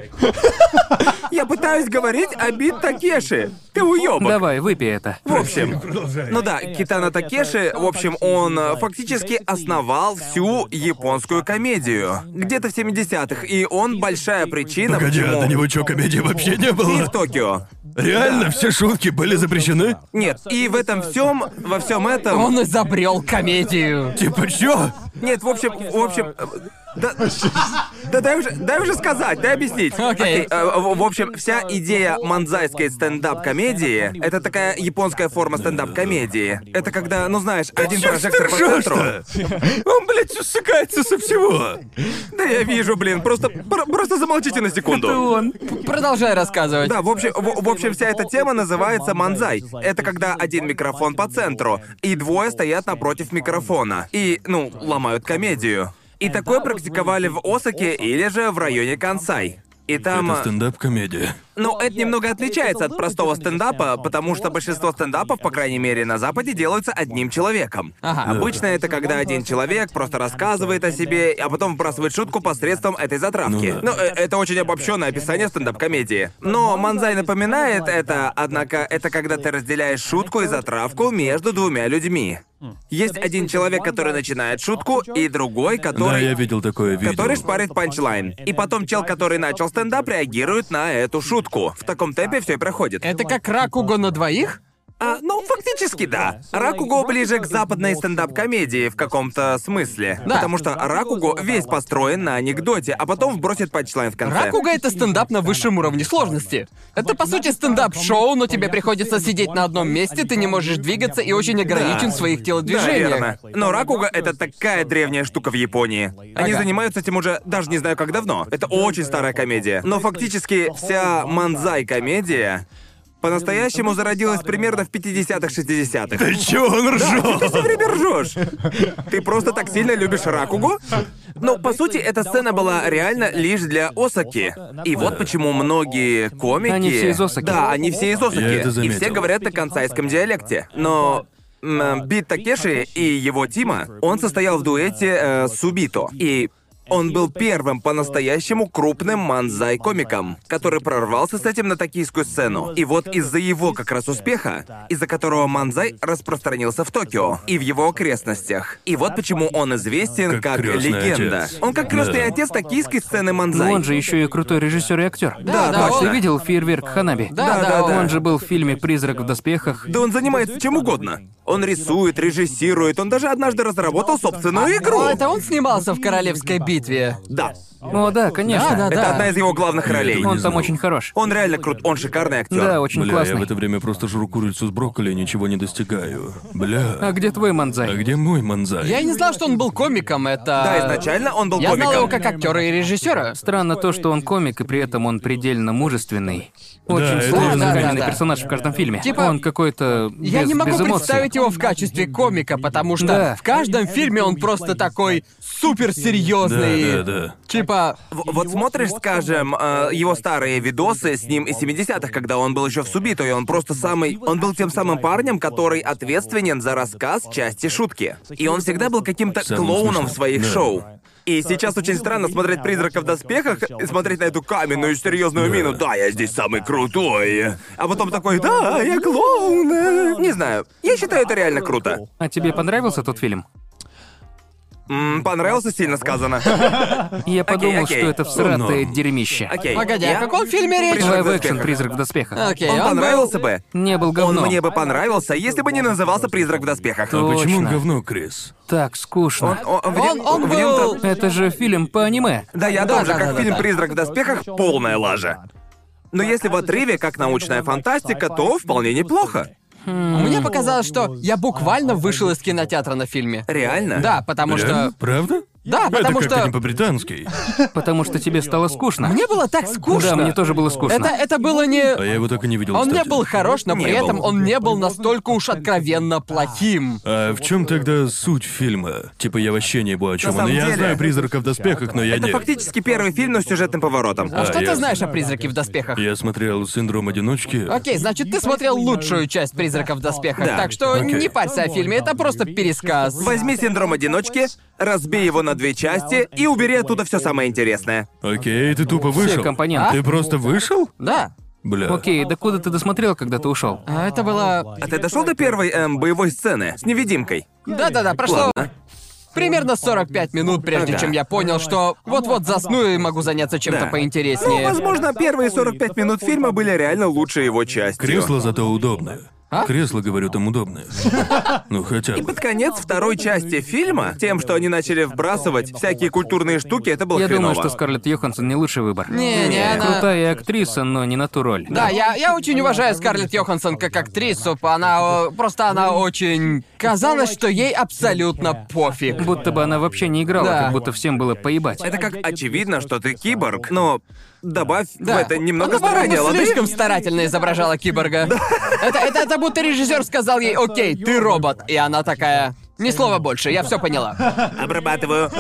Я пытаюсь говорить о Бит Такеши. Ты уёбок. Давай, выпей это. В общем, ну да, Китано Такеши, в общем, он фактически основал всю японскую комедию. Где-то в 70-х, и он большая причина, Погоди, а почему... до него что, комедии вообще не И было? в Токио. Реально, все шутки были запрещены? Нет, и в этом всем, во всем этом... Он изобрел комедию. Типа чё? Нет, в общем, да, дай уже сказать, дай объяснить. Окей. В общем, вся идея манзайской стендап-комедии — это такая японская форма стендап-комедии. Это когда, ну знаешь, один прожектор по центру. Он, блядь, усыкается со всего. Да я вижу, блин, просто замолчите на секунду. Он. Продолжай рассказывать. Да, в общем, вся эта тема называется манзай. Это когда один микрофон по центру, и двое стоят напротив микрофона. И, ну, ломают комедию. И такое практиковали в Осаке или же в районе Кансай. И там... Это стендап-комедия. Ну, это немного отличается от простого стендапа, потому что большинство стендапов, по крайней мере, на Западе, делаются одним человеком. Ага. Обычно это когда один человек просто рассказывает о себе, а потом вбрасывает шутку посредством этой затравки. Ну да. Это очень обобщенное описание стендап-комедии. Но манзай напоминает это, однако это когда ты разделяешь шутку и затравку между двумя людьми. Есть один человек, который начинает шутку, и другой, Да, который... я видел такое видео. который шпарит панчлайн. И потом чел, который начал стендап, реагирует на эту шутку. В таком темпе все и проходит. Это как Ракуго на двоих? Ну, фактически да. Ракуго ближе к западной стендап-комедии в каком-то смысле. Да. Потому что Ракуго весь построен на анекдоте, а потом вбросит панчлайн в конце. Ракуго — это стендап на высшем уровне сложности. Это, по сути, стендап-шоу, но тебе приходится сидеть на одном месте, ты не можешь двигаться и очень ограничен в своих Да, телодвижениях. верно. Но Ракуго — это такая древняя штука в Японии. Они Ага. занимаются этим уже даже не знаю как давно. Это очень старая комедия. Но фактически вся манзай-комедия по-настоящему зародилась примерно в 50-х, 60-х. Ты чё, он ржёт? Ты все время ржешь. Ты просто так сильно любишь Ракуго? Ну, по сути, эта сцена была реально лишь для Осаки. И вот почему многие комики... Они все из Осаки. Да, они все из Осаки. Я это И все заметил. говорят на кансайском диалекте. Но... Бит Такеши и его Тима, он состоял в дуэте с Субито. И он был первым по-настоящему крупным манзай-комиком, который прорвался с этим на токийскую сцену. И вот из-за его как раз успеха, из-за которого манзай распространился в Токио и в его окрестностях. И вот почему он известен Как как крестный легенда. отец. Он как крестный Да. отец токийской сцены Но манзай. он же еще и крутой режиссер и актер. Да, да, Ты он- видел фейерверк Ханаби? Да, Он же был в фильме «Призрак в доспехах». Да он занимается чем угодно. Он рисует, режиссирует, он даже однажды разработал собственную игру. Это он снимался в «Королевской битве». Да. О, да, конечно. Да. Это одна из его главных ролей. этого Он не там знал. очень хорош. Он реально крут, он шикарный актер. Да, очень Бля, я классный. в это время просто жру курицу с брокколи и ничего не достигаю. Бля. А где твой А манзай? где мой манзай? Я и не знал, что он был комиком, это... Да, изначально он был Я комиком. знал его как актера и режиссера. Странно то, что он комик, и при этом он предельно мужественный. Очень это сложный я заметил. каменный Да. персонаж в каждом фильме. Типа, он какой-то Я без- не могу без эмоций. представить его в качестве комика, потому что Да. в каждом фильме он просто такой суперсерьезный. Да. Типа, Вот смотришь, скажем, его старые видосы с ним из 70-х, когда он был еще в Субито, и он просто он был тем самым парнем, который ответственен за рассказ части шутки. И он всегда был каким-то Самым клоуном смешным. в своих Да. шоу. И сейчас очень странно смотреть «Призрака в доспехах» и смотреть на эту каменную серьезную мину. Да, я здесь самый крутой. А потом такой, да, я клоун. Не знаю. Я считаю, это реально круто. А тебе понравился тот фильм? Понравился, сильно сказано. Я подумал, окей. что это всратое Ну. дерьмище. Окей. погоди, о Я- каком фильме речь? Призрак в Лайв-экшн доспехах. «Призрак в доспехах». Окей, Он он был... понравился бы. Не был Он говном. мне бы понравился, если бы не назывался «Призрак в доспехах». А почему он Точно. говно, Крис? Так скучно. Он в нем был... там- Это же фильм по аниме. Да, я Да, тоже, да, как да, фильм да. «Призрак в доспехах» полная лажа. Но если в отрыве как научная фантастика, то вполне неплохо. Мне показалось, что я буквально вышел из кинотеатра на фильме. Реально? Да, потому Реально? что... Правда? Да, потому это как-то что... не по-британски. Потому что тебе стало скучно. Мне было так скучно. Да, мне тоже было скучно. Это было не... А я его так и не видел, Он не кстати. был хорош, но Не при этом был. он не был настолько уж откровенно плохим. А в чем тогда суть фильма? Типа, я вообще не ебу о чем он. самом Я деле- знаю «Призрака в доспехах», но я Это не... фактически первый фильм, но с сюжетным поворотом. А что ты ясно. знаешь о «Призраке в доспехах»? Я смотрел «Синдром одиночки». Окей, значит, ты смотрел лучшую часть «Призрака в доспехах», Да. так что Окей. не парься о фильме, это просто пересказ. Возьми «Синдром одиночки», разбей его на 2 части и убери оттуда все самое интересное. Окей, ты тупо вышел? компоненты. Ты просто вышел? Да. Бля. Окей, да куда ты досмотрел, когда ты ушел? А это было... А ты дошел до первой боевой сцены с невидимкой? Да-да-да, прошло... Ладно. Примерно 45 минут, прежде Ага. чем я понял, что вот-вот засну и могу заняться чем-то Да. поинтереснее. Ну, возможно, первые 45 минут фильма были реально лучшей его частью. Кресло зато удобное. А? Кресло, говорю, там удобное. Ну, хотя бы. Под конец второй части фильма, тем, что они начали вбрасывать всякие культурные штуки, это было Я хреново. думаю, что Скарлетт Йоханссон не лучший выбор. Не, она... Крутая актриса, но не на ту роль. Да, я очень уважаю Скарлетт Йоханссон как актрису, просто она очень... Казалось, что ей абсолютно пофиг. Будто бы она вообще не играла, Да. как будто всем было поебать. Это как очевидно, что ты киборг, но добавь Да. в это немного Она, по-моему, старания, лады? слишком старательно изображала киборга. Это будто режиссер сказал ей: окей, ты робот. И она такая: ни слова больше, я все поняла. Обрабатываю.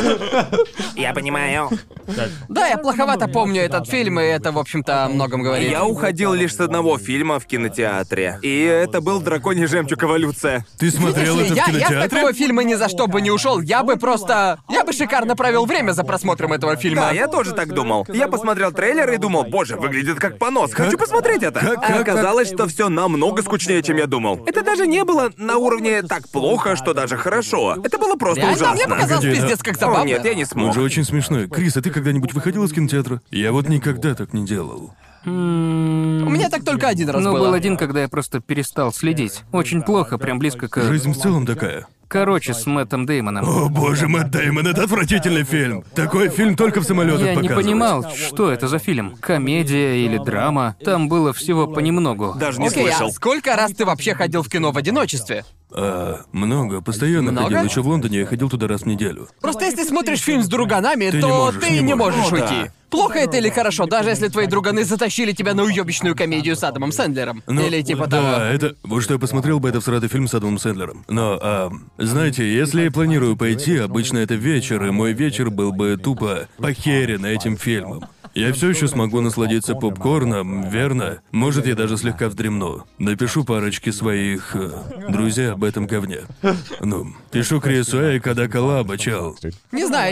Я понимаю. Да, я плоховато помню этот фильм, и это, в общем-то, о многом говорит. Я уходил лишь с одного фильма в кинотеатре. И это был «Драконий жемчуг. Эволюция». Ты смотрел Если это в я с кинотеатре? такого фильма ни за что бы не ушел, я бы шикарно провел время за просмотром этого фильма. Да, я тоже так думал. Я посмотрел трейлер и думал, боже, выглядит как понос, хочу посмотреть это. А оказалось, что все намного скучнее, чем я думал. Это даже не было на уровне так плохо, что даже хорошо. Это было просто Реально, ужасно. мне показалось Погоди, пиздец как О, забавно. нет, я не Он смог. же очень смешной. Крис, а ты когда-нибудь выходил из кинотеатра? Я вот никогда так не делал. У меня так только один раз Ну, было. был один, когда я просто перестал следить. Очень плохо, прям близко к... Жизнь в целом такая. Короче, с Мэттом Дэймоном. О боже, Мэтт Дэймон, это отвратительный фильм. Такой фильм только в самолетах Я не показывают. понимал, что это за фильм. Комедия или драма. Там было всего понемногу. Даже не Окей, слышал. а сколько раз ты вообще ходил в кино в одиночестве? Много. Постоянно Много? ходил. Еще в Лондоне я ходил туда раз в неделю. Просто если смотришь фильм с друганами, Ты то не можешь, ты не не можешь. можешь Ну уйти. да. Плохо это или хорошо, даже если твои друганы затащили тебя на уебищную комедию с Адамом Сэндлером. Ну, Или типа да, того. это... Вот что я посмотрел бы, это всратый фильм с Адамом Сэндлером. Но, знаете, если я планирую пойти, обычно это вечер, и мой вечер был бы тупо похерен этим фильмом. Я все еще смогу насладиться попкорном, верно? Может, я даже слегка вздремну. Напишу парочке своих друзей об этом говне. Ну, пишу Крису, когда коллаба, чел. Не знаю,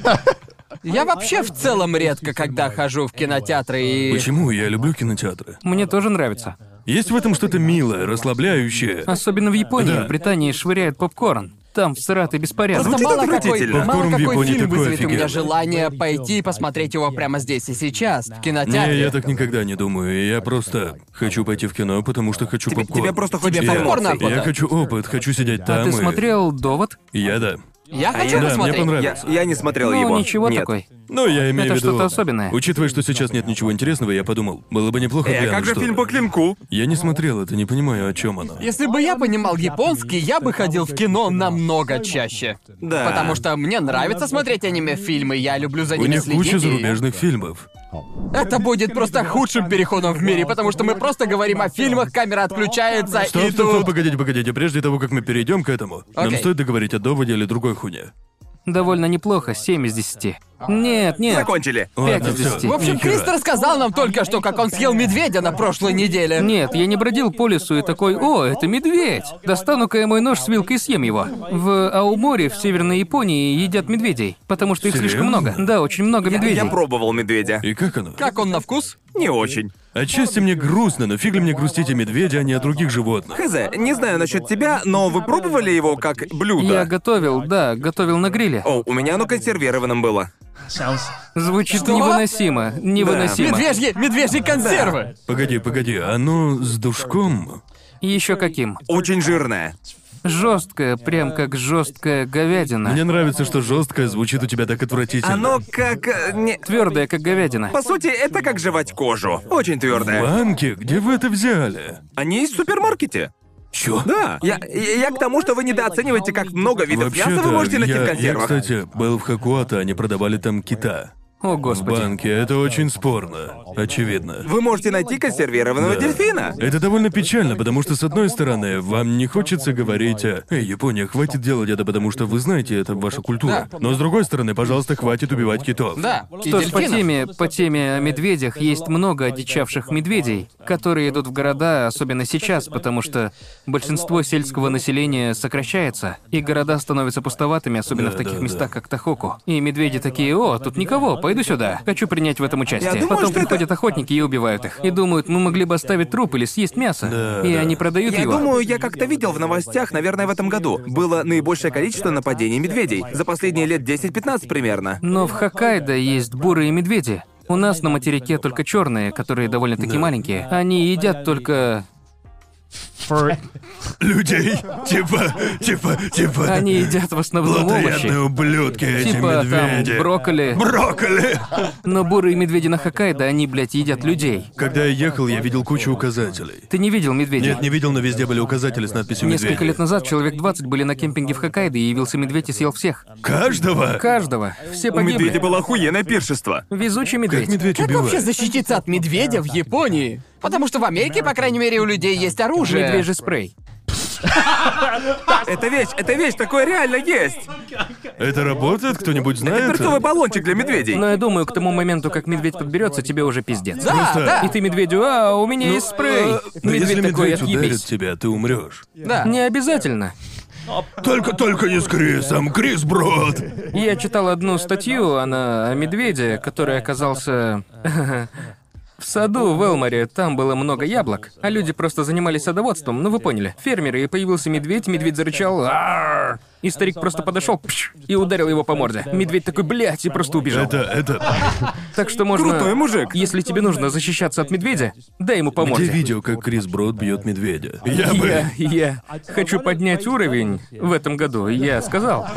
я вообще в целом редко когда хожу в кинотеатры и... Почему? Я люблю кинотеатры. Мне тоже нравится. Есть в этом что-то милое, расслабляющее. Особенно в Японии. Да. В Британии швыряют попкорн. Там всратый беспорядок. Просто Звучит мало какой, отвратительно. мало Попкорн в какой Японии фильм такой вызовет у меня офигенный. желание пойти и посмотреть его прямо здесь и сейчас, в Не, кинотеатре. я так никогда не думаю. Я просто хочу пойти в кино, потому что хочу попкорн. Тебе просто хочется Тебе попкорн эмоций. охота? Я хочу опыт, хочу сидеть там А ты и... смотрел «Довод»? Я да. Я хочу Да, мне посмотреть. понравилось. Я не смотрел Ну, его. ничего Нет. такой. Ну, я имею Это в виду... что-то особенное. Учитывая, что сейчас нет ничего интересного, я подумал, было бы неплохо А глянуть как же что-то. фильм по клинку? Я не смотрел это, не понимаю, о чем оно. Если бы я понимал японский, я бы ходил в кино намного чаще. Да. Потому что мне нравится смотреть аниме-фильмы, я люблю за У ними них следить. куча и зарубежных фильмов. Это будет просто худшим переходом в мире, потому что мы просто говорим о фильмах, камера отключается, и Стоп, тут... погодите. Прежде того, как мы перейдем к этому, нам Окей. стоит договорить о доводе или другой хуйне. Довольно неплохо, 7 из 10. Нет. Закончили. Ладно, из всё. 10. В общем, Нихера. Крис рассказал нам только что, как он съел медведя на прошлой неделе. Нет, я не бродил по лесу и такой: «О, это медведь! Достану-ка я мой нож с вилкой и съем его». В Аоморе, в Северной Японии, едят медведей, потому что их слишком Серьёзно? много. Да, очень много медведей. Я пробовал медведя. И как оно? Как он на вкус? Не очень. Отчасти мне грустно, но фиг ли мне грустить о медведе, а не о других животных. Хз, не знаю насчет тебя, но вы пробовали его как блюдо? Я готовил на гриле. О, у меня оно консервированным было. Звучит Что? невыносимо. Невыносимо. Медвежьи консервы! Погоди, оно с душком? И еще каким? Очень жирное. Жесткое, прям как жесткая говядина. Мне нравится, что жесткое звучит у тебя так отвратительно. Оно как... не... Твердое, как говядина. По сути, это как жевать кожу. Очень твердое. Банки? Где вы это взяли? Они есть в супермаркете. Чё? Да. Я к тому, что вы недооцениваете, как много видов мяса вы можете найти в я, консервах. кстати, был в Хокуато, они продавали там кита. О, В господи. банке. Это очень спорно. Очевидно. Вы можете найти консервированного Да. дельфина. Это довольно печально, потому что, с одной стороны, вам не хочется говорить «Эй, Япония, хватит делать это, потому что вы знаете, это ваша культура». Да. Но с другой стороны, пожалуйста, хватит убивать китов. Да, и Что ж, дельфинов. по теме о медведях есть много одичавших медведей, которые идут в города, особенно сейчас, потому что большинство сельского населения сокращается, и города становятся пустоватыми, особенно Да, в таких да, местах, да. как Тохоку. И медведи такие: «О, тут никого, пойду сюда, хочу принять в этом участие». Я думаю, Потом что приходят охотники и убивают их. И думают: мы могли бы оставить труп или съесть мясо. Да, И да. они продают Я его. думаю, я как-то видел в новостях, наверное, в этом году. Было наибольшее количество нападений медведей. За последние лет 10-15 примерно. Но в Хоккайдо есть бурые медведи. У нас на материке только черные, которые довольно-таки Да. маленькие. Они едят только... Людей? Типа... Они едят в основном Плотоядные овощи. ублюдки, эти Типа там медведи. брокколи. Брокколи! Но бурые медведи на Хоккайдо, они, блядь, едят людей. Когда я ехал, я видел кучу указателей. Ты не видел медведей? Нет, не видел, но везде были указатели с надписью «Медведь». Несколько лет назад человек 20 были на кемпинге в Хоккайдо, и явился медведь и съел всех. Каждого? Каждого. Все У медведя погибли. было охуенное пиршество. Везучий Как медведь. медведь Как вообще убивает? защититься от медведя в Японии? Потому что в Америке, по крайней мере, у людей есть оружие. Медвежий спрей. Это вещь, такое реально есть. Это работает? Кто-нибудь знает? Перцовый баллончик для медведей. Но я думаю, к тому моменту, как медведь подберется, тебе уже пиздец. Да, Просто- да, И ты медведю: «А, у меня есть спрей». Но если Медведь такой: медведь ударит «Отъебись». тебя, ты умрешь. да. Не обязательно. Только не с Крисом, Крис Брод. Я читал одну статью, она о медведе, который оказался в саду в Элморе. Там было много яблок, а люди просто занимались садоводством, ну вы поняли. Фермеры, и появился медведь зарычал: «Арр!» И старик просто подошел и ударил его по морде. Медведь такой, блядь, и просто убежал. Так что можно... Крутой мужик. Если тебе нужно защищаться от медведя, дай ему по морде. Где видео, как Крис Брод бьет медведя? Я хочу поднять уровень в этом году, я сказал.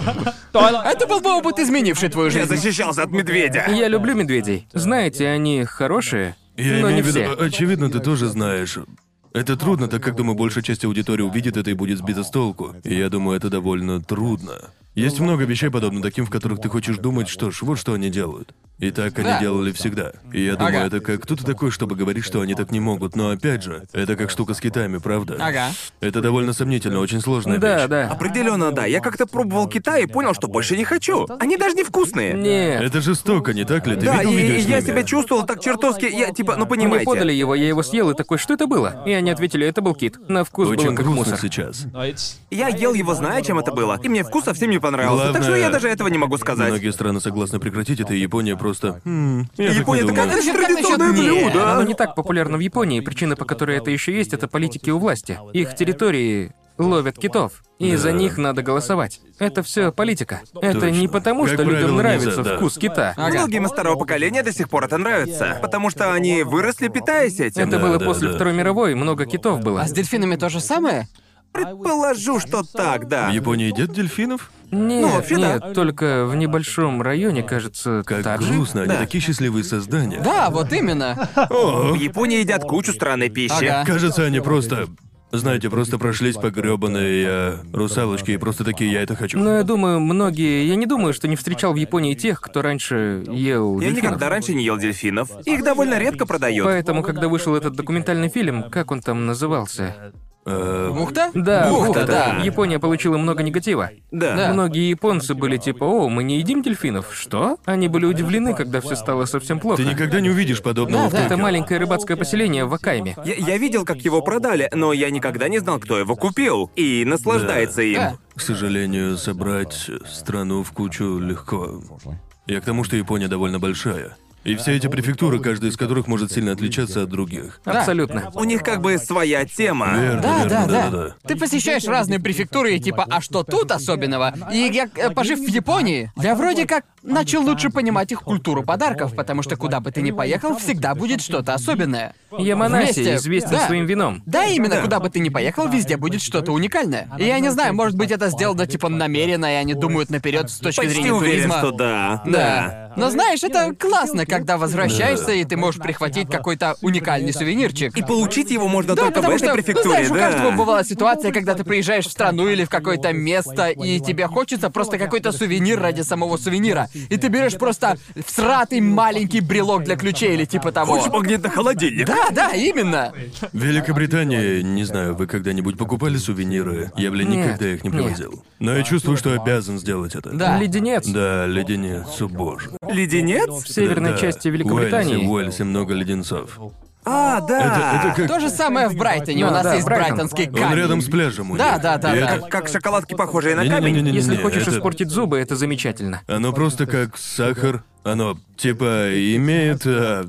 Это был бы опыт, изменивший твою Я жизнь. защищался от медведя. Я люблю медведей. Знаете, они хорошие, Я но не имею в виду, все. очевидно, ты тоже знаешь. Это трудно, так как, думаю, большая часть аудитории увидит это и будет сбита с толку. И я думаю, это довольно трудно. Есть много вещей, подобных таким, в которых ты хочешь думать, что ж, вот что они делают. И так они Да. делали всегда. И я думаю, Ага. это как кто-то такой, чтобы говорить, что они так не могут. Но опять же, это как штука с Китаями, правда? Ага. Это довольно сомнительно, очень сложная Да, вещь. да. Определенно, да. Я как-то пробовал Китай и понял, что больше не хочу. Они даже не вкусные. Нет. Это жестоко, не так ли? Ты Да, видел видео и с я ними? себя чувствовал так чертовски. Я типа, ну Мне понимаете. подали его, я его съел и такой, что это было? И они ответили, это был кит. На вкус было Очень как грустно мусор. сейчас. Я ел его, зная, чем это было. И мне вкус совсем не понравился. Так что Главное, я даже этого не могу сказать. Многие страны согласны прекратить это, и Япония просто... я так не Япония такая, думаю. это же Как насчет традиционное не? блюдо. Оно не так популярно в Японии, причина, по которой это еще есть, это политики у власти. Их территории ловят китов, и за Да. них надо голосовать. Это все политика. Это Точно. не потому, Как что людям правило, нравится нельзя, да. вкус кита. Ага. Многим из старого поколения до сих пор это нравится. Потому что они выросли, питаясь этим. Это было да, после да. Второй мировой, много китов было. А с дельфинами то же самое? Предположу, что так, да. В Японии едят дельфинов? Нет, вообще да. нет, только в небольшом районе, кажется, Как таджик. грустно, они Да. такие счастливые создания. Да, вот именно. В Японии едят кучу странной пищи. Ага. Кажется, они просто... Знаете, просто прошлись по грёбаной русалочке и просто такие, я это хочу. Но я думаю, многие... Я не думаю, что не встречал в Японии тех, кто раньше ел Я дельфинов. никогда раньше не ел дельфинов. Их довольно редко продают. Поэтому, когда вышел этот документальный фильм, как он там назывался? Бухта? Да, Бухта, да. Япония получила много негатива. Да. Многие японцы были типа, о, мы не едим дельфинов. Что? Они были удивлены, когда все стало совсем плохо. Ты никогда не увидишь подобного в Да, Это Токио. маленькое рыбацкое поселение в Акайме. Я видел, как его продали, но я никогда не знал, кто его купил. И наслаждается им. Да. К сожалению, собрать страну в кучу легко. Я к тому, что Япония довольно большая. И все эти префектуры, каждая из которых может сильно отличаться от других. Абсолютно. У них как бы своя тема. Верно, Да, верно, да, да. Ты посещаешь разные префектуры и типа, а что тут особенного? И я, пожив в Японии, я вроде как начал лучше понимать их культуру подарков, потому что куда бы ты ни поехал, всегда будет что-то особенное. Яманаси Вместе, известен да. своим вином. Да, именно, куда бы ты ни поехал, везде будет что-то уникальное. И я не знаю, может быть, это сделано типа намеренно, и они думают наперед с точки Почти зрения уверен, туризма. что да. Да. Но знаешь, это классно, когда возвращаешься, и ты можешь прихватить какой-то уникальный сувенирчик. И получить его можно Да, только в потому этой что, префектуре, знаешь, у да. каждого бывала ситуация, когда ты приезжаешь в страну или в какое-то место, и тебе хочется просто какой-то сувенир ради самого сувенира. И ты берешь просто всратый маленький брелок для ключей или типа того. Хочешь магнитный холодильник? Да, именно. В Великобритании, не знаю, вы когда-нибудь покупали сувениры? Я, блин, Нет, никогда их не нет. привозил. Но я чувствую, что обязан сделать это. Да. Леденец. Да, леденец, о боже. Леденец? В северной Да, части В Великобритании. Уэльсе много леденцов. А, да. Это как... То же самое в Брайтоне. У Да, нас да, есть Брайтон. брайтонский Он камень. рядом с пляжем у Да, них. да, да, И да. это- Как шоколадки, похожие на камень? Не-не-не-не-не, Если хочешь это- испортить зубы, это замечательно. Оно просто как сахар. Оно, типа, имеет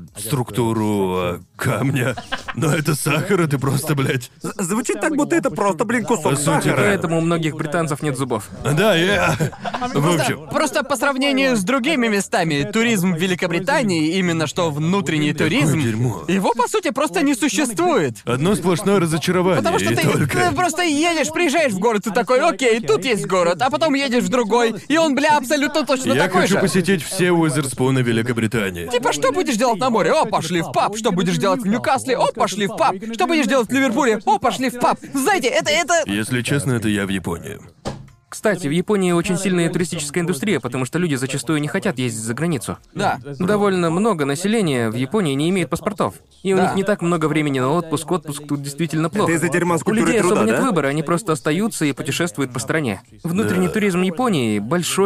структуру камня. Но это сахар, и ты просто, блядь... Звучит так, будто это просто, блин, кусок По сути, сахара. Поэтому у многих британцев нет зубов. Да, я... В общем, Просто по сравнению с другими местами, туризм в Великобритании, именно что внутренний туризм, дерьмо. его по сути просто не существует. одно сплошное разочарование, Потому что и ты только... просто едешь, приезжаешь в город, ты такой, окей, тут есть город, а потом едешь в другой, и он, бля, абсолютно точно Я такой хочу же. посетить все Уизерспуны Великобритании. Типа, что будешь делать на море? О, пошли в паб. Что будешь делать в Ньюкасле? О, пошли в паб. Что будешь делать в Ливерпуле? О, пошли в паб. Знаете, это... Если честно, это я в Японии. Кстати, в Японии очень сильная туристическая индустрия, потому что люди зачастую не хотят ездить за границу. Да. Довольно много населения в Японии не имеет паспортов. И у Да. них не так много времени на отпуск. Отпуск тут действительно плохо. Это из-за дерьма с У культурой людей особо труда, нет да? выбора, они просто остаются и путешествуют по стране. Внутренний Да. туризм Японии большой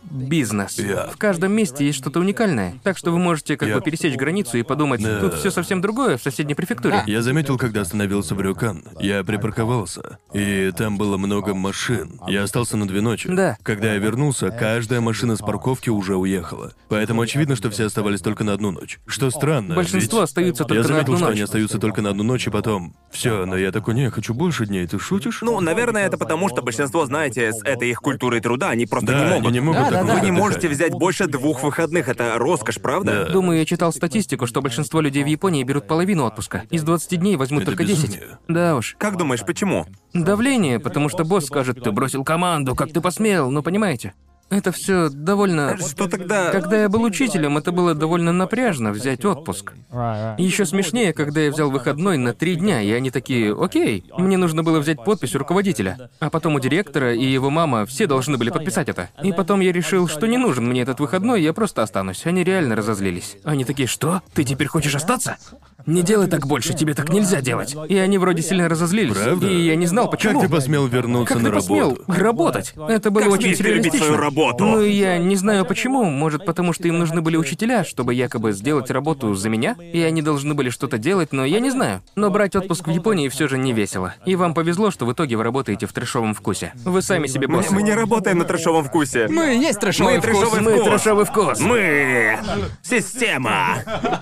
бизнес. Yeah. В каждом месте есть что-то уникальное. Так что вы можете как бы пересечь границу и подумать, тут все совсем другое в соседней префектуре. Я заметил, когда остановился в Рюкан, я припарковался, и там было много машин. Я остался на 2 ночи. Да. Когда я вернулся, каждая машина с парковки уже уехала. Поэтому очевидно, что все оставались только на 1 ночь. Что странно, Большинство ведь остаются только я на заметил, одну что ночь. они остаются только на 1 ночь, и потом... Все, но я такой, не, хочу больше дней, ты шутишь? Ну, наверное, это потому, что большинство, знаете, с этой их культурой труда, они просто да, не могут. они не могут Да, так да, много Вы не отдыхать. можете взять больше 2 выходных, это роскошь, правда? Да. Думаю, я читал статистику, что большинство людей в Японии берут половину отпуска. Из 20 дней возьмут Это только 10. безумие. Да уж. Как думаешь, почему? Давление, потому что босс скажет, ты бросил команду, как ты посмел, ну понимаете. Это все довольно... Что тогда... Когда я был учителем, это было довольно напряжно взять отпуск. Еще смешнее, когда я взял выходной на 3 дня, и они такие, окей, мне нужно было взять подпись у руководителя. А потом у директора и его мама, все должны были подписать это. И потом я решил, что не нужен мне этот выходной, я просто останусь. Они реально разозлились. Они такие, что? Ты теперь хочешь остаться? Не делай так больше, тебе так нельзя делать. И они вроде сильно разозлились. Правда? И я не знал, почему. Как ты посмел вернуться Как на ты посмел работу? работать? Это было Как очень смеешь ты любить сюрреалистично. свою работу? Ну и я не знаю почему. Может, потому что им нужны были учителя, чтобы якобы сделать работу за меня, и они должны были что-то делать, но я не знаю. Но брать отпуск в Японии все же не весело. И вам повезло, что в итоге вы работаете в трэшовом вкусе. Вы сами себе босс. Мы не работаем на трэшовом вкусе. Мы и есть трэшовый Мы вкус. трэшовый Мы вкус. трэшовый вкус. Мы... Система.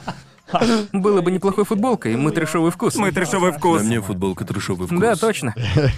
Было бы неплохой футболкой, мы трэшовый вкус. Мы трэшовый вкус. На мне футболка трэшовый вкус. Да, точно.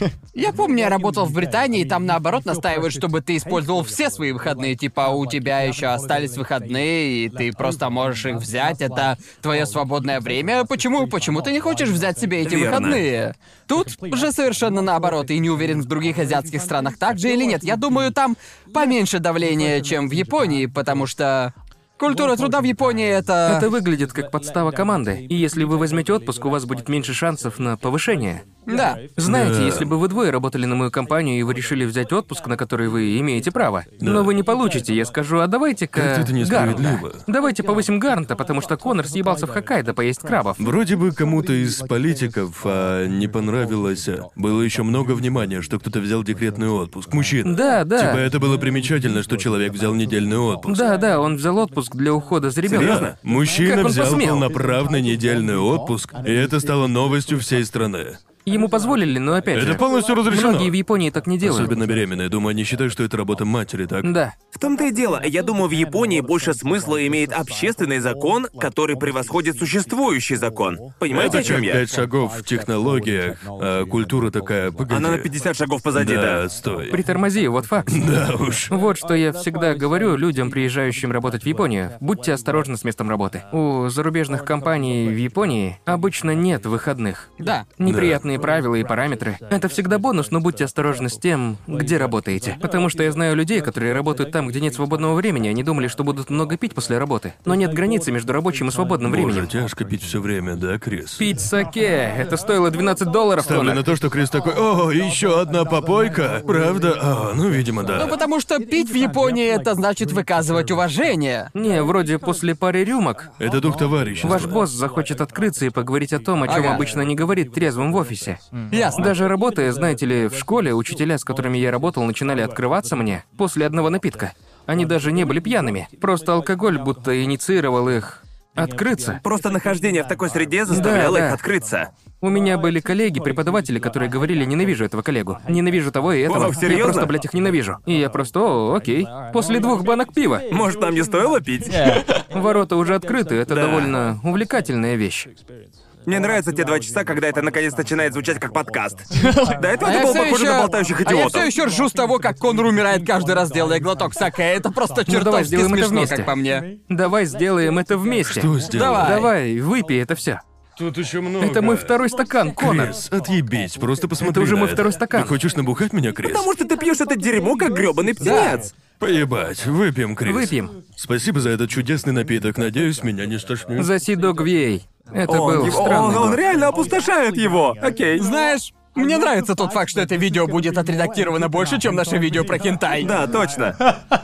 Я помню, я работал в Британии, и там наоборот настаивают, чтобы ты использовал все свои выходные. Типа, у тебя еще остались выходные, и ты просто можешь их взять. Это твое свободное время. Почему ты не хочешь взять себе эти Верно. выходные? Тут же совершенно наоборот, и не уверен, в других азиатских странах так же или нет. Я думаю, там поменьше давления, чем в Японии, потому что культура труда в Японии это... Это выглядит как подстава команды. И если вы возьмете отпуск, у вас будет меньше шансов на повышение. Да. Знаете, Да. если бы вы двое работали на мою компанию, и вы решили взять отпуск, на который вы имеете право, но вы не получите, я скажу, а давайте-ка... Как-то это несправедливо. Гарнта. Давайте повысим Гарнта, потому что Конор съебался в Хоккайдо поесть крабов. Вроде бы кому-то из политиков не понравилось. Было еще много внимания, что кто-то взял декретный отпуск. Мужчина. Да, да. Типа это было примечательно, что человек взял недельный отпуск. Да, он взял отпуск для ухода за ребенком. Серьезно? Мужчина Как он взял посмел? полноправный недельный отпуск, и это стало новостью всей страны. Ему позволили, но опять же... Это полностью разрешено. Многие в Японии так не делают. Особенно беременные. Думаю, они считают, что это работа матери, так? Да. В том-то и дело. Я думаю, в Японии больше смысла имеет общественный закон, который превосходит существующий закон. Понимаете, Это о чем как я? 5 шагов в технологиях, а культура такая, погоди. Она на 50 шагов позади, Да, да. стой. Притормози, вот факт. Да уж. Вот что я всегда говорю людям, приезжающим работать в Японию. Будьте осторожны с местом работы. У зарубежных компаний в Японии обычно нет выходных. Да. Неприятные правила и параметры. Это всегда бонус, но будьте осторожны с тем, где работаете. Потому что я знаю людей, которые работают там, где нет свободного времени. Они думали, что будут много пить после работы. Но нет границы между рабочим и свободным Боже, временем. тяжко пить все время, да, Крис? Пить саке. Это стоило $12, Ставлю Конор. на то, что Крис такой, о, еще одна попойка? Правда? Ну, видимо, да. Ну, потому что пить в Японии это значит выказывать уважение. Не, вроде после пары рюмок Это дух товарищества. ваш босс захочет открыться и поговорить о том, о чем Ага. обычно не говорит трезвым в офисе. Ясно. Даже работая, знаете ли, в школе, учителя, с которыми я работал, начинали открываться мне после одного напитка. Они даже не были пьяными. Просто алкоголь будто инициировал их открыться. Просто нахождение в такой среде заставляло Да. их открыться. У меня были коллеги, преподаватели, которые говорили, ненавижу этого коллегу, ненавижу того и этого. Вау, серьезно? Я просто, блядь, их ненавижу. И я просто, о, окей. После 2 банок пива. Может, нам не стоило пить? Ворота уже открыты, это Да. довольно увлекательная вещь. Мне нравятся те 2 часа, когда это наконец начинает звучать как подкаст. До этого А это я было всё похоже ещё- на болтающих А я идиотов. все еще ржу с того, как Конор умирает каждый раз, делая глоток саке. Это просто давай чертовски сделаем это смешно, вместе. как по мне. Давай сделаем это вместе. Что сделал? Давай. Давай, выпей это все. Тут еще много. Это мой второй стакан, Конор. Крис, отъебись, просто посмотри Это уже на мой второй стакан. Ты хочешь набухать меня, Крис? Потому что ты пьешь это дерьмо, как грёбаный птенец. Поебать, выпьем, Крис. Выпьем. Спасибо за этот чудесный напиток, надеюсь, меня не стошнит. За Сидо Гвей. Это был странный он год. реально опустошает его. Окей. Знаешь, мне нравится тот факт, что это видео будет отредактировано больше, чем наше видео про хентай. Да, точно.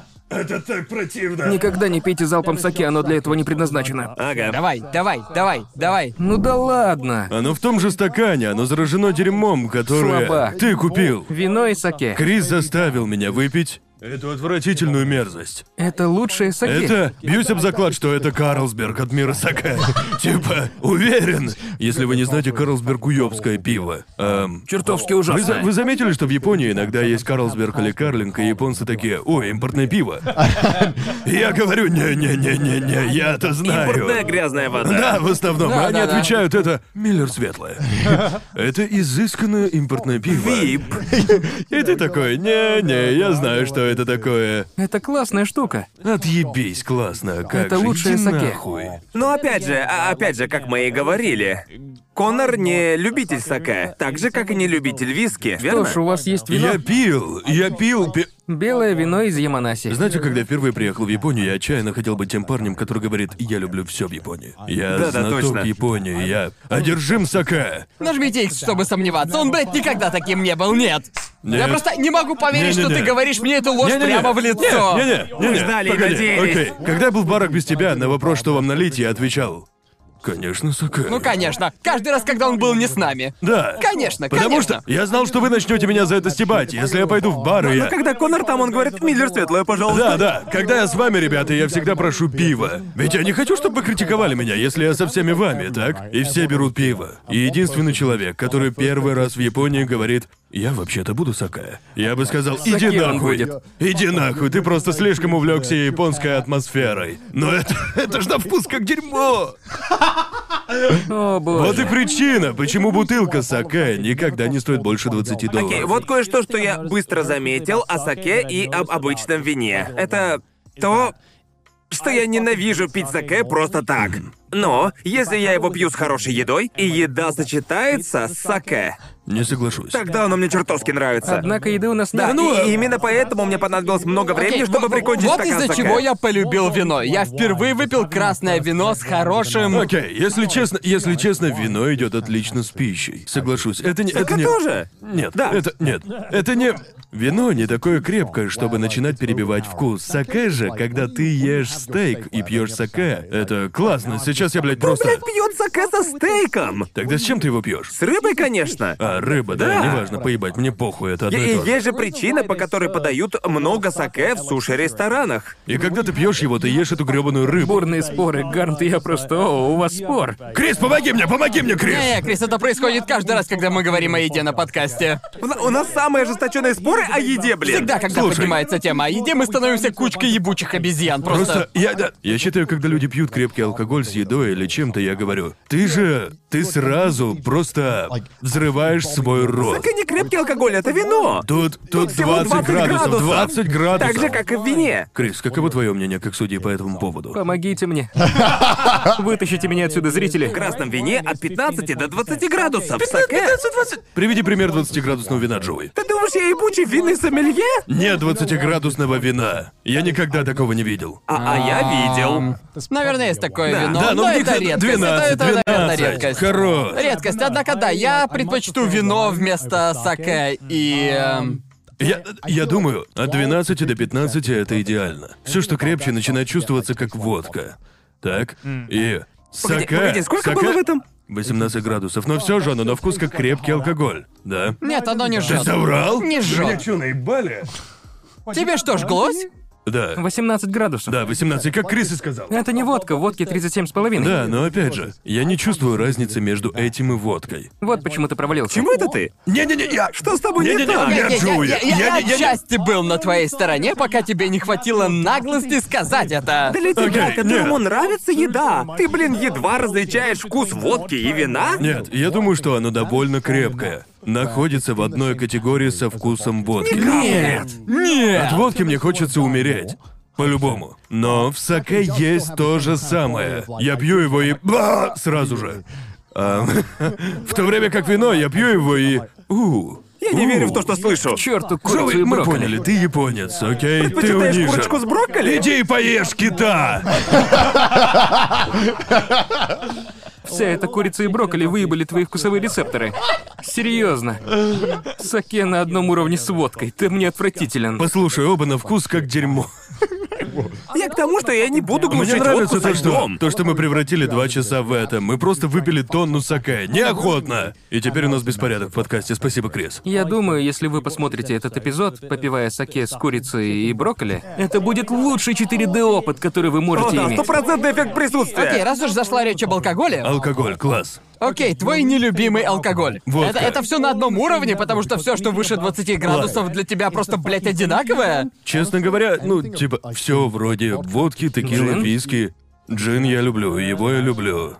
Это так противно. Никогда не пейте залпом саке, оно для этого не предназначено. Ага. Давай. Ну да ладно. Оно в том же стакане, оно заражено дерьмом, которое Слабак. ты купил. Вино и саке. Крис заставил меня выпить Эту отвратительную мерзость. Это лучшее саке. Это... Бьюсь об заклад, что это Карлсберг от мира саке. Типа, уверен. Если вы не знаете, Карлсберг уёбское пиво. Чертовски ужасно. Вы заметили, что в Японии иногда есть Карлсберг или Карлинг, и японцы такие: «Ой, импортное пиво». Я говорю: не-не-не-не-не, я-то знаю. Импортная грязная вода. Да, в основном. Да, Они да, да. отвечают: это Миллер светлое. Это изысканное импортное пиво. Вип. И ты такой: не-не, я знаю, что это такое. Это классная штука. Отъебись, классно. Как Это же, лучшее иди саке. нахуй. Но опять же, как мы и говорили, Конор не любитель саке, так же, как и не любитель виски, верно? Что ж, у вас есть вино? Я пил. Белое вино из Яманаси. Знаете, когда я впервые приехал в Японию, я отчаянно хотел быть тем парнем, который говорит: я люблю все в Японии. Я Да-да, знаток точно. Японии, я одержим саке. Нажмите X, чтобы сомневаться. Он, блядь, никогда таким не был, нет. Я Нет. просто не могу поверить, что Не-не-не. ты говоришь мне эту ложь Не-не-не. прямо в лицо. Не-не-не. Мы ждали и Погоди, надеялись. окей. Когда я был в барах без тебя, на вопрос, что вам налить, я отвечал: конечно, саке. Ну, конечно. Каждый раз, когда он был не с нами. Да. Конечно, Потому конечно. что я знал, что вы начнете меня за это стебать. Если я пойду в бар, и я... Но когда Конор там, он говорит: Миллер светлое, пожалуйста. Да. Когда я с вами, ребята, я всегда прошу пива. Ведь я не хочу, чтобы вы критиковали меня, если я со всеми вами, так? И все берут пиво. И единственный человек, который первый раз в Японии говорит: я вообще-то буду саке. Я бы сказал: иди Саке он нахуй. будет. Иди нахуй, ты просто слишком увлекся японской атмосферой. Но это ж на вкус как дерьмо. О, боже. Вот и причина, почему бутылка саке никогда не стоит больше $20. Окей, вот кое-что, что я быстро заметил о саке и об обычном вине. Это то, что я ненавижу пить саке просто так. Но если я его пью с хорошей едой, и еда сочетается с саке, Не соглашусь. тогда оно мне чертовски нравится. Однако еды у нас Да, нет. и именно поэтому мне понадобилось много времени, Окей, чтобы прикончить вот стакан из-за саке. чего я полюбил вино. Я впервые выпил красное вино с хорошим... Окей, если честно, вино идет отлично с пищей. Соглашусь. Это не... Саке это не... тоже? Нет, Да. это не... Вино не такое крепкое, чтобы начинать перебивать вкус. Саке же, когда ты ешь стейк и пьешь саке, это классно. Сейчас я, блядь, просто... Блядь, пьет саке со стейком. Тогда с чем ты его пьешь? С рыбой, конечно. А, рыба, да, Да. неважно, поебать, мне похуй, это одно и И то же. есть же причина, по которой подают много саке в суши-ресторанах. И когда ты пьешь его, ты ешь эту грёбаную рыбу. Бурные споры, Гарнт, я просто... О, у вас спор. Крис, помоги мне, Крис! Не, Крис, это происходит каждый раз, когда мы говорим о еде на подкасте. У нас самые ожесточенные споры о еде, блин. Всегда, когда Слушай. поднимается тема о еде, мы становимся кучкой ебучих обезьян. Просто... Я считаю, когда люди пьют крепкий алкоголь с едой или чем-то, я говорю: ты сразу просто взрываешь свой рот. Саке не крепкий алкоголь, это вино. Тут Всего 20 градусов, 20 градусов. Так же, как и в вине. Крис, каково твое мнение как судьи по этому поводу? Помогите мне. Вытащите меня отсюда, зрители. В красном вине от 15 до 20 градусов. Саке? 20. Приведи пример 20-градусного вина, Джоуи. Ты думаешь, я ебучий винный сомелье? Нет 20-градусного вина. Я никогда такого не видел. А я видел. Наверное, есть такое Да. вино, Да, но в них это редкость. 12, это, наверное, 12. редкость. Хорош. Редкость, однако да, я предпочту вино вместо саке и... Я думаю, от 12 до 15 это идеально. Все, что крепче, начинает чувствоваться как водка. Так? И саке... Погоди, сколько саке- было в этом? 18 градусов, но все же оно на вкус как крепкий алкоголь, да? Нет, оно не Ты жжет. соврал? Не жжет. Что, наебали? Тебе что, жглось? Да. 18 градусов. Да, 18, как Крис и сказал. Это не водка, в водке 37,5. Да, но опять же, я не чувствую разницы между этим и водкой. Вот почему ты провалился. Чему это ты? Не-не-не, я... Что с тобой не Не-не-не, так? я Джоуи. Я не- отчасти был на твоей стороне, пока тебе не хватило наглости сказать это. Для тебя, Окей, которому нет. нравится еда, ты, блин, едва различаешь вкус водки и вина? Нет, я думаю, что оно довольно крепкое. Находится в одной категории со вкусом водки. Нет! От водки мне хочется умереть. По-любому. Но в саке есть то же самое. Я пью его и... сразу же. В то время как вино, я пью его и... Я не верю в то, что слышу. Чёрту курицу Джоуи, и мы брокколи. поняли, ты японец, окей? Ты Предпочитаешь унижен. курочку с брокколи? Иди и поешь кита! Вся эта курица и брокколи выебали твои вкусовые рецепторы. Серьезно. Саке на одном уровне с водкой. Ты мне отвратителен. Послушай, оба на вкус как дерьмо. Я к тому, что я не буду Мне глушить нравится водку со то, что льдом. мы превратили 2 часа в это. Мы просто выпили тонну саке. Неохотно. И теперь у нас беспорядок в подкасте. Спасибо, Крис. Я думаю, если вы посмотрите этот эпизод, попивая саке с курицей и брокколи, это будет лучший 4D-опыт, который вы О, можете да, иметь. стопроцентный эффект присутствия. Окей, раз уж зашла речь об алкоголе. Алкоголь, класс. Окей, твой нелюбимый алкоголь. Водка. Это все на одном уровне, потому что все, что выше 20 градусов, для тебя просто, блядь, одинаковое? Честно говоря, ну, типа, все вроде водки, текилы, Джин? виски. Джин я люблю, его я люблю.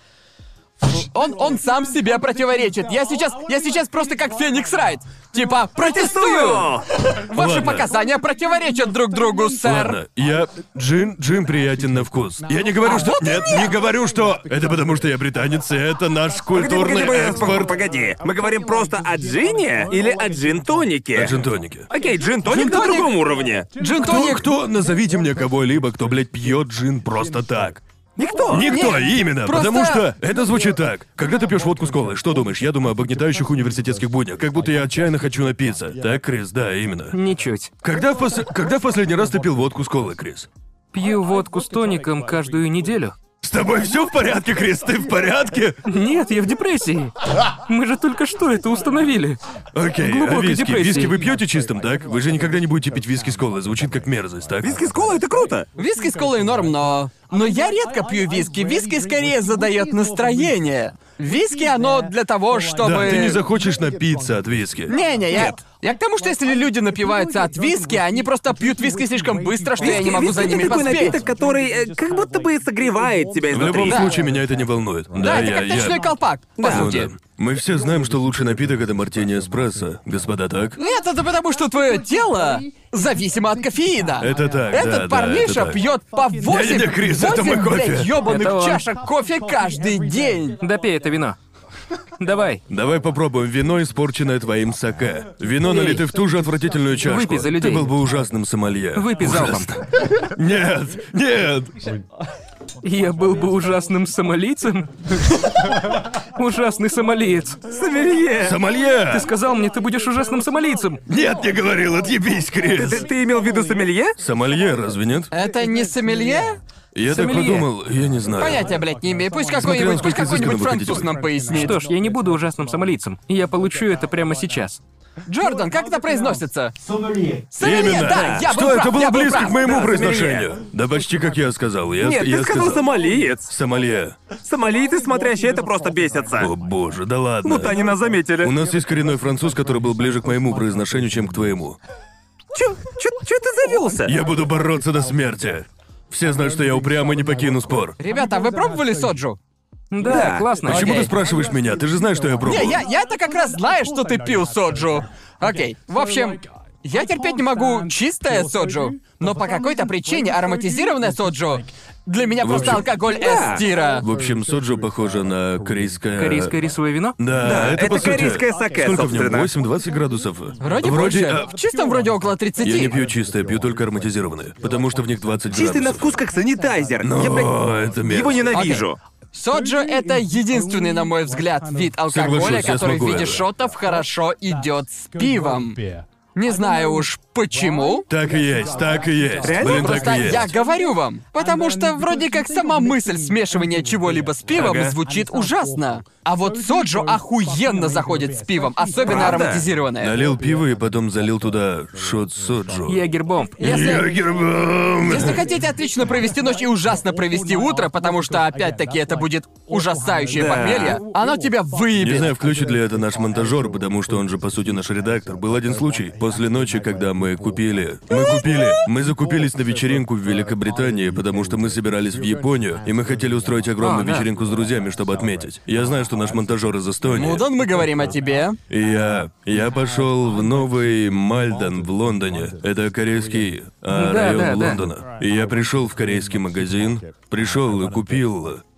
Он сам себе противоречит. Я сейчас просто как Феникс Райт. Типа, протестую! Ваши Ладно. показания противоречат друг другу, сэр. Ладно, Джин приятен на вкус. Я не говорю, что... Нет, не говорю, что... Это потому, что я британец, и это наш культурный экспорт. Погоди. Мы говорим просто о джине или о джин-тонике? О джин-тонике. Окей, джин-тоник на Джин-тоник. другом уровне. Джин-тоник. Кто? Назовите мне кого-либо, кто, блядь, пьет джин просто так. Никто. Никто, Нет, именно, просто- потому что это звучит так. Когда ты пьешь водку с колой, что думаешь? Я думаю об угнетающих университетских буднях, как будто я отчаянно хочу напиться. Так, Крис, да, именно. Ничуть. Когда в последний раз ты пил водку с колой, Крис? Пью водку с тоником каждую неделю. С тобой все в порядке, Крис? Ты в порядке? Нет, я в депрессии. Мы же только что это установили. Окей, а Глубокой виски? депрессии. Виски вы пьете чистым, так? Вы же никогда не будете пить виски с колой, звучит как мерзость, так? Виски с колой — это круто. Виски с колой норм, но я редко пью виски. Виски скорее задает настроение. Виски, оно для того, чтобы... Да, ты не захочешь напиться от виски. Не-не, я к тому, что если люди напиваются от виски, они просто пьют виски слишком быстро, что я не могу Виски за — это ними такой поспеть. напиток, который как будто бы согревает тебя В изнутри. любом Да. случае, меня это не волнует. Да, это как ночной колпак, по Ну сути. да. Мы все знаем, что лучший напиток — это мартини эспрессо. Господа, так? Нет, это потому, что твое тело зависимо от кофеина. Это так, Этот да, парниша это так. пьет по 8, Не-не-не, Крис, это мой кофе. блядь, ёбаных Это он. чашек кофе каждый день. Допей это вино. Давай. Давай попробуем вино, испорченное твоим саке. Вино Эй. налито в ту же отвратительную чашку. Выпей за людей. Ты был бы ужасным сомелье. Выпей залпом. Нет, нет. Я был бы ужасным сомалийцем? Ужасный сомалиец. Сомелье. Сомелье! Ты сказал мне, ты будешь ужасным сомалийцем. Нет, не говорил, отъебись, Крис. Ты имел в виду сомелье? Сомелье, разве нет? Это не сомелье? Я так Сомелье. подумал, я не знаю. Понятия, блядь, не имею. Пусть Смотря какой-нибудь насколько изысканно вы хотите француз нам пояснит. Что ж, я не буду ужасным сомалийцем. Я получу это прямо сейчас. Джордан, как это произносится? Сомелье. Сомелье, Именно. да, я был Что прав, это было я был близко прав. к моему Да, произношению. Да почти как я сказал. Нет, я ты сказал сомалиец. Сомелье. Сомалийцы, смотрящие это, просто бесятся. О боже, да ладно. Ну, они нас заметили. У нас есть коренной француз, который был ближе к моему произношению, чем к твоему. Чё ты завелся? Я буду бороться до смерти. Все знают, что я упрямо не покину спор. Ребята, а вы пробовали соджу? Да, классно. Почему Окей. ты спрашиваешь меня? Ты же знаешь, что я пробовал. Не, я-то как раз знаю, что ты пил соджу. Окей, в общем, я терпеть не могу чистое соджу, но по какой-то причине ароматизированное соджу для меня просто общем, алкоголь да. эстира. В общем, соджу похоже на корейское... Корейское рисовое вино? Да, Да, это по это сути... корейское саке, Сколько в нем? собственно. 8-20 градусов? Вроде больше. а, В чистом вроде около 30. Я не пью чистое, пью только ароматизированное, потому что в них 20 Чистый на градусов. вкус, как санитайзер. Но Я, блядь, это мерзко. его ненавижу. Соджу — это единственный, на мой взгляд, вид алкоголя, Соглашусь, я который в смогу виде это. шотов хорошо идет с пивом. Не знаю уж почему. Так и есть, так и есть. Реально? Блин, так Просто и есть. я говорю вам, потому что вроде как сама мысль смешивания чего-либо с пивом Ага. звучит ужасно. А вот соджу охуенно заходит с пивом, особенно Правда? ароматизированное. Налил пиво и потом залил туда шот соджу. Ягербомб. Если хотите отлично провести ночь и ужасно провести утро, потому что, опять-таки, это будет ужасающее Да. похмелье, оно тебя Не выебет. знаю, включит ли это наш монтажер, потому что он же, по сути, наш редактор. Был один случай. После ночи, когда мы закупились на вечеринку в Великобритании, потому что мы собирались в Японию, и мы хотели устроить огромную А, да. вечеринку с друзьями, чтобы отметить. Я знаю, что наш монтажер из Эстонии. Мудон, мы говорим о тебе. И я пошел в Новый Мальден в Лондоне. Это корейский Да, район да, да. Лондона. И я пришел в корейский магазин, пришел и купил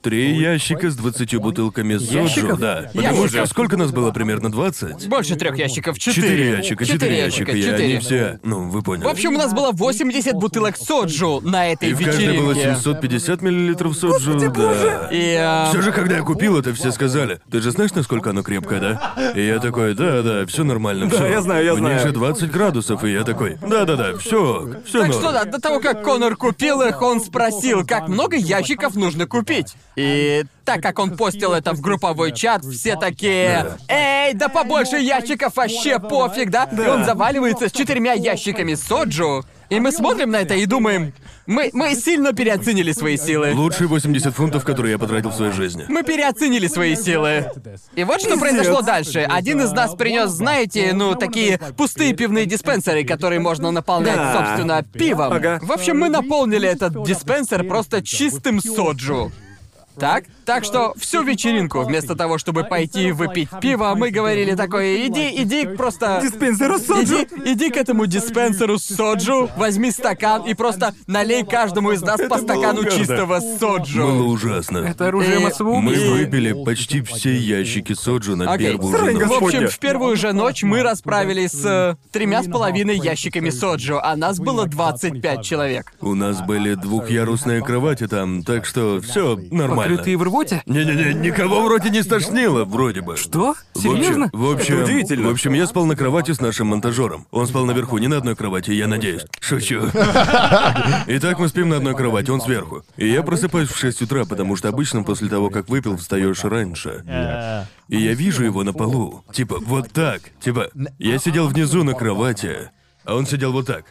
3 ящика с 20 бутылками соджу, Ящиков? да. Потому что Ящиков. сколько нас было примерно 20? Больше 3 ящиков. 4 ящика, 4 ящика, и они 4. все... Ну, вы поняли. В общем, у нас было 80 бутылок соджу на этой и в каждой было вечеринке. 750 миллилитров соджу, да. И Все же, когда я купил это, все сказали: ты же знаешь, насколько оно крепкое, да? И я такой: да, все нормально, все. я знаю, я В них знаю. же 20 градусов, и я такой: да, все так что да, до того, как Конор купил их, он спросил, как много ящиков нужно купить. И так как он постил это в групповой чат, все такие: эй, да побольше ящиков, вообще пофиг, да? И он заваливается с 4 ящиками соджу. И мы смотрим на это и думаем: мы сильно переоценили свои силы. Лучшие 80 фунтов, которые я потратил в своей жизни. Мы переоценили свои силы. И вот что произошло дальше. Один из нас принес, знаете, такие пустые пивные диспенсеры, которые можно наполнять, Да. собственно, пивом. Ага. В общем, мы наполнили этот диспенсер просто чистым соджу. Так что всю вечеринку, вместо того, чтобы пойти выпить пиво, мы говорили такое: иди просто... Диспенсеру соджу? Иди к этому диспенсеру с соджу, возьми стакан и просто налей каждому из нас по стакану угарно. чистого соджу. Было ужасно. Это оружие И- массового Мы убийства. выпили почти все ящики соджу на Окей. первую Срань, же ночь. В общем, Господи. в первую же ночь мы расправились с 3,5 ящиками соджу, а нас было 25 человек. У нас были двухъярусные кровати там, так что все нормально. Покрытые в рвоте? Не-не-не, никого вроде не стошнило, вроде бы. Что? Серьезно? В общем, Это удивительно. В общем, я спал на кровати с нашим монтажером. Он спал наверху, не на одной кровати, я надеюсь. Шучу. Итак, мы спим на одной кровати, он сверху. И я просыпаюсь в 6 утра, потому что обычно после того, как выпил, встаешь раньше. И я вижу его на полу. Типа, вот так. Типа, я сидел внизу на кровати, а он сидел вот так.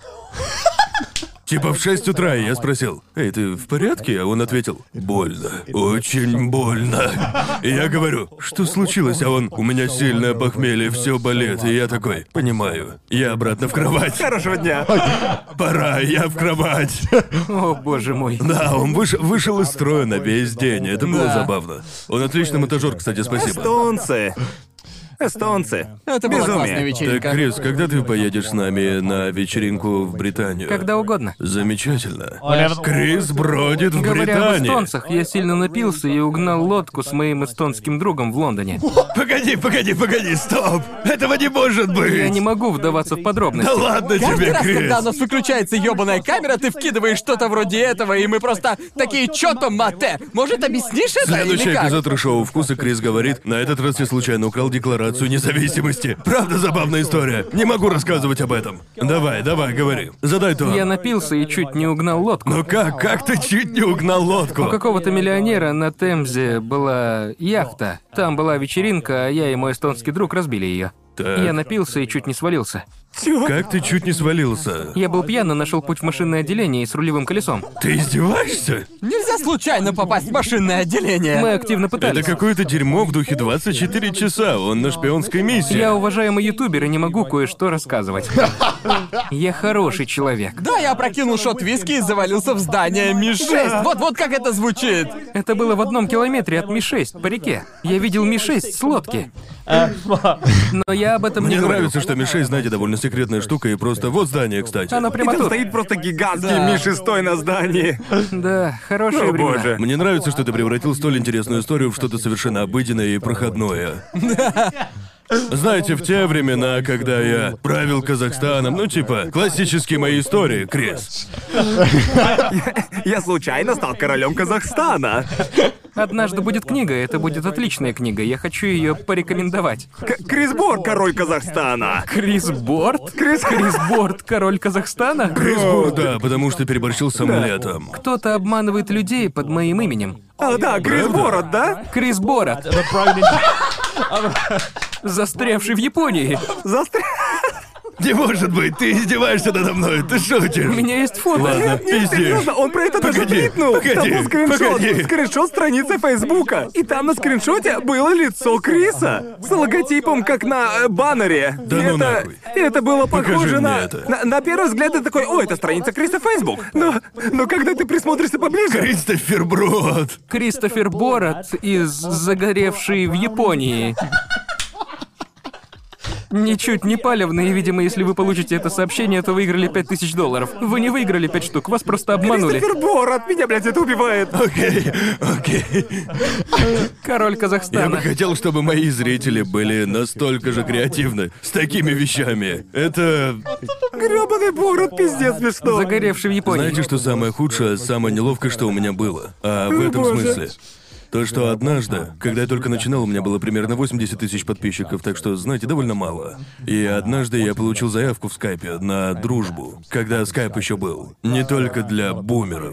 Типа в 6 утра, и я спросил: «Эй, ты в порядке?» А он ответил: «Больно. Очень больно». И я говорю: «Что случилось?» А он: «У меня сильное похмелье, все болит». И я такой: «Понимаю». Я обратно в кровать. Хорошего дня. Пора, я в кровать. О, боже мой. Да, он вышел из строя на весь день, это было Да. забавно. Он отличный монтажер, кстати, спасибо. Эстонцы. Это была Безумие. классная Так, вечеринка. Крис, когда ты поедешь с нами на вечеринку в Британию? Когда угодно. Замечательно. Крис бродит в Говоря об Британии. эстонцах, я сильно напился и угнал лодку с моим эстонским другом в Лондоне. Погоди, стоп! Этого не может быть! Я не могу вдаваться в подробности. Да ладно Каждый тебе, раз, Крис! когда у нас выключается ёбаная камера, ты вкидываешь что-то вроде этого, и мы просто такие: чё там, Мате? Может, объяснишь это Следующий или как? эпизод шоу «Вкус», и Крис говорит: «На этот раз я случайно украл Декларацию независимости». Правда забавная история. Не могу рассказывать об этом. Давай, говори. Задай то. Я напился и чуть не угнал лодку. Ну как ты чуть не угнал лодку? У какого-то миллионера на Темзе была яхта. Там была вечеринка, а я и мой эстонский друг разбили ее. Так. Я напился и чуть не свалился. Как ты чуть не свалился? Я был пьян и нашел путь в машинное отделение и с рулевым колесом. Ты издеваешься? Нельзя случайно попасть в машинное отделение. Мы активно Это пытались. какое-то дерьмо в духе 24 часа, он на шпионской миссии. Я уважаемый ютубер и не могу кое-что рассказывать. Я хороший человек. Да, я опрокинул шот виски и завалился в здание Ми-6. Вот как это звучит. Это было в 1 километре от Ми-6 по реке. Я видел Ми-6 с лодки. Но я об этом Мне не говорю. нравится, что Ми-6, знаете, довольно секретная штука, и просто вот здание, кстати. Оно И прямо там тут. стоит просто гигантский Да. Ми-6 на здании. Да, хорошие О, времена. боже. Мне нравится, что ты превратил столь интересную историю в что-то совершенно обыденное и проходное. Знаете, в те времена, когда я правил Казахстаном, классические мои истории, Крис. Я случайно стал королем Казахстана. Однажды будет книга, это будет отличная книга. Я хочу ее порекомендовать. Крис Бор, король Казахстана. Крис Борт? Крис Борт, король Казахстана? О, да, потому что переборщил с омлетом. Кто-то обманывает людей под моим именем. А, да, Крис Бород, да? Крис Борат. Застрявший в Японии. Не может быть, ты издеваешься надо мной, ты шутишь. У меня есть фото. Ладно, пиздишь. Серьезно, он про это даже Погоди, твитнул. Там погоди, был погоди. скриншот страницы Фейсбука. И там на скриншоте было лицо Криса. С логотипом, как на баннере. Да И ну это, нахуй. и это было Покажи похоже мне на, это. на первый взгляд ты такой: о, это страница Криса Фейсбук. Но когда ты присмотришься поближе... Кристофер Брод. Кристофер Борат из «Загоревший в Японии». ничуть не палевный, и, видимо, если вы получите это сообщение, то выиграли $5000. Вы не выиграли 5 штук, вас просто обманули. Кристофер Борат, меня, блядь, это убивает. Окей. Король Я бы Казахстана. хотел, чтобы мои зрители были настолько же креативны с такими вещами. Это... Грёбаный Борат, пиздец смешно. Загоревший в Японии. Знаете, что самое худшее, самое неловкое, что у меня было? А в этом смысле. То, что однажды, когда я только начинал, у меня было примерно 80 тысяч подписчиков, так что, знаете, довольно мало. И однажды я получил заявку в скайпе на дружбу, когда скайп еще был. Не только для бумеров.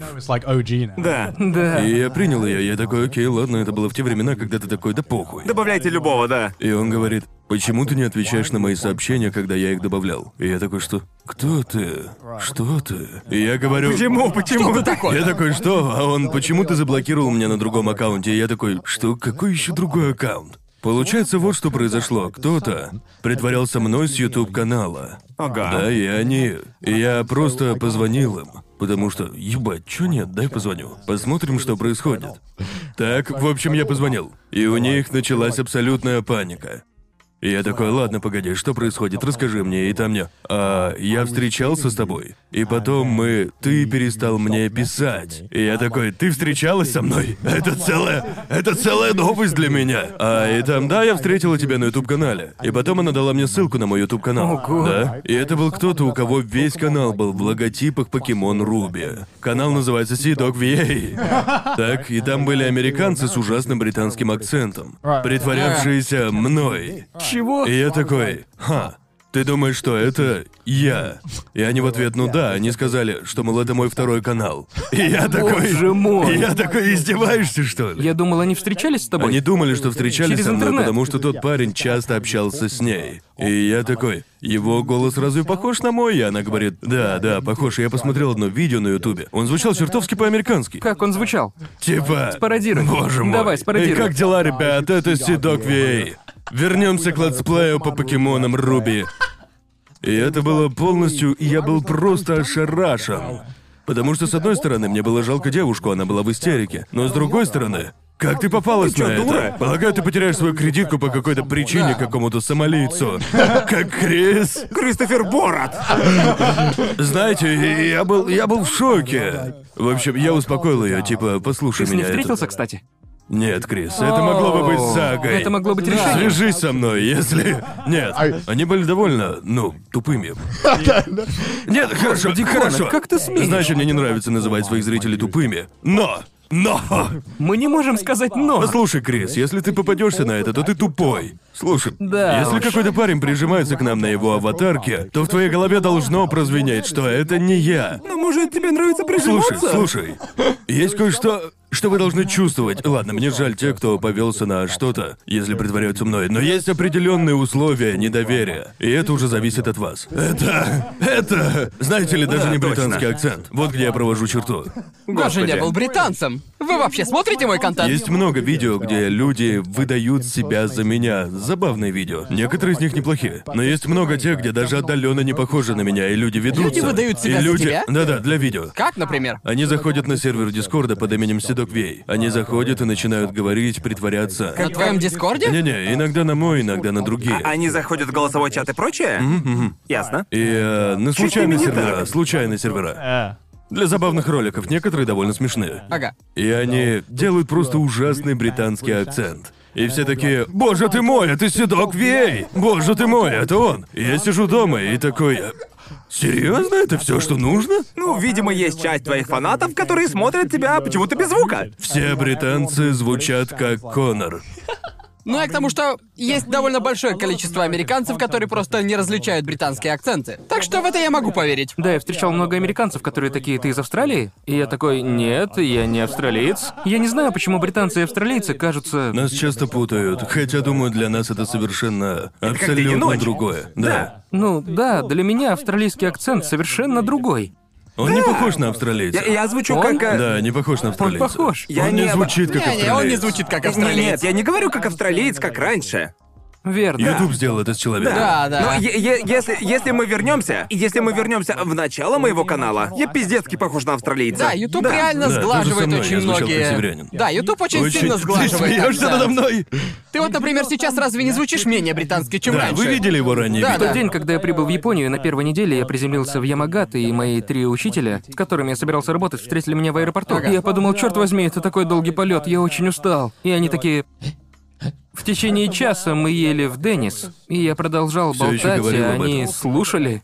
Да. Да. И я принял ее, я такой, окей, ладно, это было в те времена, когда ты такой, да похуй. Добавляйте любого, да. И он говорит, почему ты не отвечаешь на мои сообщения, когда я их добавлял? И я такой, что? Кто ты? Что ты? И я говорю... Почему? Что ты такой? Я такой, что? А он, почему ты заблокировал меня на другом аккаунте? И я такой, что? Какой еще другой аккаунт? Получается, вот что произошло. Кто-то притворялся мной с YouTube-канала. Ага. Да, и они... И я просто позвонил им. Потому что, ебать, чё нет, дай позвоню. Посмотрим, что происходит. Так, в общем, я позвонил. И у них началась абсолютная паника. И я такой, ладно, погоди, что происходит, расскажи мне, и там мне. Я встречался с тобой, и потом ты перестал мне писать. И я такой, ты встречалась со мной? Это целая новость для меня. И там, да, я встретила тебя на YouTube-канале. И потом она дала мне ссылку на мой YouTube-канал. Ого. Да? И это был кто-то, у кого весь канал был в логотипах Покемон Руби. Канал называется CDogVA. Так, и там были американцы с ужасным британским акцентом, притворявшиеся мной. Чего? И я такой, ты думаешь, что это я? И они в ответ, ну да, они сказали, что, мол, это мой второй канал. И я такой... Боже мой. И я такой, издеваешься, что ли? Я думал, они встречались с тобой. Они думали, что встречались Через со мной, интернет. потому что тот парень часто общался с ней. И я такой, его голос разве похож на мой? И она говорит, да, похож. И я посмотрел одно видео на Ютубе. Он звучал чертовски по-американски. Как он звучал? Типа... Спародируй. Боже мой. Давай, спародируй. И как дела, ребят? Это CDogVA. Вернемся к летсплею по покемонам Руби. И это было полностью... Я был просто ошарашен. Потому что, с одной стороны, мне было жалко девушку, она была в истерике. Но с другой стороны... Как ты попалась Ты чё, на это? дура? Полагаю, ты потеряешь свою кредитку по какой-то причине какому-то сомалийцу. Как Крис. Кристофер Борат. Знаете, я был в шоке. В общем, я успокоил ее, типа, послушай Ты с ней меня. встретился, кстати? Нет, Крис, это могло бы быть сагой. Это могло быть решением. Свяжись со мной, если... Нет, они были довольно, тупыми. Нет, хорошо, хорошо. как ты смеешь? Значит, мне не нравится называть своих зрителей тупыми. Но! Мы не можем сказать «но». Послушай, Крис, если ты попадешься на это, то ты тупой. Слушай, Да если уж. какой-то парень прижимается к нам на его аватарке, то в твоей голове должно прозвенеть, что это не я. Ну, может, тебе нравится прижиматься? Слушай, есть кое-что, что вы должны чувствовать. Ладно, мне жаль тех, кто повелся на что-то, если притворяются мной, но есть определенные условия недоверия, и это уже зависит от вас. Это, знаете ли, даже Да, не точно. британский акцент. Вот где я провожу черту. Даже не был британцем. Вы вообще смотрите мой контент? Есть много видео, где люди выдают себя за меня. Забавные видео. Некоторые из них неплохие. Но есть много тех, где даже отдаленно не похожи на меня, и люди ведутся. Люди выдают себя и за люди... тебя? Да-да, для видео. Как, например? Они заходят на сервер Дискорда под именем CDogVA. Они заходят и начинают говорить, притворяться. На твоем Дискорде? Не-не, иногда на мой, иногда на другие. Они заходят в голосовой чат и прочее? Ясно. И на случайные Чуть ли не сервера, так. случайные сервера. Для забавных роликов, некоторые довольно смешные. Ага. И они делают просто ужасный британский акцент. И все такие, боже ты мой, это CDogVA! Боже ты мой, это он! И я сижу дома и такой, серьезно, это все, что нужно? Ну, видимо, есть часть твоих фанатов, которые смотрят тебя почему-то без звука. Все британцы звучат как Конор. Ну, я к тому, что есть довольно большое количество американцев, которые просто не различают британские акценты. Так что в это я могу поверить. Да, я встречал много американцев, которые такие: ты из Австралии? И я такой: нет, я не австралиец. Я не знаю, почему британцы и австралийцы кажутся... Нас часто путают, хотя, думаю, для нас это совершенно день и абсолютно ночь. другое. Да. Ну да, для меня австралийский акцент совершенно другой. Он не похож на австралийца. Я звучу Он? как... Да, не похож на австралийца. похож. Я Он не не- звучит как Не-не, он не австралиец. звучит как Нет, австралиец. я не говорю как австралиец, как раньше. Верно. YouTube сделал это с человеком. Да, да. Но если мы вернемся в начало моего канала, я пиздецки похож на австралийца. Да, YouTube реально Да, сглаживает тоже со мной, очень я звучал как многие. северянин. Да, YouTube очень сильно Ты сглаживает. смеешься так, да. надо мной? Ты вот, например, сейчас разве не звучишь менее британский, чем Да, раньше? вы видели его ранее? Да, В тот день, когда я прибыл в Японию, на первой неделе я приземлился в Ямагата, и мои 3 учителя, с которыми я собирался работать, встретили меня в аэропорту. Ага. И я подумал, черт возьми, это такой долгий полет, я очень устал. И они такие... В течение часа мы ели в Деннис, и я продолжал Всё ещё болтать, и говорил об они этом. слушали.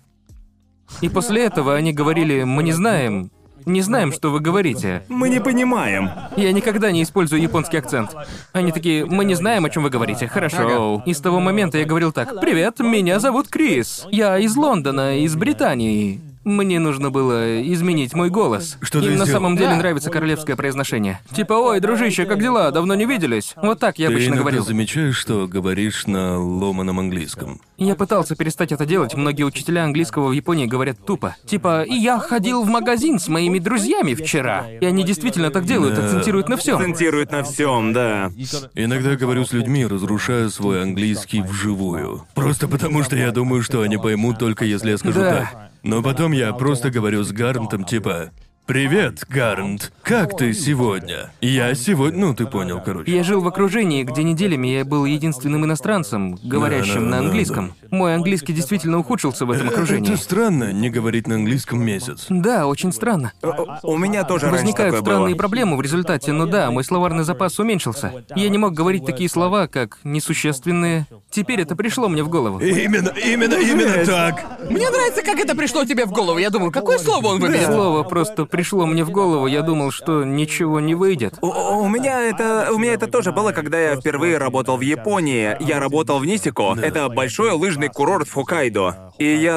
И после этого они говорили, мы не знаем, что вы говорите. Мы не понимаем. Я никогда не использую японский акцент. Они такие, мы не знаем, о чем вы говорите. Хорошо. И с того момента я говорил так: привет, меня зовут Крис. Я из Лондона, из Британии. Мне нужно было изменить мой голос. Что ты Им на сделал? самом деле Да. нравится королевское произношение. Типа, ой, дружище, как дела? Давно не виделись. Вот так я Ты обычно иногда говорил. замечаешь, что говоришь на ломаном английском. Я пытался перестать это делать. Многие учителя английского в Японии говорят тупо. Типа, я ходил в магазин с моими друзьями вчера. И они действительно так делают, Да. акцентируют на всем. Акцентирует на всем, да. Иногда говорю с людьми, разрушая свой английский вживую. Просто потому, что я думаю, что они поймут только если я скажу Да. так. Но потом я просто говорю с Гарнтом типа: «Привет, Гарнт, как ты сегодня?» Я сегодня... Ну, ты понял, короче. Я жил в окружении, где неделями я был единственным иностранцем, говорящим на Да. английском. Мой английский действительно ухудшился в этом окружении. Это странно, не говорить на английском месяц. Да, очень странно. У меня тоже раньше Возникают такое странные было. проблемы в результате, но да, мой словарный запас уменьшился. Я не мог говорить такие слова, как «несущественные». Теперь это пришло мне в голову. Именно так. Мне нравится, как это пришло тебе в голову. Я думал, какое слово он выберет? Слово просто пришло мне в голову, я думал, что ничего не выйдет. У меня это тоже было, когда я впервые работал в Японии. Я работал в Нисико. Это большой лыжный курорт в Хоккайдо. И я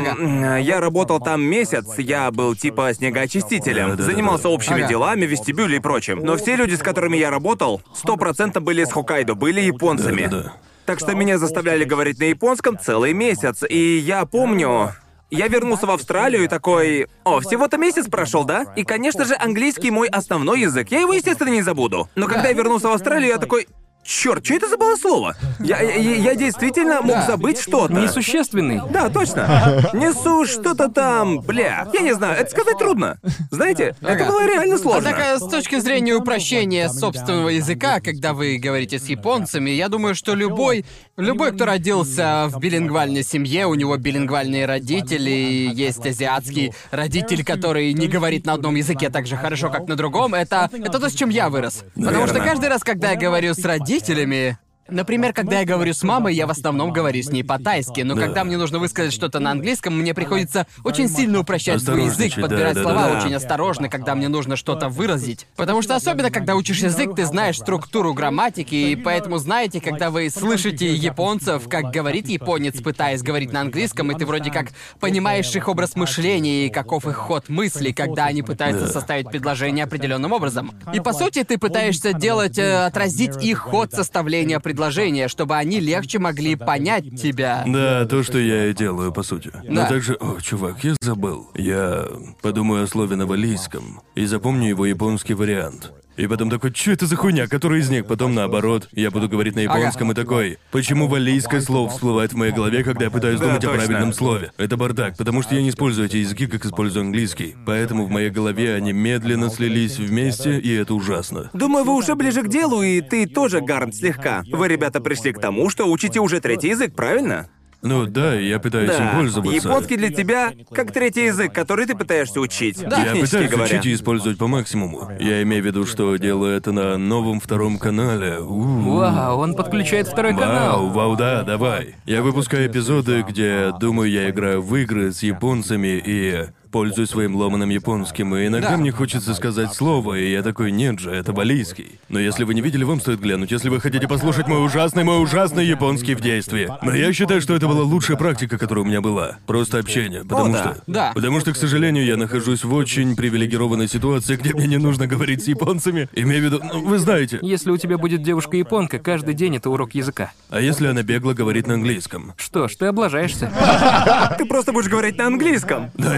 я работал там месяц, я был типа снегоочистителем. Да. Занимался общими Ага. делами, вестибюлем и прочим. Но все люди, с которыми я работал, 100% были из Хоккайдо, были японцами. Да. Так что меня заставляли говорить на японском целый месяц. И я помню, я вернулся в Австралию и такой: о, всего-то месяц прошел, да? И, конечно же, английский мой основной язык. Я его, естественно, не забуду. Но когда я вернулся в Австралию, я такой: черт, что это за было слово? Я действительно мог забыть что-то. Несущественный. Да, точно. Несу что-то там, бля. Я не знаю, это сказать трудно. Знаете, это было реально сложно. Однако, с точки зрения упрощения собственного языка, когда вы говорите с японцами, я думаю, что любой, кто родился в билингвальной семье, у него билингвальные родители, есть азиатский родитель, который не говорит на одном языке так же хорошо, как на другом, это то, с чем я вырос. Потому что Верно. каждый раз, когда я говорю с родителями, например, когда я говорю с мамой, я в основном говорю с ней по-тайски, но когда мне нужно высказать что-то на английском, мне приходится очень сильно упрощать свой язык, Осторожничать, подбирать да, слова да. очень осторожно, когда мне нужно что-то выразить. Потому что особенно, когда учишь язык, ты знаешь структуру грамматики, и поэтому знаете, когда вы слышите японцев, как говорит японец, пытаясь говорить на английском, и ты вроде как понимаешь их образ мышления и каков их ход мысли, когда они пытаются составить предложение определенным образом. И по сути ты пытаешься отразить их ход составления предложения, чтобы они легче могли понять тебя. Да, то, что я и делаю, по сути. Но Да. также... О, чувак, я забыл. Я подумаю о слове на валлийском и запомню его японский вариант. И потом такой: что это за хуйня, который из них? Потом наоборот, я буду говорить на японском и такой: почему валлийское слово всплывает в моей голове, когда я пытаюсь Да, думать о точно. правильном слове? Это бардак, потому что я не использую эти языки, как использую английский. Поэтому в моей голове они медленно слились вместе, и это ужасно. Думаю, вы уже ближе к делу, и ты тоже, Гарнт, слегка. Вы, ребята, пришли к тому, что учите уже третий язык, правильно? Ну да, я пытаюсь им пользоваться. Японский для тебя как третий язык, который ты пытаешься учить. Я Технически пытаюсь говоря. учить и использовать по максимуму. Я имею в виду, что делаю это на новом втором канале. Вау, он подключает второй канал. Вау, да, давай. Я выпускаю эпизоды, где, думаю, я играю в игры с японцами и пользуюсь своим ломаным японским, и иногда Да. мне хочется сказать слово, и я такой: нет же, это валлийский. Но если вы не видели, вам стоит глянуть, если вы хотите послушать мой ужасный японский в действии. Но я считаю, что это была лучшая практика, которая у меня была. Просто общение, потому да. что... Да. Потому что, к сожалению, я нахожусь в очень привилегированной ситуации, где мне не нужно говорить с японцами. Имею в виду, ну, вы знаете. Если у тебя будет девушка-японка, каждый день это урок языка. А если она бегло говорит на английском? Что ж, ты облажаешься. Ты просто будешь говорить на английском. Да, если бы вы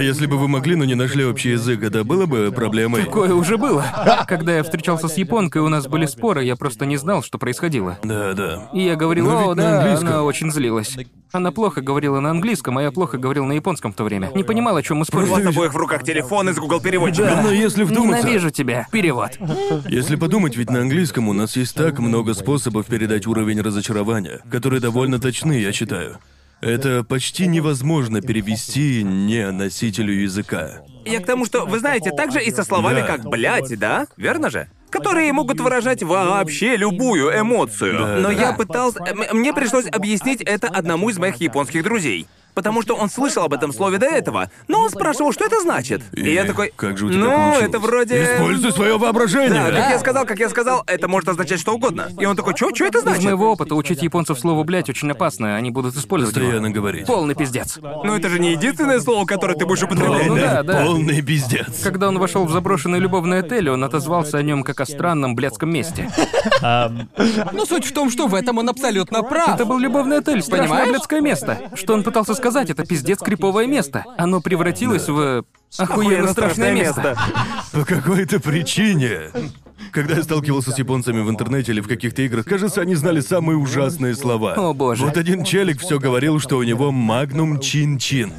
бы могли, но не нашли общий язык, это было бы проблемой. Такое уже было. Когда я встречался с японкой, у нас были споры, я просто не знал, что происходило. Да. И я говорил, Но ведь о, на да, английском. она очень злилась. Она плохо говорила на английском, а я плохо говорил на японском в то время. Не понимал, о чем мы У спорили. вас обоих в руках телефон из Google переводчика. Но если вдуматься... Ненавижу тебя. Перевод. Если подумать, ведь на английском у нас есть так много способов передать уровень разочарования, которые довольно точны, я считаю. Это почти невозможно перевести не носителю языка. Я к тому, что, вы знаете, так же и со словами Да. как «блядь», да? Верно же? Которые могут выражать вообще любую эмоцию. Да. Но я пытался... Мне пришлось объяснить это одному из моих японских друзей. Потому что он слышал об этом слове до этого, но он спрашивал, что это значит. И я такой... Как же у тебя ну, получилось? это вроде... Используй свое воображение! Да, как я сказал, это может означать что угодно. И он такой, что это Из значит? моего опыта учить японцев слову «блядь» очень опасно, они будут использовать его. Постоянно говорить. Полный пиздец. Но это же не единственное слово, которое ты будешь употреблять. Ну да, да. Полный пиздец. Когда он вошел в заброшенный любовный отель, он отозвался о нем как о странном блядском месте. Но суть в том, что в этом он абсолютно прав. Это был любовный отель, страшное Понимаешь? блядское место. Что он пытался сказать, это пиздец криповое место. Оно превратилось в охуенно страшное место. По какой-то причине. Когда я сталкивался с японцами в интернете или в каких-то играх, кажется, они знали самые ужасные слова. О, боже. Вот один челик все говорил, что у него магнум чин-чин.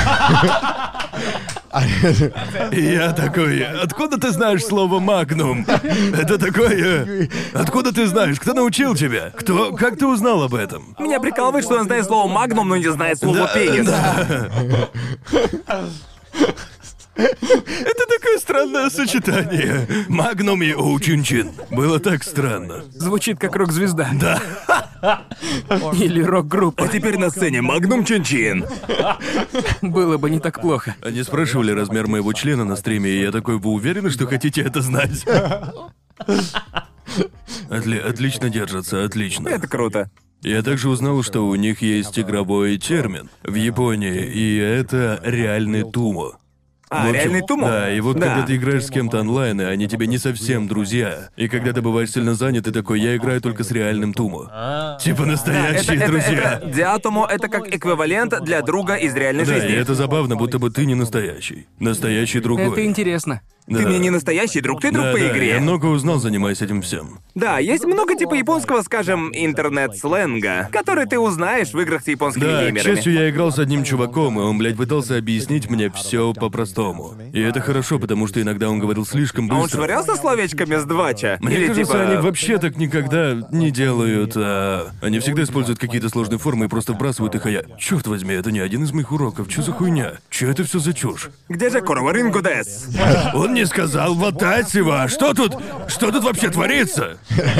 И я такой, откуда ты знаешь слово магнум? Это такое... Откуда ты знаешь? Кто научил тебя? Как ты узнал об этом? Меня прикалывает, что он знает слово «магнум», но не знает слово «пенис». Это такое странное сочетание. Магнум и оу-чин-чин. Было так странно. Звучит как рок-звезда. Да. Или рок-группа. А теперь на сцене «Магнум Чин-Чин». Было бы не так плохо. Они спрашивали размер моего члена на стриме, и я такой, вы уверены, что хотите это знать? Отлично держатся, отлично. Это круто. Я также узнал, что у них есть игровой термин в Японии, и это реальный тумо. А, В общем, реальный тумо? Да, и вот Да. когда ты играешь с кем-то онлайн, и они тебе не совсем друзья, и когда ты бываешь сильно занят, ты такой, я играю только с реальным тумо. Типа настоящие друзья. Диатомо — это как эквивалент для друга из реальной Да, и жизни. это забавно, будто бы ты не настоящий. Настоящий другой. Это интересно. Да. Ты мне не настоящий друг, ты друг Да, по да, игре. я много узнал, занимаясь этим всем. Да, есть много типа японского, скажем, интернет-сленга, который ты узнаешь в играх с японскими Да, к геймерами. счастью, я играл с одним чуваком, и он, блядь, пытался объяснить мне все по-простому. И это хорошо, потому что иногда он говорил слишком А он быстро. швырялся словечками с двача? Мне Или кажется, типа... они вообще так никогда не делают, они всегда используют какие-то сложные формы и просто вбрасывают их, а я... Черт возьми, это не один из моих уроков, что за хуйня? Что это все за чушь? Где же Короваринго Дэс? Он не сказал ватасива, что тут вообще творится?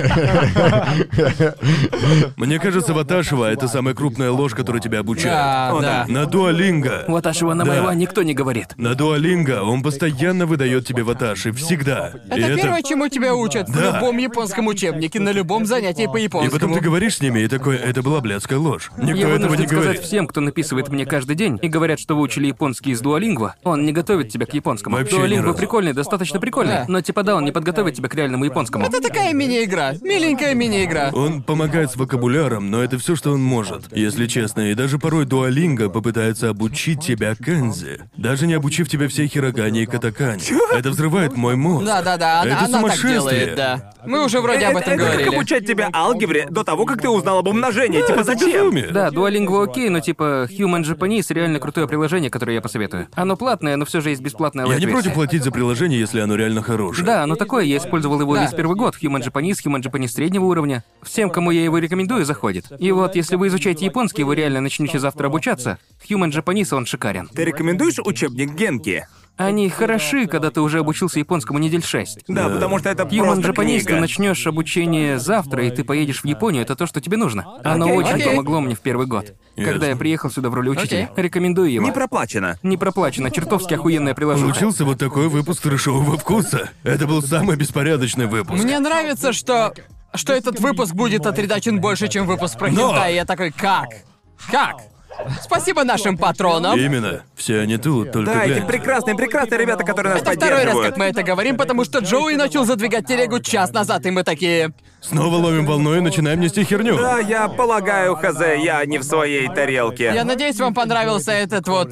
Мне кажется, ваташева — это самая крупная ложь, которая тебя обучает. Да, да. На дуалинго. Ваташева на Да. никто не говорит. На дуалинго он постоянно выдает тебе ваташи, всегда. И Это первое, чему тебя учат в Да. любом японском учебнике, на любом занятии по И потом японскому. ты говоришь с ними, и такой, это была блядская ложь. Никто Я этого вынужден не сказать говорит. всем, кто написывает мне каждый день и говорят, что выучили японский из Duolingo, он не готовит тебя к японскому. Вообще ни Duolingo разу. прикольный, достаточно прикольный, Да. но типа да, он не подготовит тебя к реальному японскому. Это такая мини-игра, миленькая мини-игра. Он помогает с вокабуляром, но это все, что он может, если честно. И даже порой дуалинго попытается обучить тебя канзи, даже не обучив тебя всей хирогане и катакане. Это взрывает мой мозг. Да-да-да, Это она так сумасшествие. делает, да. Мы уже вроде об этом Это как говорили. обучать тебя алгебре до того, как ты узнал об умножении. Типа зачем? Безумие. Да, Duolingo окей, но типа Human Japanese реально крутое приложение, которое я посоветую. Оно платное, но все же есть бесплатная Я не лайт-версия. против платить за приложение, если оно реально хорошее. Да, оно такое, я использовал его Да. весь первый год. Human Japanese среднего уровня. Всем, кому я его рекомендую, заходит. И вот, если вы изучаете японский, вы реально начнете завтра обучаться. Human Japanese, он шикарен. Ты рекомендуешь учебник Генки? Они хороши, когда ты уже обучился японскому недель 6. Да, потому что это Human просто Japanese, ты книга. начнешь обучение завтра, и ты поедешь в Японию, это то, что тебе нужно. Оно Окей, очень окей. помогло мне в первый год. Когда Ясно. я приехал сюда в роли учителя. Окей. Рекомендую его. Не проплачено. Не проплачено, чертовски охуенная приложуха. Получился вот такой выпуск трэшового вкуса. Это был самый беспорядочный выпуск. Мне нравится, что этот выпуск будет отредачен больше, чем выпуск про хентай. И я такой, как? Как? Спасибо нашим патронам. Именно. Все они тут, только Да, эти глянь. прекрасные ребята, которые нас Это второй раз, поддерживают. как мы это говорим, потому что Джоуи начал задвигать телегу час назад, и мы такие... Снова ловим волну и начинаем нести херню. Да, я полагаю, хз, я не в своей тарелке. Я надеюсь, вам понравился этот вот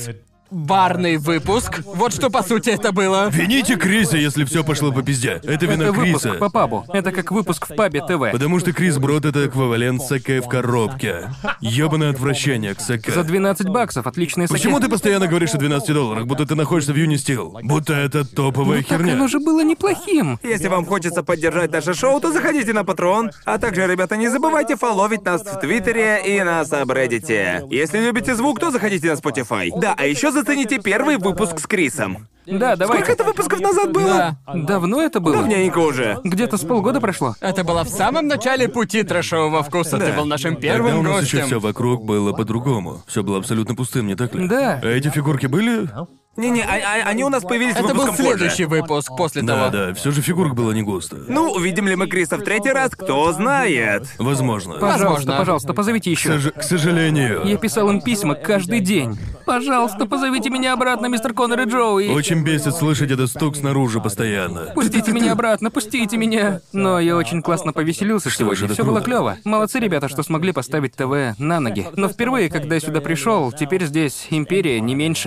барный выпуск. Вот что, по сути, это было. Вините Криса, если все пошло по пизде. Это вина Это выпуск Криса. по пабу. Это как выпуск в пабе ТВ. Потому что Крис Брод — это эквивалент саке в коробке. Ёбаное отвращение к саке. За 12 баксов отличные саке. Почему ты постоянно говоришь о $12, будто ты находишься в Юнистил? Будто это топовая Так херня. оно же было неплохим. Если вам хочется поддержать наше шоу, то заходите на Patreon. А также, ребята, не забывайте фолловить нас в Твиттере и на Сабреддите. Если любите звук, то заходите на Spotify. Да, а еще зацените первый выпуск с Крисом. Да, давай. Сколько это выпусков назад было? Да. Давно это было? Давненько уже. Где-то с полгода прошло. Это было в самом начале пути трэшового вкуса. Ты был нашим первым Тогда у нас еще гостем. все вокруг было по-другому. Все было абсолютно пустым, не так ли? Да. А эти фигурки были? Не-не, они у нас появились Это был выпуском позже. следующий выпуск после Да, того. да, все же фигурок было не густо. Ну, увидим ли мы Криса в третий раз, кто знает. Возможно. Пожалуйста, Возможно. пожалуйста, позовите еще. К сожалению. Я писал им письма каждый день. Пожалуйста, позовите меня обратно, мистер Коннор и Джоуи. Очень бесит слышать этот стук снаружи постоянно. Пустите меня обратно, пустите меня. Но я очень классно повеселился Что сегодня. ж, это Все было круто. клево. Молодцы ребята, что смогли поставить ТВ на ноги. Но впервые, когда я сюда пришел, теперь здесь империя не меньше.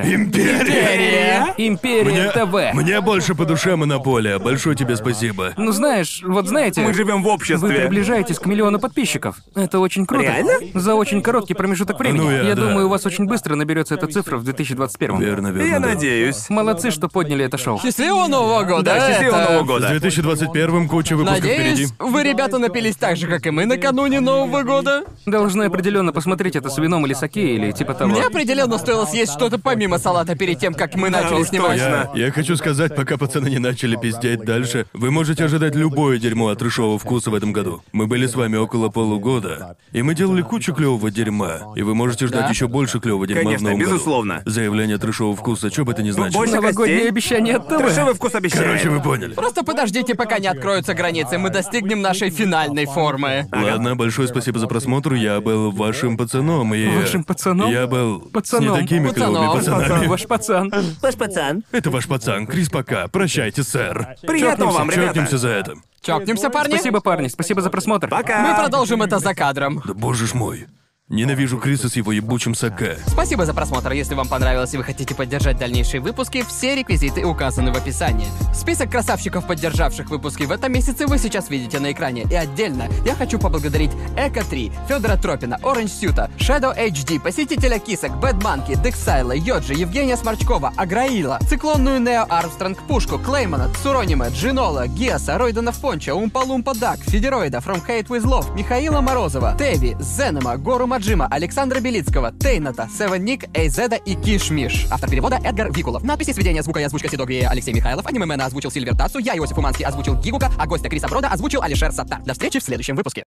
Империя! Империя ТВ. Мне больше по душе Монополия. Большое тебе спасибо. Ну знаешь, вот знаете, Мы живем в вы обществе. приближаетесь к миллиону подписчиков. Это очень круто. Реально? За очень короткий промежуток времени. Ну, я да. думаю, у вас очень быстро наберется эта цифра в 2021. Верно, верно. Я да. надеюсь. Молодцы, что подняли это шоу. Счастливого Нового года! Да, счастливого это- Нового С года. 2021 куча выпусков Надеюсь, впереди. вы, ребята, напились так же, как и мы накануне Нового года. Должны определенно посмотреть это с вином или саке, или типа того. Мне определенно стоило съесть что-то помимо салата перед тем, как мы начали уж снимать. точно. Я хочу сказать, пока пацаны не начали пиздеть дальше, вы можете ожидать любое дерьмо от трешового вкуса в этом году. Мы были с вами около полугода, и мы делали кучу клевого дерьма, и вы можете ждать Да. еще больше клевого дерьма Конечно, в новом безусловно. году. Заявление трешового вкуса, что бы это ни значило. больше Новогодние костей. обещания от ТВ. Трэшевый вкус обещает. Короче, вы поняли. Просто подождите, пока не откроются границы, мы достигнем нашей финальной формы. Ладно, большое спасибо за просмотр. Я был вашим пацаном, и... Вашим пацаном? Я был Пацаном. с не такими клевыми Пацаном. пацанами. Ваш пацан. Ваш пацан. Это ваш пацан, Крис, пока. Прощайте, сэр. Приятного вам, ребята. Чокнемся за это. Чокнемся, парни? Спасибо, парни, спасибо за просмотр. Пока. Мы продолжим это за кадром. Да боже ж мой. Ненавижу Криса с его ебучим саке. Спасибо за просмотр. Если вам понравилось и вы хотите поддержать дальнейшие выпуски, все реквизиты указаны в описании. Список красавчиков, поддержавших выпуски в этом месяце, вы сейчас видите на экране. И отдельно я хочу поблагодарить Эко 3, Федора Тропина, Оранж Сьюта, Shadow HD, Посетителя Кисок, Бэд Манки, Дексайла, Йоджи, Евгения Сморчкова, Аграила, Циклонную Нео Армстронг Пушку, Клеймана, Цуронима, Джинола, Гиаса, Ройдена Фонча, Умпа-Лумпа Дак, Федероида, From Hate With Love, Михаила Морозова, Теви, Зенема, Гору Маджима, Александра Белицкого, Тейната, Севен Ник, Эйзеда и Киш-Миш. Автор перевода Эдгар Викулов. Надписи, сведения звука и озвучка Сидогрия Алексей Михайлов, аниме-мена озвучил Сильвер Тацу, я, Иосиф Уманский, озвучил Гигука, а гостя Криса Брода озвучил Алишер Саттар. До встречи в следующем выпуске.